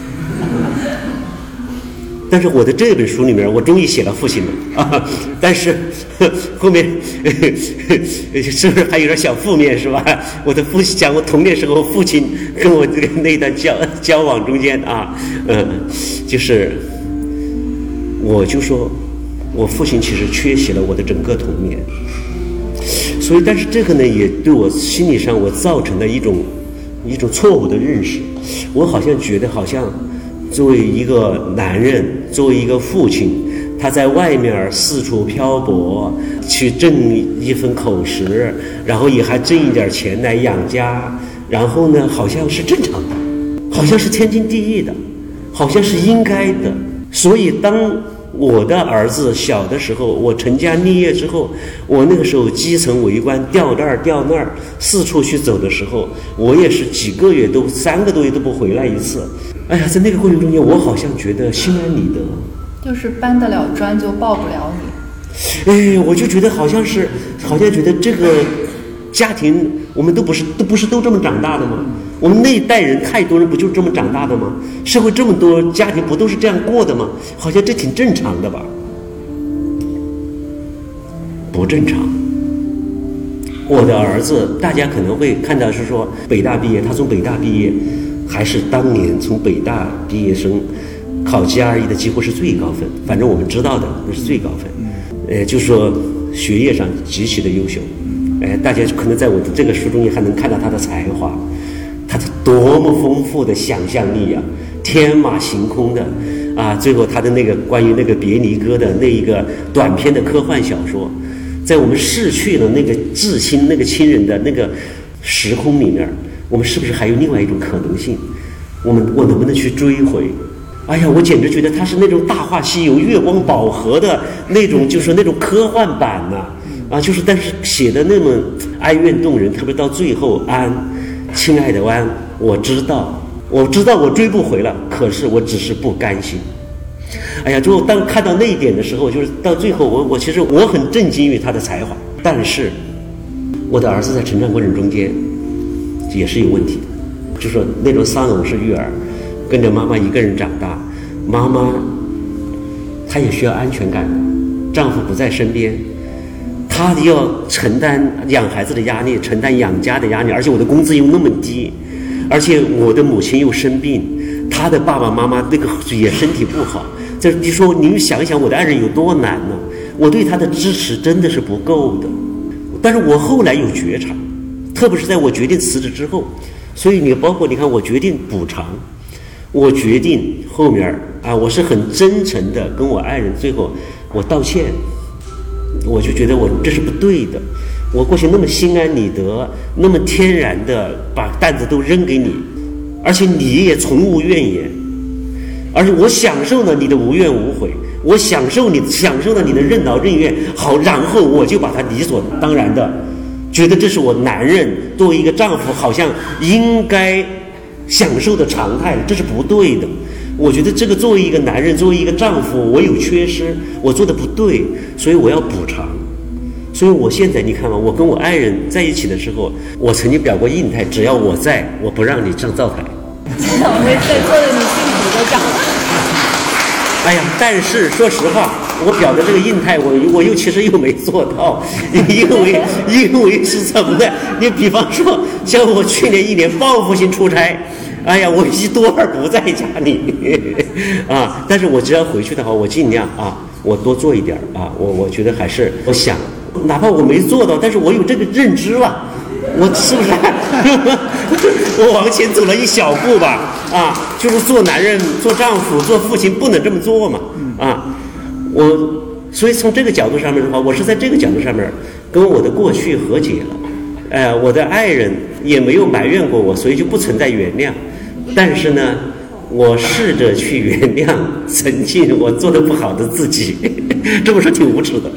但是我的这本书里面，我终于写了父亲了啊！但是呵后面呵呵是不是还有点小负面是吧？我的父亲讲我童年时候父亲跟我这个那段交交往中间啊，嗯，就是我就说我父亲其实缺席了我的整个童年，所以但是这个呢也对我心理上我造成了一种一种错误的认识，我好像觉得好像作为一个男人，作为一个父亲，他在外面四处漂泊，去挣一份口实，然后也还挣一点钱来养家，然后呢好像是正常的，好像是天经地义的，好像是应该的。所以当我的儿子小的时候，我成家立业之后，我那个时候基层为官，调这儿调那儿，四处去走的时候，我也是几个月都三个多月都不回来一次。哎呀，在那个过程中间，我好像觉得心安理得， 就是搬得了砖就抱不了你。 哎，我就觉得好像是，好像觉得这个家庭，我们都不是都不是都这么长大的吗？我们那一代人太多人不就这么长大的吗？社会这么多家庭不都是这样过的吗？好像这挺正常的吧？不正常。我的儿子，大家可能会看到是说北大毕业，他从北大毕业。还是当年从北大毕业生考 G R E 的几乎是最高分，反正我们知道的那是最高分，呃，就说学业上极其的优秀，呃，大家可能在我的这个书中也还能看到他的才华，他的多么丰富的想象力啊，天马行空的啊，最后他的那个关于那个别离歌的那一个短篇的科幻小说，在我们逝去了那个至亲那个亲人的那个时空里面，我们是不是还有另外一种可能性？我们我能不能去追回？哎呀，我简直觉得它是那种《大话西游》月光宝盒的那种，就是那种科幻版呐、啊，啊，就是但是写的那么哀怨动人，特别到最后，安，亲爱的安，我知道，我知道我追不回了，可是我只是不甘心。 哎呀，就当看到那一点的时候，就是到最后我我其实我很震惊于他的才华，但是我的儿子在成长过程中间也是有问题的，就说那种丧偶式育儿，跟着妈妈一个人长大，妈妈她也需要安全感，丈夫不在身边，她要承担养孩子的压力，承担养家的压力，而且我的工资又那么低，而且我的母亲又生病，她的爸爸妈妈那个也身体不好，这你说你想想我的爱人有多难呢？我对他的支持真的是不够的，但是我后来有觉察，特别是在我决定辞职之后，所以你包括你看我决定补偿，我决定后面啊，我是很真诚的跟我爱人最后我道歉，我就觉得我这是不对的，我过去那么心安理得，那么天然的把担子都扔给你，而且你也从无怨言，而且我享受了你的无怨无悔，我享受你享受了你的任劳任怨，好，然后我就把它理所当然的觉得这是我男人作为一个丈夫好像应该享受的常态，这是不对的。我觉得这个作为一个男人，作为一个丈夫，我有缺失，我做的不对，所以我要补偿。所以我现在你看嘛，我跟我爱人在一起的时候，我曾经表过印态，只要我在，我不让你上灶台。 我会在座的女性鼓个掌。 哎呀，但是说实话，我表的这个印态，我我又其实又没做到，因为因为是怎么的？你比方说，像我去年一年报复性出差，哎呀，我一多儿不在家里啊，但是我只要回去的话，我尽量啊，我多做一点啊，我我觉得还是我想，哪怕我没做到，但是我有这个认知了。我是不是我往前走了一小步吧？啊，就是做男人、做丈夫、做父亲不能这么做嘛？啊，我所以从这个角度上面的话，我是在这个角度上面跟我的过去和解了。呃，我的爱人也没有埋怨过我，所以就不存在原谅。但是呢，我试着去原谅曾经我做的不好的自己，这么说挺无耻的。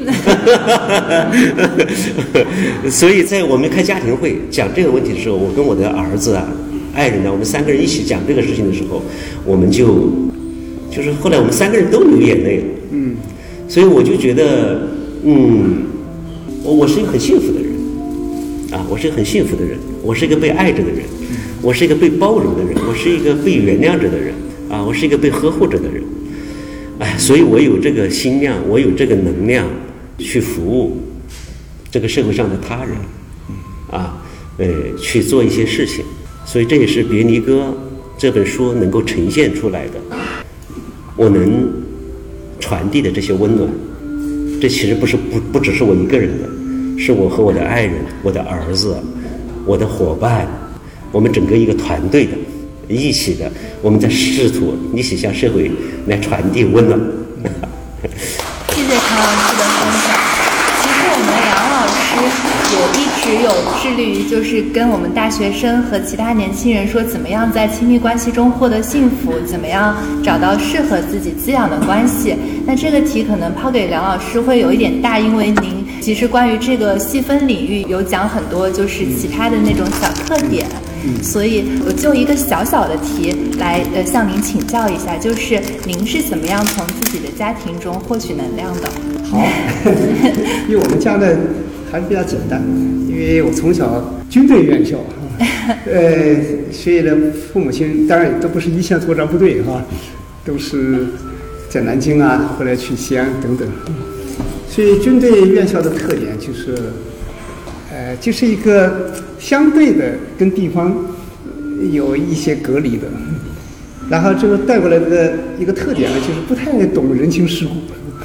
所以在我们开家庭会讲这个问题的时候，我跟我的儿子啊、爱人呢，我们三个人一起讲这个事情的时候，我们就就是后来我们三个人都流眼泪了。嗯，所以我就觉得，嗯，我我是一个很幸福的人啊，我是一个很幸福的人，我是一个被爱着的人。我是一个被包容的人，我是一个被原谅着的人啊，我是一个被呵护着的人，哎，所以我有这个心量，我有这个能量去服务这个社会上的他人啊，呃，去做一些事情，所以这也是别尼哥这本书能够呈现出来的，我能传递的这些温暖，这其实不是不不只是我一个人的，是我和我的爱人、我的儿子、我的伙伴。我们整个一个团队的一起的，我们在试图一起向社会来传递温暖。 谢谢常老师的分享。其实我们梁老师也一直有致力于，就是跟我们大学生和其他年轻人说，怎么样在亲密关系中获得幸福，怎么样找到适合自己滋养的关系。那这个题可能抛给梁老师会有一点大，因为您其实关于这个细分领域有讲很多，就是其他的那种小特点。所以我就一个小小的题来呃向您请教一下，就是您是怎么样从自己的家庭中获取能量的？ 好，因为我们家呢还是比较简单，因为我从小军队院校，呃，所以呢父母亲当然都不是一线作战部队哈，都是在南京啊，后来去西安等等，所以军队院校的特点就是。呃，就是一个相对的跟地方有一些隔离的，然后这个带过来的一个特点呢，就是不太懂人情世故，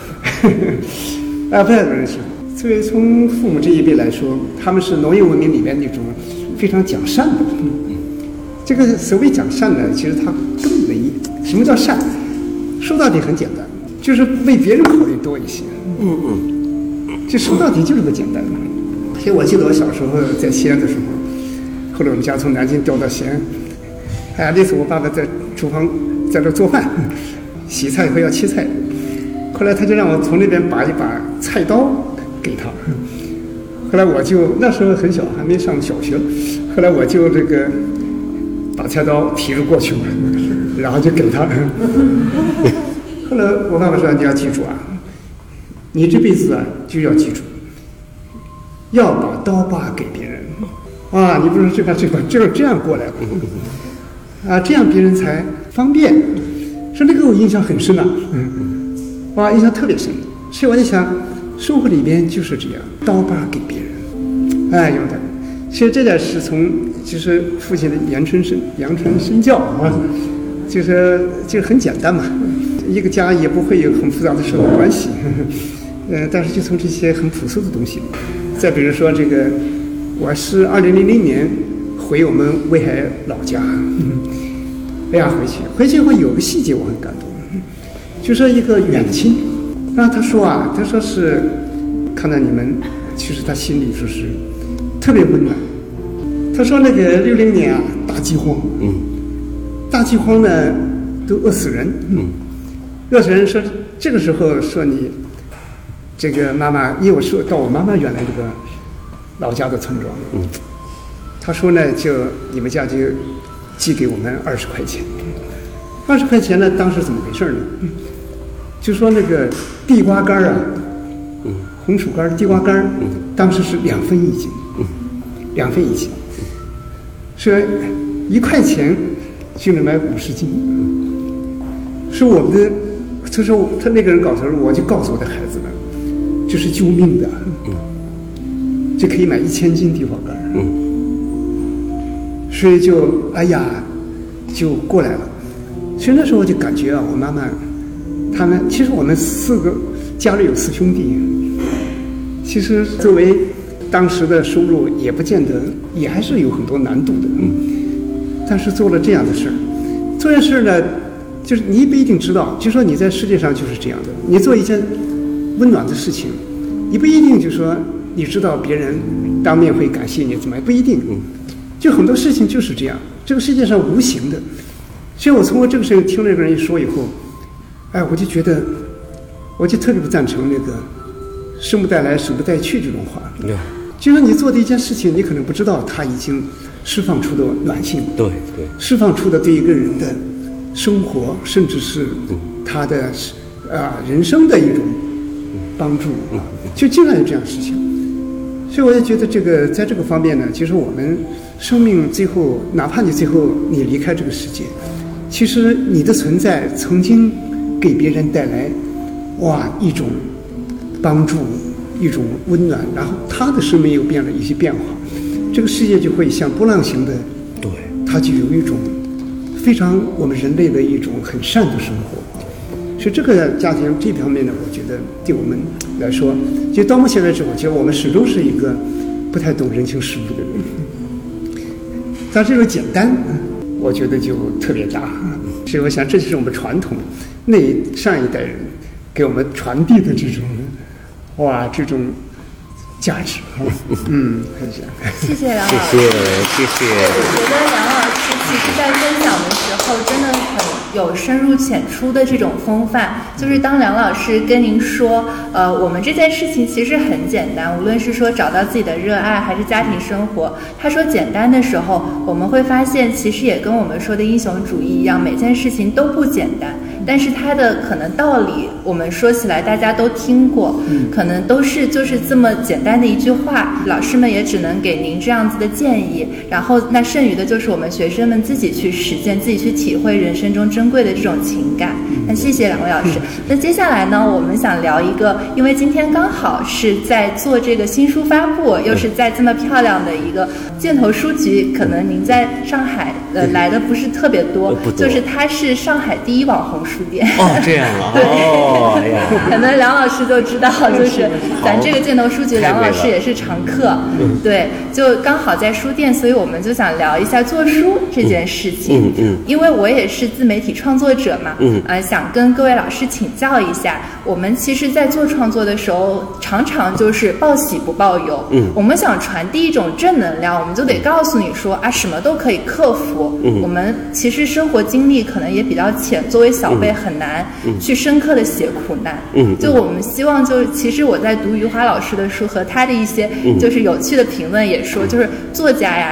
啊，不太懂人情世故。所以从父母这一辈来说，他们是农业文明里面那种非常讲善的。这个所谓讲善呢，其实它根本的意义，什么叫善？说到底很简单，就是为别人考虑多一些。嗯嗯，这说到底就是个简单的。其实我记得我小时候在西安的时候，后来我们家从南京调到西安，哎呀，那次我爸爸在厨房在这做饭，洗菜以后要切菜，后来他就让我从那边把一把菜刀给他，后来我就那时候很小，还没上小学，后来我就这个把菜刀提着过去了，然后就给他， 后来我爸爸说：“你要记住啊，你这辈子啊就要记住，要把刀疤给别人啊！你不是这个这个这这样过来啊，这样别人才方便。”说那个我印象很深啊，嗯，哇，印象特别深。所以我就想，生活里边就是这样，刀疤给别人，哎，有的。其实这点是从就是父亲的言传身言传身教啊，就是就很简单嘛，一个家也不会有很复杂的社会关系，呃，但是就从这些很朴素的东西。再比如说这个，我是二零零零年回我们威海老家，哎呀，回去回去会有个细节我很感动，就说一个远亲，然后他说啊，他说是看到你们，其实他心里就是特别温暖。他说那个六零年啊，大饥荒，嗯，大饥荒呢都饿死人，嗯，饿死人说这个时候说你这个妈妈，因为我说到我妈妈原来这个老家的村庄，嗯，他说呢就你们家就寄给我们二十块钱，二十块钱呢当时怎么回事呢？嗯，就说那个地瓜干啊，嗯，红薯干、地瓜干，嗯，当时是两分一斤，嗯，两分一斤。说一块钱就能买五十斤，是我们的。他说他那个人告诉我，我就告诉我的孩子们，这是救命的，这可以买一千斤地瓜干，所以就哎呀就过来了。所以那时候我就感觉啊，我妈妈他们其实我们四个家里有四兄弟，其实作为当时的收入也不见得，也还是有很多难度的。嗯，但是做了这样的事儿，做这事儿呢，就是你不一定知道，就说你在世界上就是这样的。你做一件温暖的事情，你不一定就说你知道别人当面会感谢你怎么样，不一定。嗯，就很多事情就是这样，这个世界上无形的。所以我从我这个事情听那个人一说以后，哎，我就觉得，我就特别不赞成那个“生不带来，死不带去”这种话。 对。 就是你做的一件事情，你可能不知道它已经释放出的暖性， 对对， 释放出的对一个人的生活，甚至是他的啊、呃、人生的一种帮助啊，就经常有这样的事情。所以我也觉得这个在这个方面呢，其实我们生命最后，哪怕你最后你离开这个世界，其实你的存在曾经给别人带来哇一种帮助。一种温暖，然后他的生命又变了一些变化，这个世界就会像波浪形的， 对， 它就有一种非常我们人类的一种很善的生活。所以这个家庭这方面呢，我觉得对我们来说，就到目前为止，我觉得我们始终是一个不太懂人情世故的人，但这种简单，我觉得就特别大。所以我想，这就是我们传统那上一代人给我们传递的这种。哇，这种价值，嗯，很想。 谢谢梁老师， 谢谢谢谢。 我觉得梁老师其实在分享的时候，真的很有深入浅出的这种风范。就是当梁老师跟您说，呃，我们这件事情其实很简单，无论是说找到自己的热爱，还是家庭生活，他说简单的时候，我们会发现，其实也跟我们说的英雄主义一样，每件事情都不简单。但是它的可能道理，我们说起来大家都听过，可能都是就是这么简单的一句话，老师们也只能给您这样子的建议，然后那剩余的就是我们学生们自己去实践，自己去体会人生中珍贵的这种情感。那谢谢两位老师。那接下来呢，我们想聊一个，因为今天刚好是在做这个新书发布，又是在这么漂亮的一个箭头书局，可能您在上海呃来的不是特别多，就是它是上海第一网红书店。 哦，这样啊， 对， 哦，哎呀， 可能梁老师就知道，就是咱这个箭头书局，梁老师也是常客，对，就刚好在书店，所以我们就想聊一下做书这件事情。嗯嗯，因为我也是自媒体创作者嘛，嗯，呃，想跟各位老师请教一下，我们其实，在做创作的时候，常常就是报喜不报忧。嗯，我们想传递一种正能量，我们就得告诉你说啊，什么都可以克服。嗯，我们其实生活经历可能也比较浅，作为小辈很难去深刻的写苦难。嗯，就我们希望，就其实我在读余华老师的书和他的一些就是有趣的评论也说，就是作家呀，你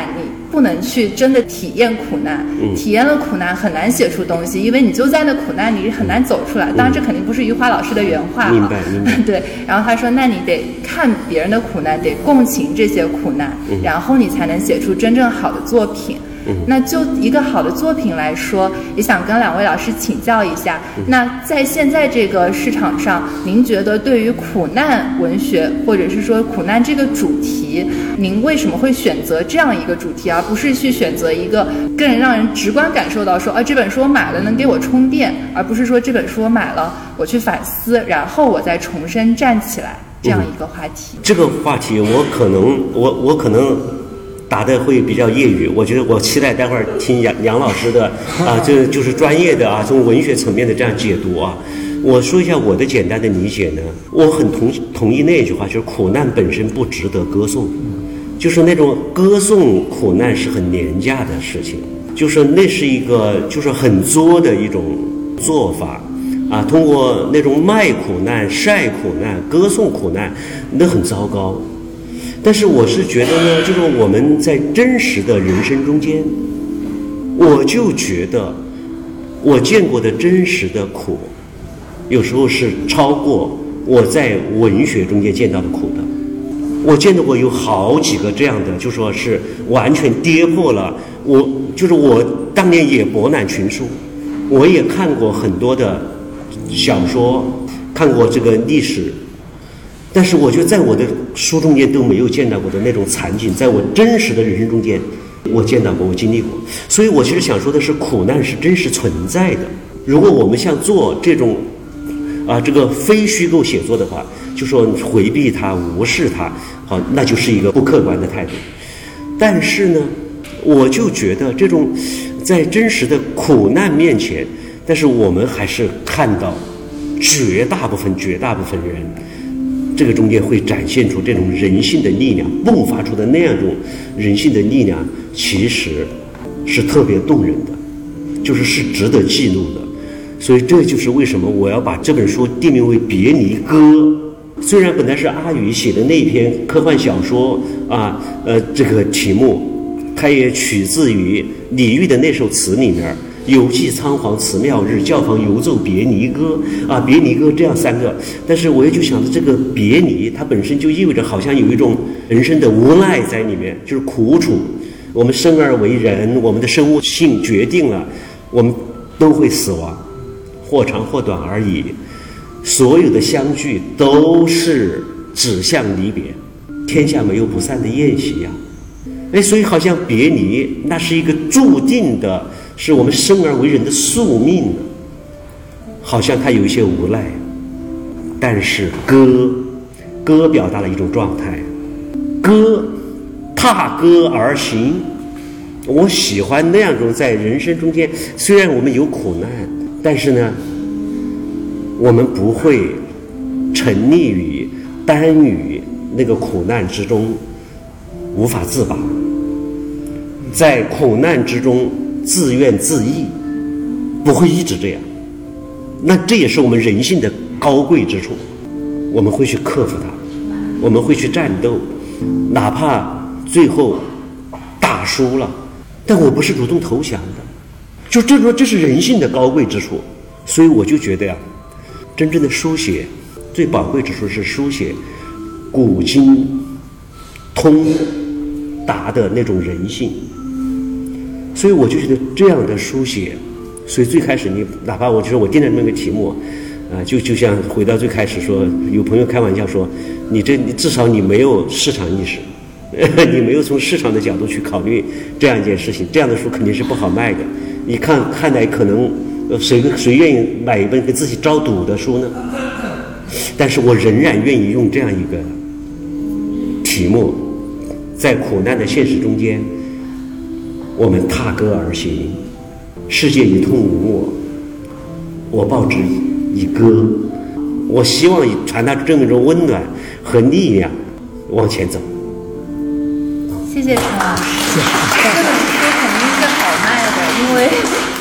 不能去真的体验苦难， 嗯、 体验了苦难很难写出东西，因为你就在那苦难里很难走出来。当然这肯定不是余华老师的原话， 明白明白。 对，然后他说，那你得看别人的苦难，得共情这些苦难， 嗯、 然后你才能写出真正好的作品。那就一个好的作品来说，也想跟两位老师请教一下，那在现在这个市场上，您觉得对于苦难文学或者是说苦难这个主题，您为什么会选择这样一个主题，而不是去选择一个更让人直观感受到说啊这本书我买了能给我充电，而不是说这本书我买了我去反思，然后我再重新站起来这样一个话题？ 嗯、这个话题我可能我我可能答的会比较业余，我觉得我期待待会儿听杨杨老师的啊，这就是专业的啊，从文学层面的这样解读啊。我说一下我的简单的理解呢，我很同同意那句话，就是苦难本身不值得歌颂，就是那种歌颂苦难是很廉价的事情，就是那是一个就是很作的一种做法啊，通过那种卖苦难、晒苦难、歌颂苦难，那很糟糕。但是我是觉得呢，就是我们在真实的人生中间，我就觉得我见过的真实的苦，有时候是超过我在文学中间见到的苦的。我见到过有好几个这样的，就说是完全跌破了我，就是我当年也博览群书，我也看过很多的小说，看过这个历史。但是我觉得在我的书中间都没有见到过的那种惨景，在我真实的人生中间我见到过，我经历过。所以我其实想说的是，苦难是真实存在的。如果我们像做这种啊这个非虚构写作的话，就说回避它、无视它，好，那就是一个不客观的态度。但是呢，我就觉得这种在真实的苦难面前，但是我们还是看到绝大部分绝大部分人，这个中间会展现出这种人性的力量，迸发出的那样一种人性的力量，其实是特别动人的，就是是值得记录的。所以这就是为什么我要把这本书定名为《别离歌》。虽然本来是阿宇写的那篇科幻小说啊，呃，这个题目，它也取自于李煜的那首词里面。犹记仓皇辞庙日，教坊犹奏别离歌啊，别离歌这样三个。但是我也就想着这个别离，它本身就意味着好像有一种人生的无奈在里面，就是苦楚。我们生而为人，我们的生物性决定了我们都会死亡，或长或短而已。所有的相聚都是指向离别，天下没有不散的宴席呀、啊。哎，所以好像别离那是一个注定的，是我们生而为人的宿命，好像它有一些无奈。但是歌，歌表达了一种状态，歌踏歌而行。我喜欢那样一种在人生中间，虽然我们有苦难，但是呢，我们不会沉溺于耽于那个苦难之中无法自拔，在苦难之中自怨自艾，不会一直这样。那这也是我们人性的高贵之处，我们会去克服它，我们会去战斗，哪怕最后打输了，但我不是主动投降的，就这说这是人性的高贵之处。所以我就觉得呀、啊，真正的书写最宝贵之处是书写古今通达的那种人性。所以我就觉得这样的书写，所以最开始你哪怕我就说我定了这么一个题目啊、呃，就就像回到最开始说，有朋友开玩笑说，你这你至少你没有市场意识，你没有从市场的角度去考虑这样一件事情，这样的书肯定是不好卖的。你看看来可能谁谁愿意买一本给自己招赌的书呢？但是我仍然愿意用这样一个题目，在苦难的现实中间，我们踏歌而行，世界一痛无我，我报之以歌。我希望以传达这么一种温暖和力量往前走。 谢谢陈老师。这本书肯定是好卖的，因为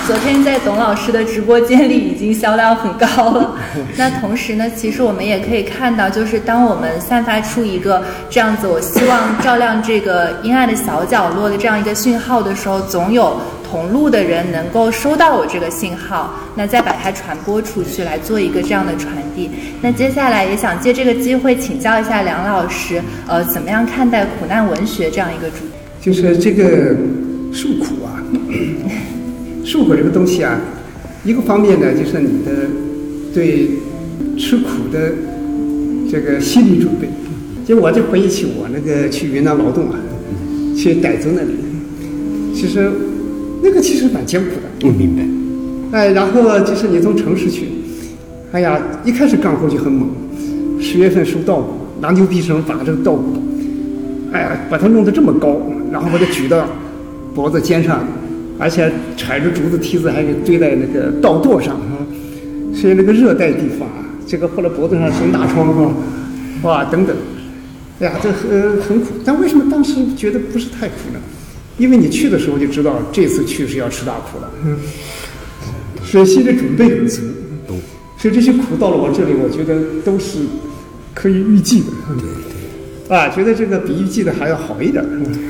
昨天在董老师的直播间里已经销量很高了。那同时呢，其实我们也可以看到，就是当我们散发出一个这样子，我希望照亮这个阴暗的小角落的这样一个讯号的时候，总有同路的人能够收到我这个信号，那再把它传播出去，来做一个这样的传递。那接下来也想借这个机会请教一下梁老师，呃，怎么样看待苦难文学这样一个主题？ 就是这个受苦啊，受苦这个东西啊，一个方面呢，就是你的对吃苦的这个心理准备。就我就回忆起我那个去云南劳动啊，去傣族那里，其实那个其实蛮艰苦的。 我明白。 哎，然后就是你从城市去，哎呀，一开始干活就很猛，十月份收稻谷，拿牛皮绳把这个稻谷，哎呀，把它弄得这么高，然后把它举到脖子肩上，而且踩着竹子梯子还给堆在那个稻垛上啊。所以那个热带地方啊，这个后来脖子上生大疮啊，哇，等等，哎呀，这很很苦。但为什么当时觉得不是太苦呢？因为你去的时候就知道这次去是要吃大苦了，嗯，所以心理准备很足。所以这些苦到了我这里，我觉得都是可以预计的。 对对。 啊，觉得这个比预计的还要好一点，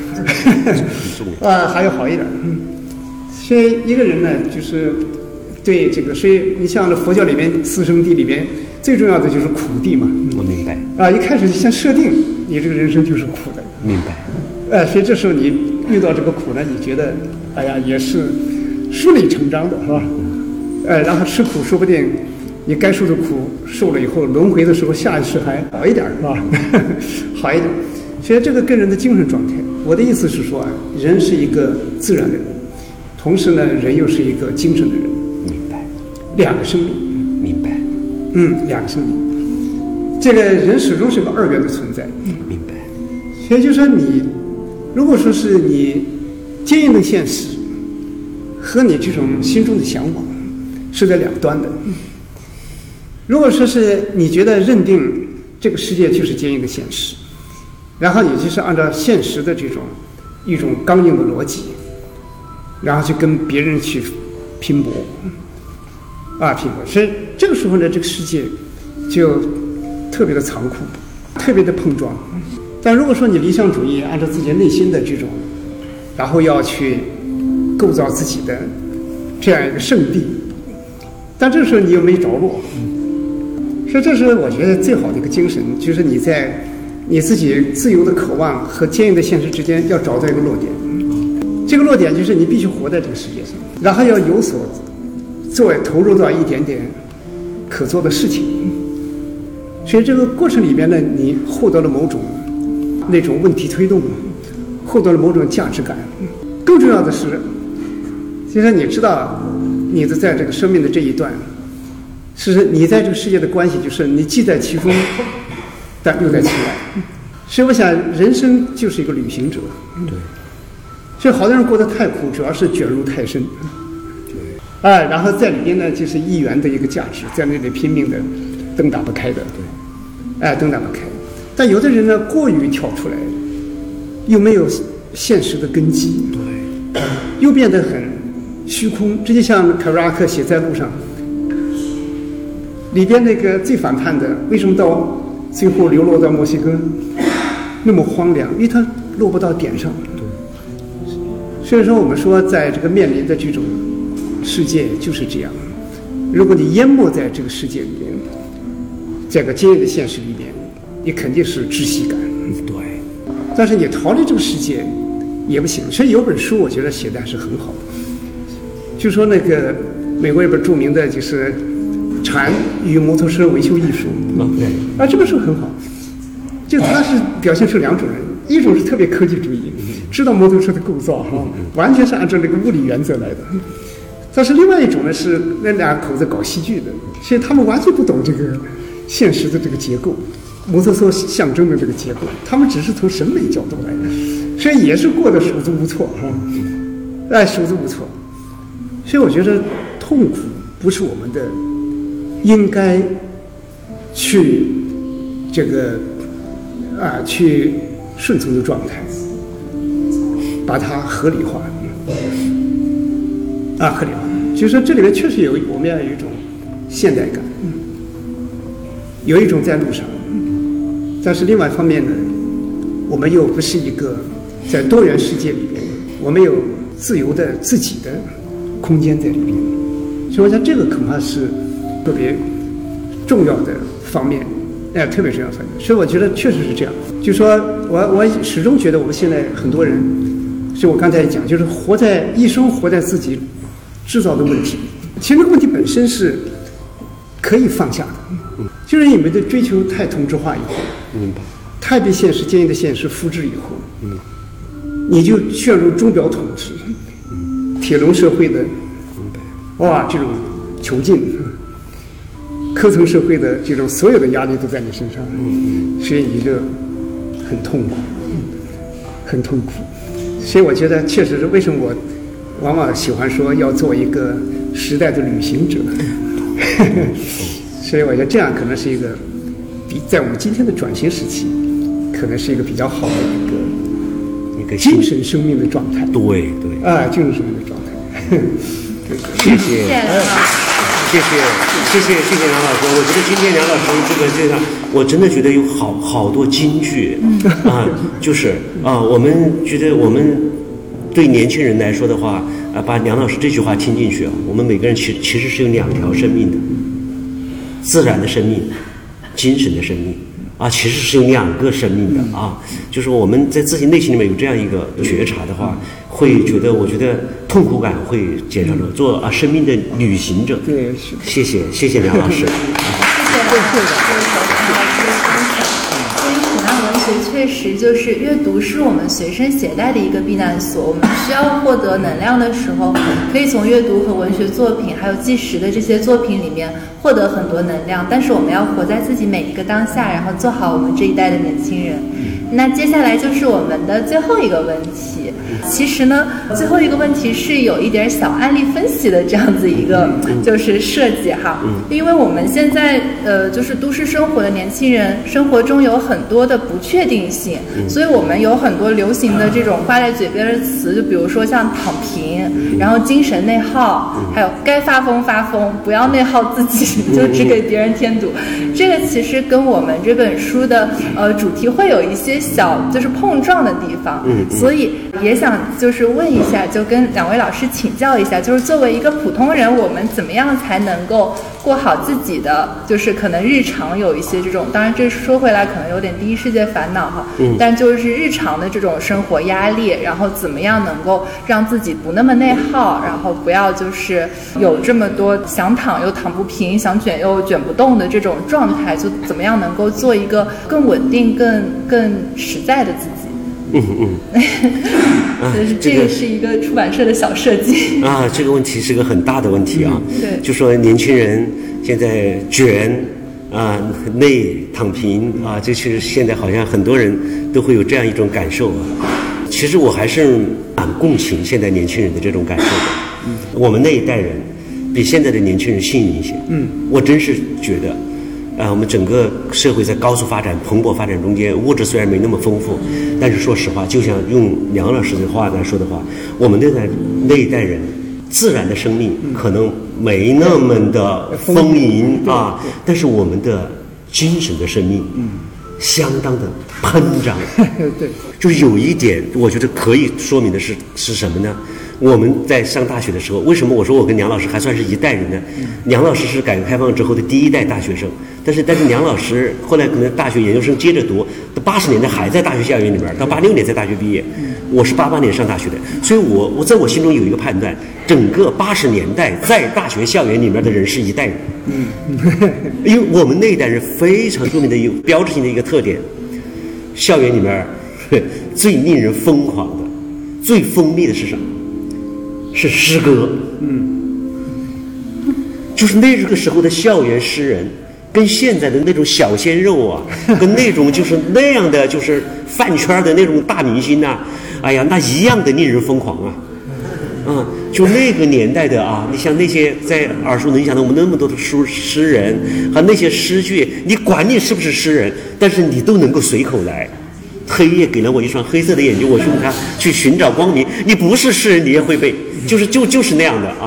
啊，还要好一点。嗯，所以一个人呢，就是对这个，所以你像佛教里面四圣谛里边最重要的就是苦谛嘛。 我明白。 啊，一开始先设定你这个人生就是苦的。 明白。 呃，所以这时候你遇到这个苦呢，你觉得，哎呀，也是顺理成章的，是吧？呃，然后吃苦，说不定你该受的苦受了以后，轮回的时候下一世还好一点，是吧？好一点。所以这个跟人的精神状态，我的意思是说啊，人是一个自然的人，同时呢，人又是一个精神的人。 明白。 两个生命。 明白。 嗯，两个生命。这个人始终是个二元的存在。 明白。 所以就说你。如果说是你坚硬的现实和你这种心中的向往是在两端的，如果说是你觉得认定这个世界就是坚硬的现实，然后你就是按照现实的这种一种刚硬的逻辑，然后去跟别人去拼搏啊拼搏，所以这个时候呢，这个世界就特别的残酷，特别的碰撞。但如果说你理想主义按照自己内心的这种，然后要去构造自己的这样一个圣地，但这时候你又没着落，所以这是我觉得最好的一个精神，就是你在你自己自由的渴望和坚硬的现实之间要找到一个落点。这个落点就是你必须活在这个世界上，然后要有所做，投入到一点点可做的事情。所以这个过程里面呢，你获得了某种那种问题推动，获得了某种价值感。更重要的是，其实你知道，你的在这个生命的这一段，是你在这个世界的关系，就是你既在其中，但又在其外。所以我想，人生就是一个旅行者。 对。 所以好多人过得太苦，主要是卷入太深。对。哎，然后在里边呢，就是一元的一个价值，在那里拼命的灯打不开的。对。哎，灯打不开。但有的人呢，过于跳出来，又没有现实的根基，对，又变得很虚空。这就像凯瑞阿克写在路上里边那个最反叛的，为什么到最后流落到墨西哥那么荒凉？因为他落不到点上。对，所以说我们说，在这个面临的这种世界就是这样，如果你淹没在这个世界里面，这个坚硬的现实里面，你肯定是窒息感。 对， 但是你逃离这个世界也不行。所以有本书我觉得写的还是很好的，就说那个美国一本著名的就是《禅与摩托车维修艺术》。 对， 啊，这本书很好，就它是表现出两种人，一种是特别科技主义，知道摩托车的构造哈，完全是按照那个物理原则来的。但是另外一种呢，是那两口子搞戏剧的，所以他们完全不懂这个现实的这个结构。摩托车象征的这个结构，他们只是从审美角度来的，所以也是过得手足无措哈，哎，手足无措。所以我觉得痛苦不是我们的应该去这个啊去顺从的状态，把它合理化啊，合理化。 就是说这里面确实有我们要有一种现代感，有一种在路上，但是另外一方面呢，我们又不是一个在多元世界里边，我们有自由的自己的空间在里边，所以我想这个恐怕是特别重要的方面，哎，特别重要的方面。所以我觉得确实是这样，就说我我始终觉得我们现在很多人，所以我刚才讲，就是活在一生活在自己制造的问题，其实这个问题本身是可以放下的。就是你们的追求太同质化以后， 明白， 太被现实坚硬的现实复制以后，嗯，你就陷入钟表统治、铁笼社会的，哇，这种囚禁，科层社会的这种所有的压力都在你身上，所以你就很痛苦，很痛苦。所以我觉得确实是为什么我往往喜欢说要做一个时代的旅行者。所以我觉得这样可能是一个比在我们今天的转型时期，可能是一个比较好的一个一个精神生命的状态。 对对啊，精神生命的状态。 谢谢，谢谢，谢谢，谢谢，谢谢梁老师。我觉得今天梁老师这个这个，我真的觉得有好好多金句啊，就是啊，我们觉得我们对年轻人来说的话啊，把梁老师这句话听进去啊，我们每个人其其实是有两条生命的。自然的生命，精神的生命啊，其实是有两个生命的啊。就是我们在自己内心里面有这样一个觉察的话，会觉得，我觉得痛苦感会减少了。做啊，生命的旅行者。 对， 谢谢，谢谢梁老师。 谢谢梁老师。苦难文学确实就是阅读是我们随身携带的一个避难所。我们需要获得能量的时候，可以从阅读和文学作品还有纪实的这些作品里面获得很多能量。但是我们要活在自己每一个当下，然后做好我们这一代的年轻人。那接下来就是我们的最后一个问题。其实呢，最后一个问题是有一点小案例分析的这样子一个就是设计哈，因为我们现在呃就是都市生活的年轻人，生活中有很多的不确定性，所以我们有很多流行的这种挂在嘴边的词，就比如说像躺平，然后精神内耗，还有该发疯发疯，不要内耗自己，就只给别人添堵。这个其实跟我们这本书的呃主题会有一些小就是碰撞的地方，所以也想就是问一下，就跟两位老师请教一下，就是作为一个普通人，我们怎么样才能够过好自己的，就是可能日常有一些这种，当然这说回来可能有点第一世界烦恼哈，嗯，但就是日常的这种生活压力，然后怎么样能够让自己不那么内耗，然后不要就是有这么多想躺又躺不平，想卷又卷不动的这种状态，就怎么样能够做一个更稳定、更更实在的自己。 嗯嗯， 啊，这个是一个出版社的小设计啊，这个问题是个很大的问题啊。 嗯、对， 就说年轻人现在卷啊、内躺平啊，这是现在好像很多人都会有这样一种感受啊。其实我还是蛮共情现在年轻人的这种感受的。嗯，我们那一代人比现在的年轻人幸运一些。嗯，我真是觉得。啊，我们整个社会在高速发展、蓬勃发展中间，物质虽然没那么丰富，但是说实话，就像用梁老师的话来说的话，我们那代那一代人，自然的生命可能没那么的丰盈啊，但是我们的精神的生命，相当的喷张。 对， 就是有一点，我觉得可以说明的是是什么呢？我们在上大学的时候，为什么我说我跟梁老师还算是一代人呢？梁老师是改革开放之后的第一代大学生，但是但是梁老师后来可能大学研究生接着读，到八十年代还在大学校园里边，到八六年在大学毕业。我是八八年上大学的，所以我我在我心中有一个判断，整个八十年代在大学校园里面的人是一代人。嗯，因为我们那一代人非常著名的一个标志性的一个特点，校园里面最令人疯狂的、最锋利的是什么？是诗歌。嗯，就是那个时候的校园诗人，跟现在的那种小鲜肉啊，跟那种就是那样的就是饭圈的那种大明星呐、啊，哎呀，那一样的令人疯狂啊！嗯，就那个年代的啊，你像那些在耳熟能详的我们那么多的书诗人和那些诗句，你管你是不是诗人，但是你都能够随口来。黑夜给了我一双黑色的眼睛，我用它去寻找光明。你不是诗人，你也会背，就是就就是那样的啊。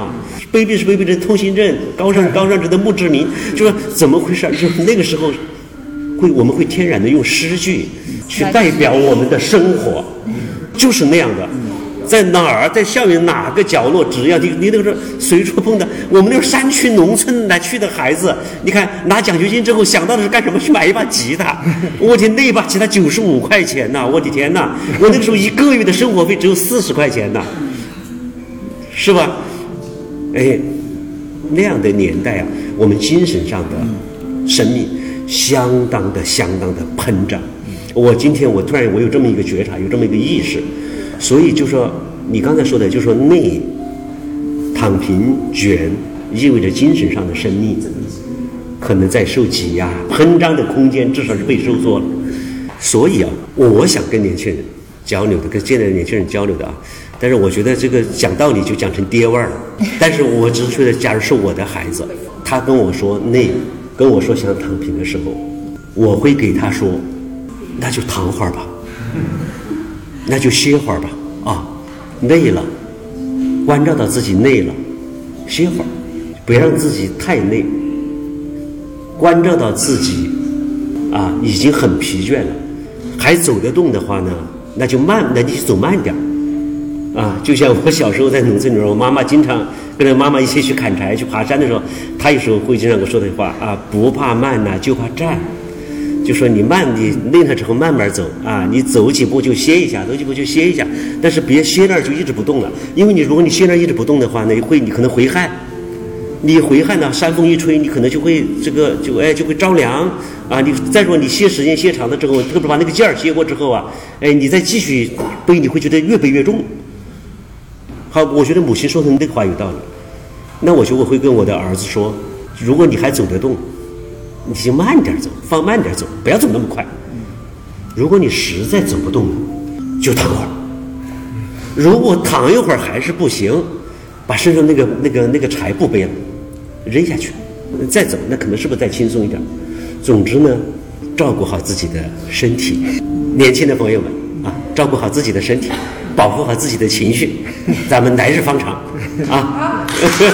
卑鄙是卑鄙的通行证，高尚高尚者的墓志铭，就说怎么回事？就是那个时候会我们会天然的用诗句去代表我们的生活，就是那样的。在哪儿，在校园哪个角落，只要你你那个时候随处碰到，我们那个山区农村来去的孩子，你看拿奖学金之后想到的是干什么？去买一把吉他。我天，那把吉他九十五块钱呐！我的天呐，我那个时候一个月的生活费只有四十块钱呐，是吧？哎，那样的年代啊，我们精神上的生命相当的相当的膨胀。我今天我突然我有这么一个觉察，有这么一个意识。所以就说你刚才说的，就说内躺平卷意味着精神上的生命可能在受挤压，膨胀的空间至少是被收缩了。所以啊，我想跟年轻人交流的，跟现在的年轻人交流的啊，但是我觉得这个讲道理就讲成爹味儿了。但是我只是觉得，假如是我的孩子，他跟我说内，跟我说想躺平的时候，我会给他说，那就躺会儿吧。那就歇会儿吧，啊，累了，关照到自己累了，歇会儿，别让自己太累，关照到自己，啊，已经很疲倦了，还走得动的话呢，那就慢，那你就走慢点儿，啊，就像我小时候在农村里，我妈妈经常跟着妈妈一起去砍柴、去爬山的时候，她有时候会经常跟我说的话啊，不怕慢呐、啊，就怕站。就说你慢，你累了之后慢慢走啊，你走几步就歇一下，走几步就歇一下，但是别歇那儿就一直不动了，因为你如果你歇那儿一直不动的话呢，会你可能回汗，你回汗呢，山风一吹，你可能就会这个就哎就会着凉啊。你再说你歇时间歇长了之后，特别把那个劲儿歇过之后啊，哎，你再继续背，你会觉得越背越重。好，我觉得母亲说的那个话有道理，那我就我会跟我的儿子说，如果你还走得动，你就慢点走，放慢点走，不要走那么快。如果你实在走不动，就躺会儿。如果躺一会儿还是不行，把身上那个那个那个柴不背了，扔下去，再走，那可能是不是再轻松一点？总之呢，照顾好自己的身体，年轻的朋友们啊，照顾好自己的身体，保护好自己的情绪，咱们来日方长啊！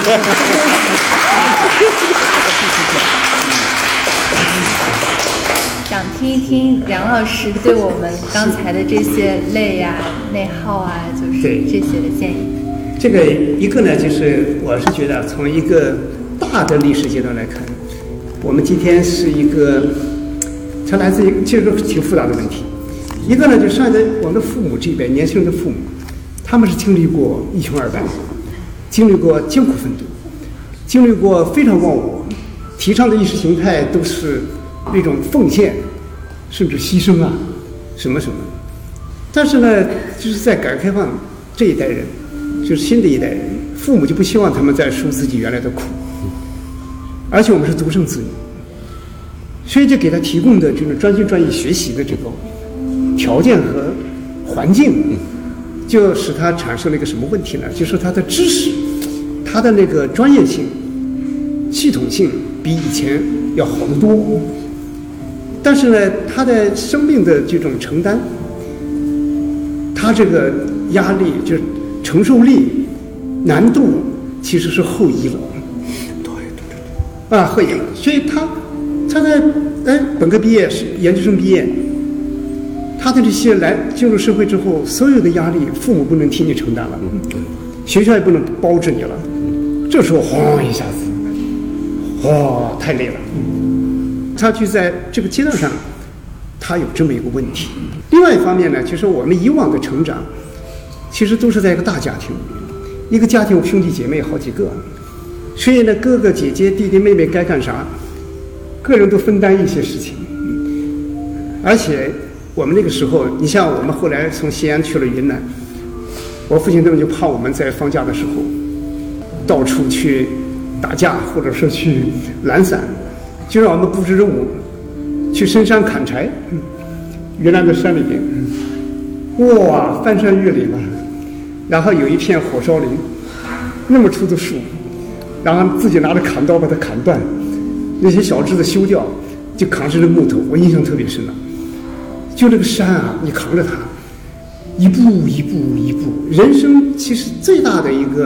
想听一听梁老师对我们刚才的这些累呀、内耗啊，就是这些的建议。 这个一个呢，就是我是觉得从一个大的历史阶段来看，我们今天是一个，它来自于其实挺复杂的问题。一个呢，就上在我们的父母这边，年轻人的父母，他们是经历过一穷二白，经历过艰苦奋斗，经历过非常忘我，提倡的意识形态都是那种奉献，甚至牺牲啊，什么什么。但是呢，就是在改革开放这一代人，就是新的一代人，父母就不希望他们再受自己原来的苦，而且我们是独生子女，所以就给他提供的这种专心专意学习的这个条件和环境，就使他产生了一个什么问题呢？就是他的知识，他的那个专业性、系统性比以前要好得多。但是呢，他的生命的这种承担，他这个压力就是承受力、难度，其实是后移了。对对对。啊，后移了。所以他他在哎本科毕业、研究生毕业，他的这些来进入社会之后，所有的压力，父母不能替你承担了，学校也不能包着你了。这时候轰一下子，哇，太累了。他就在这个阶段上，他有这么一个问题。另外一方面呢，就是我们以往的成长，其实都是在一个大家庭里面，一个家庭有兄弟姐妹好几个，所以呢，哥哥姐姐弟弟妹妹该干啥，个人都分担一些事情。而且我们那个时候，你像我们后来从西安去了云南，我父亲他们就怕我们在放假的时候到处去打架，或者说去懒散，就让我们布置任务，去深山砍柴。云南的山里边，哇，翻山越岭了，然后有一片火烧林，那么粗的树，然后自己拿着砍刀把它砍断，那些小枝子修掉，就扛着这木头，我印象特别深了。就这个山啊，你扛着它，一步一步一步，人生其实最大的一个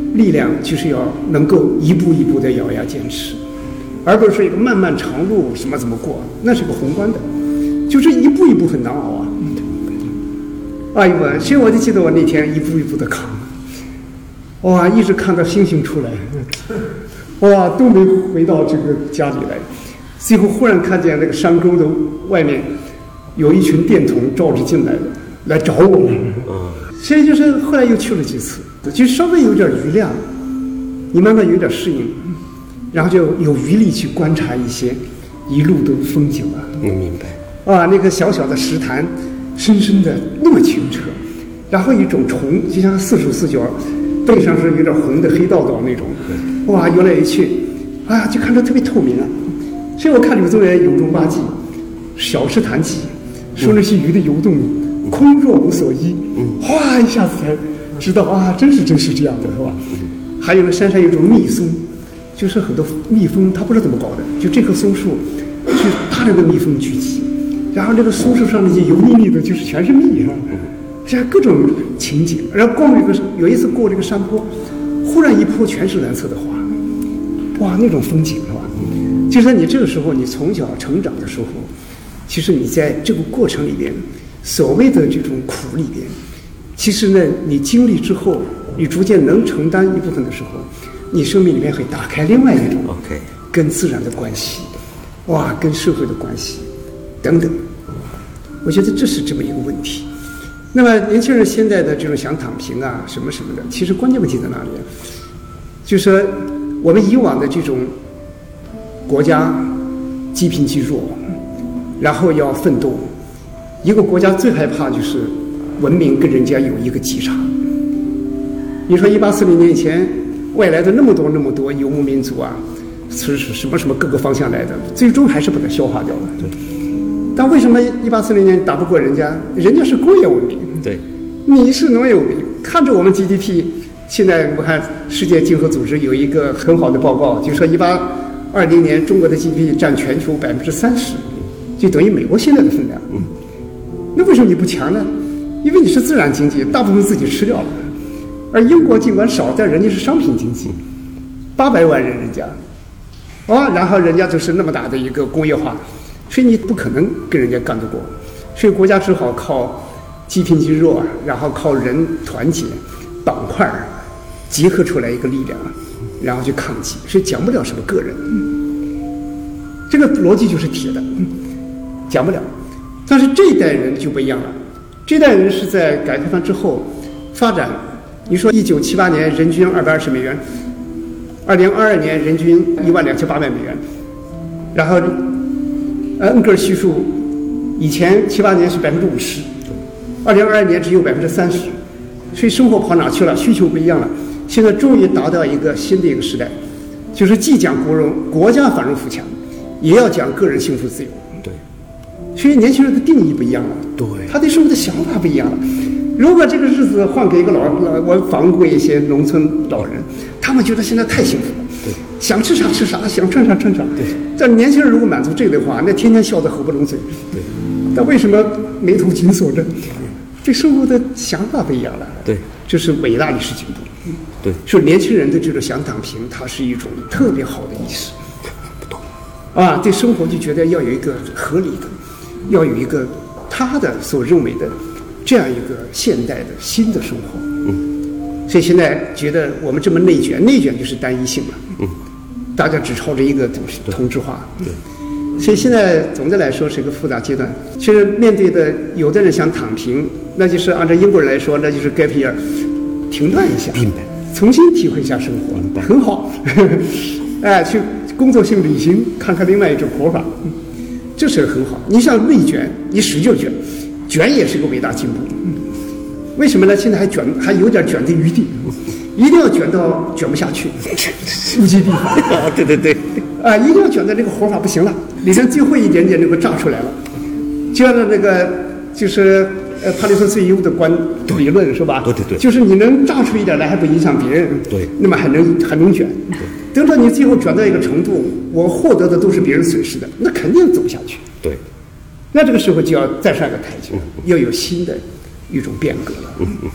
力量就是要能够一步一步的咬牙坚持，而不是说一个漫漫长路什么怎么过，那是个宏观的，就是一步一步很难熬啊。哎呦我，所以我就记得我那天一步一步的扛，哇，一直看到星星出来，哇，都没回到这个家里来。最后忽然看见那个山沟的外面有一群电筒照着进来的，来找我们。所以就是后来又去了几次，就稍微有点余量，你慢慢有点适应，然后就有余力去观察一些一路的风景了。 嗯，明白。 啊，那个小小的石潭，深深的那么清澈，然后一种虫，就像四手四脚，背上是有点红的黑道道那种，哇，游来游去，啊，就看着特别透明啊。所以我看柳宗元《游中八记》，小石潭记，说那些鱼的游动，空若无所依，哗，一下子才知道啊，真是真是这样的，是吧？还有呢，山上有一种蜜松，就是很多蜜蜂，它不知道怎么搞的，就这棵松树是大量的蜜蜂聚集，然后这个松树上那些油腻腻的，就是全是蜜啊，这各种情景。然后逛这个有一次过这个山坡，忽然一坡全是蓝色的花，哇，那种风景是吧？就说你这个时候，你从小成长的时候，其实你在这个过程里边，所谓的这种苦里边，其实呢，你经历之后，你逐渐能承担一部分的时候，你生命里面会打开另外一种跟自然的关系，哇，跟社会的关系等等。我觉得这是这么一个问题。那么年轻人现在的这种想躺平啊，什么什么的，其实关键问题在哪里？就是说我们以往的这种国家积贫积弱，然后要奋斗。一个国家最害怕就是文明跟人家有一个极差。你说一八四零年以前外来的那么多那么多游牧民族啊，是什么什么各个方向来的，最终还是把它消化掉了。对。但为什么一八四零年打不过人家？人家是工业文明， 对， 你是农业文明。看着我们 G D P， 现在我看世界经合组织有一个很好的报告，就说一八二零年中国的 G D P 占全球百分之三十，就等于美国现在的分量。嗯。那为什么你不强呢？因为你是自然经济，大部分自己吃掉了。而英国尽管少，但人家是商品经济，八百万人人家，啊，然后人家就是那么大的一个工业化，所以你不可能跟人家干得过，所以国家只好靠积贫积弱，然后靠人团结、党块结合出来一个力量，然后去抗击，所以讲不了什么个人，这个逻辑就是铁的，讲不了。但是这一代人就不一样了，这一代人是在改革开放之后发展。你说一九七八年人均二百二十美元，二零二二年人均一万两千八百美元，然后呃恩格尔系数以前七八年是百分之五十，二零二二年只有百分之三十，所以生活跑哪去了？需求不一样了。现在终于达到一个新的一个时代，就是既讲国荣国家繁荣富强，也要讲个人幸福自由。 对， 所以年轻人的定义不一样了， 对， 他对生活的想法不一样了。如果这个日子换给一个老老，我访问过一些农村老人，他们觉得现在太幸福了， 对， 想吃啥吃啥，想穿啥穿啥。 对， 但年轻人如果满足这个的话，那天天笑得合不拢嘴。 对， 但为什么眉头紧锁着？对生活的想法不一样了。 对， 这是伟大历史进步。 对， 说年轻人的这种想躺平，它是一种特别好的意识。 不懂啊，对生活就觉得要有一个合理的，要有一个他的所认为的。这样一个现代的新的生活，嗯，所以现在觉得我们这么内卷，内卷就是单一性了，嗯，大家只朝着一个东西同质化，对，所以现在总的来说是一个复杂阶段。其实面对的，有的人想躺平，那就是按照英国人来说，那就是 gap year， 停断一下，明白，重新体会一下生活，很好，哎，去工作性旅行，看看另外一种活法，这是很好。你像内卷，你使劲卷。卷也是个伟大进步，为什么呢？现在还卷，还有点卷的余地，一定要卷到卷不下去，物极必反。 啊，对对对， 啊，一定要卷到这个活法不行了，里面最后一点点那个炸出来了，就像那个就是呃帕里森最优的观理论是吧？ 对对对， 就是你能炸出一点来还不影响别人， 对， 那么还能还能卷，等到你最后卷到一个程度，我获得的都是别人损失的，那肯定走不下去。 对。 那这个时候就要再上一个台阶，要有新的一种变革了。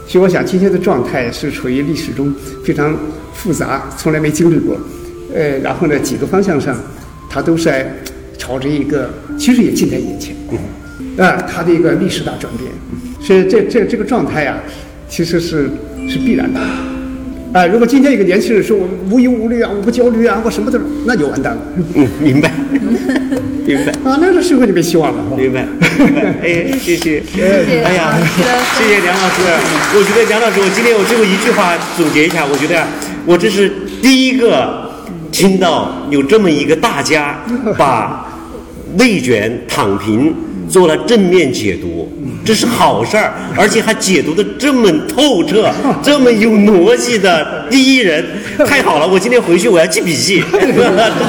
所以我想今天的状态是处于历史中非常复杂，从来没经历过。呃，然后呢，几个方向上，它都是在朝着一个，其实也近在眼前。啊，它的一个历史大转变。所以这这这个状态啊，其实是是必然的。啊，如果今天一个年轻人说我无忧无虑啊，我不焦虑啊，我什么都，那就完蛋了。 嗯，明白，明白。 啊，那个社会就没希望了。 明白，明白。哎，谢谢。哎呀，谢谢梁老师。我觉得梁老师，我今天我最后一句话总结一下，我觉得我这是第一个听到有这么一个大家把内卷躺平做了正面解读，这是好事儿，而且还解读的这么透彻，这么有逻辑的第一人，太好了！我今天回去我要记笔记，真的是。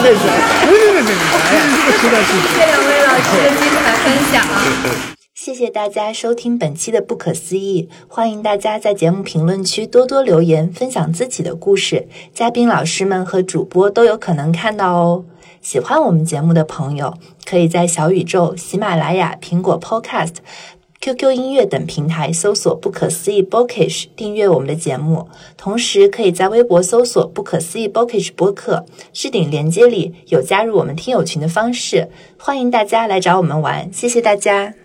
谢谢两位老师的精彩分享。 谢谢大家收听本期的不可思议，欢迎大家在节目评论区多多留言，分享自己的故事，嘉宾老师们和主播都有可能看到哦。喜欢我们节目的朋友，可以在小宇宙、喜马拉雅、苹果 Podcast、Q Q 音乐等平台搜索不可思议 Bookish 订阅我们的节目，同时可以在微博搜索不可思议 Bookish 播客，置顶连接里有加入我们听友群的方式，欢迎大家来找我们玩，谢谢大家。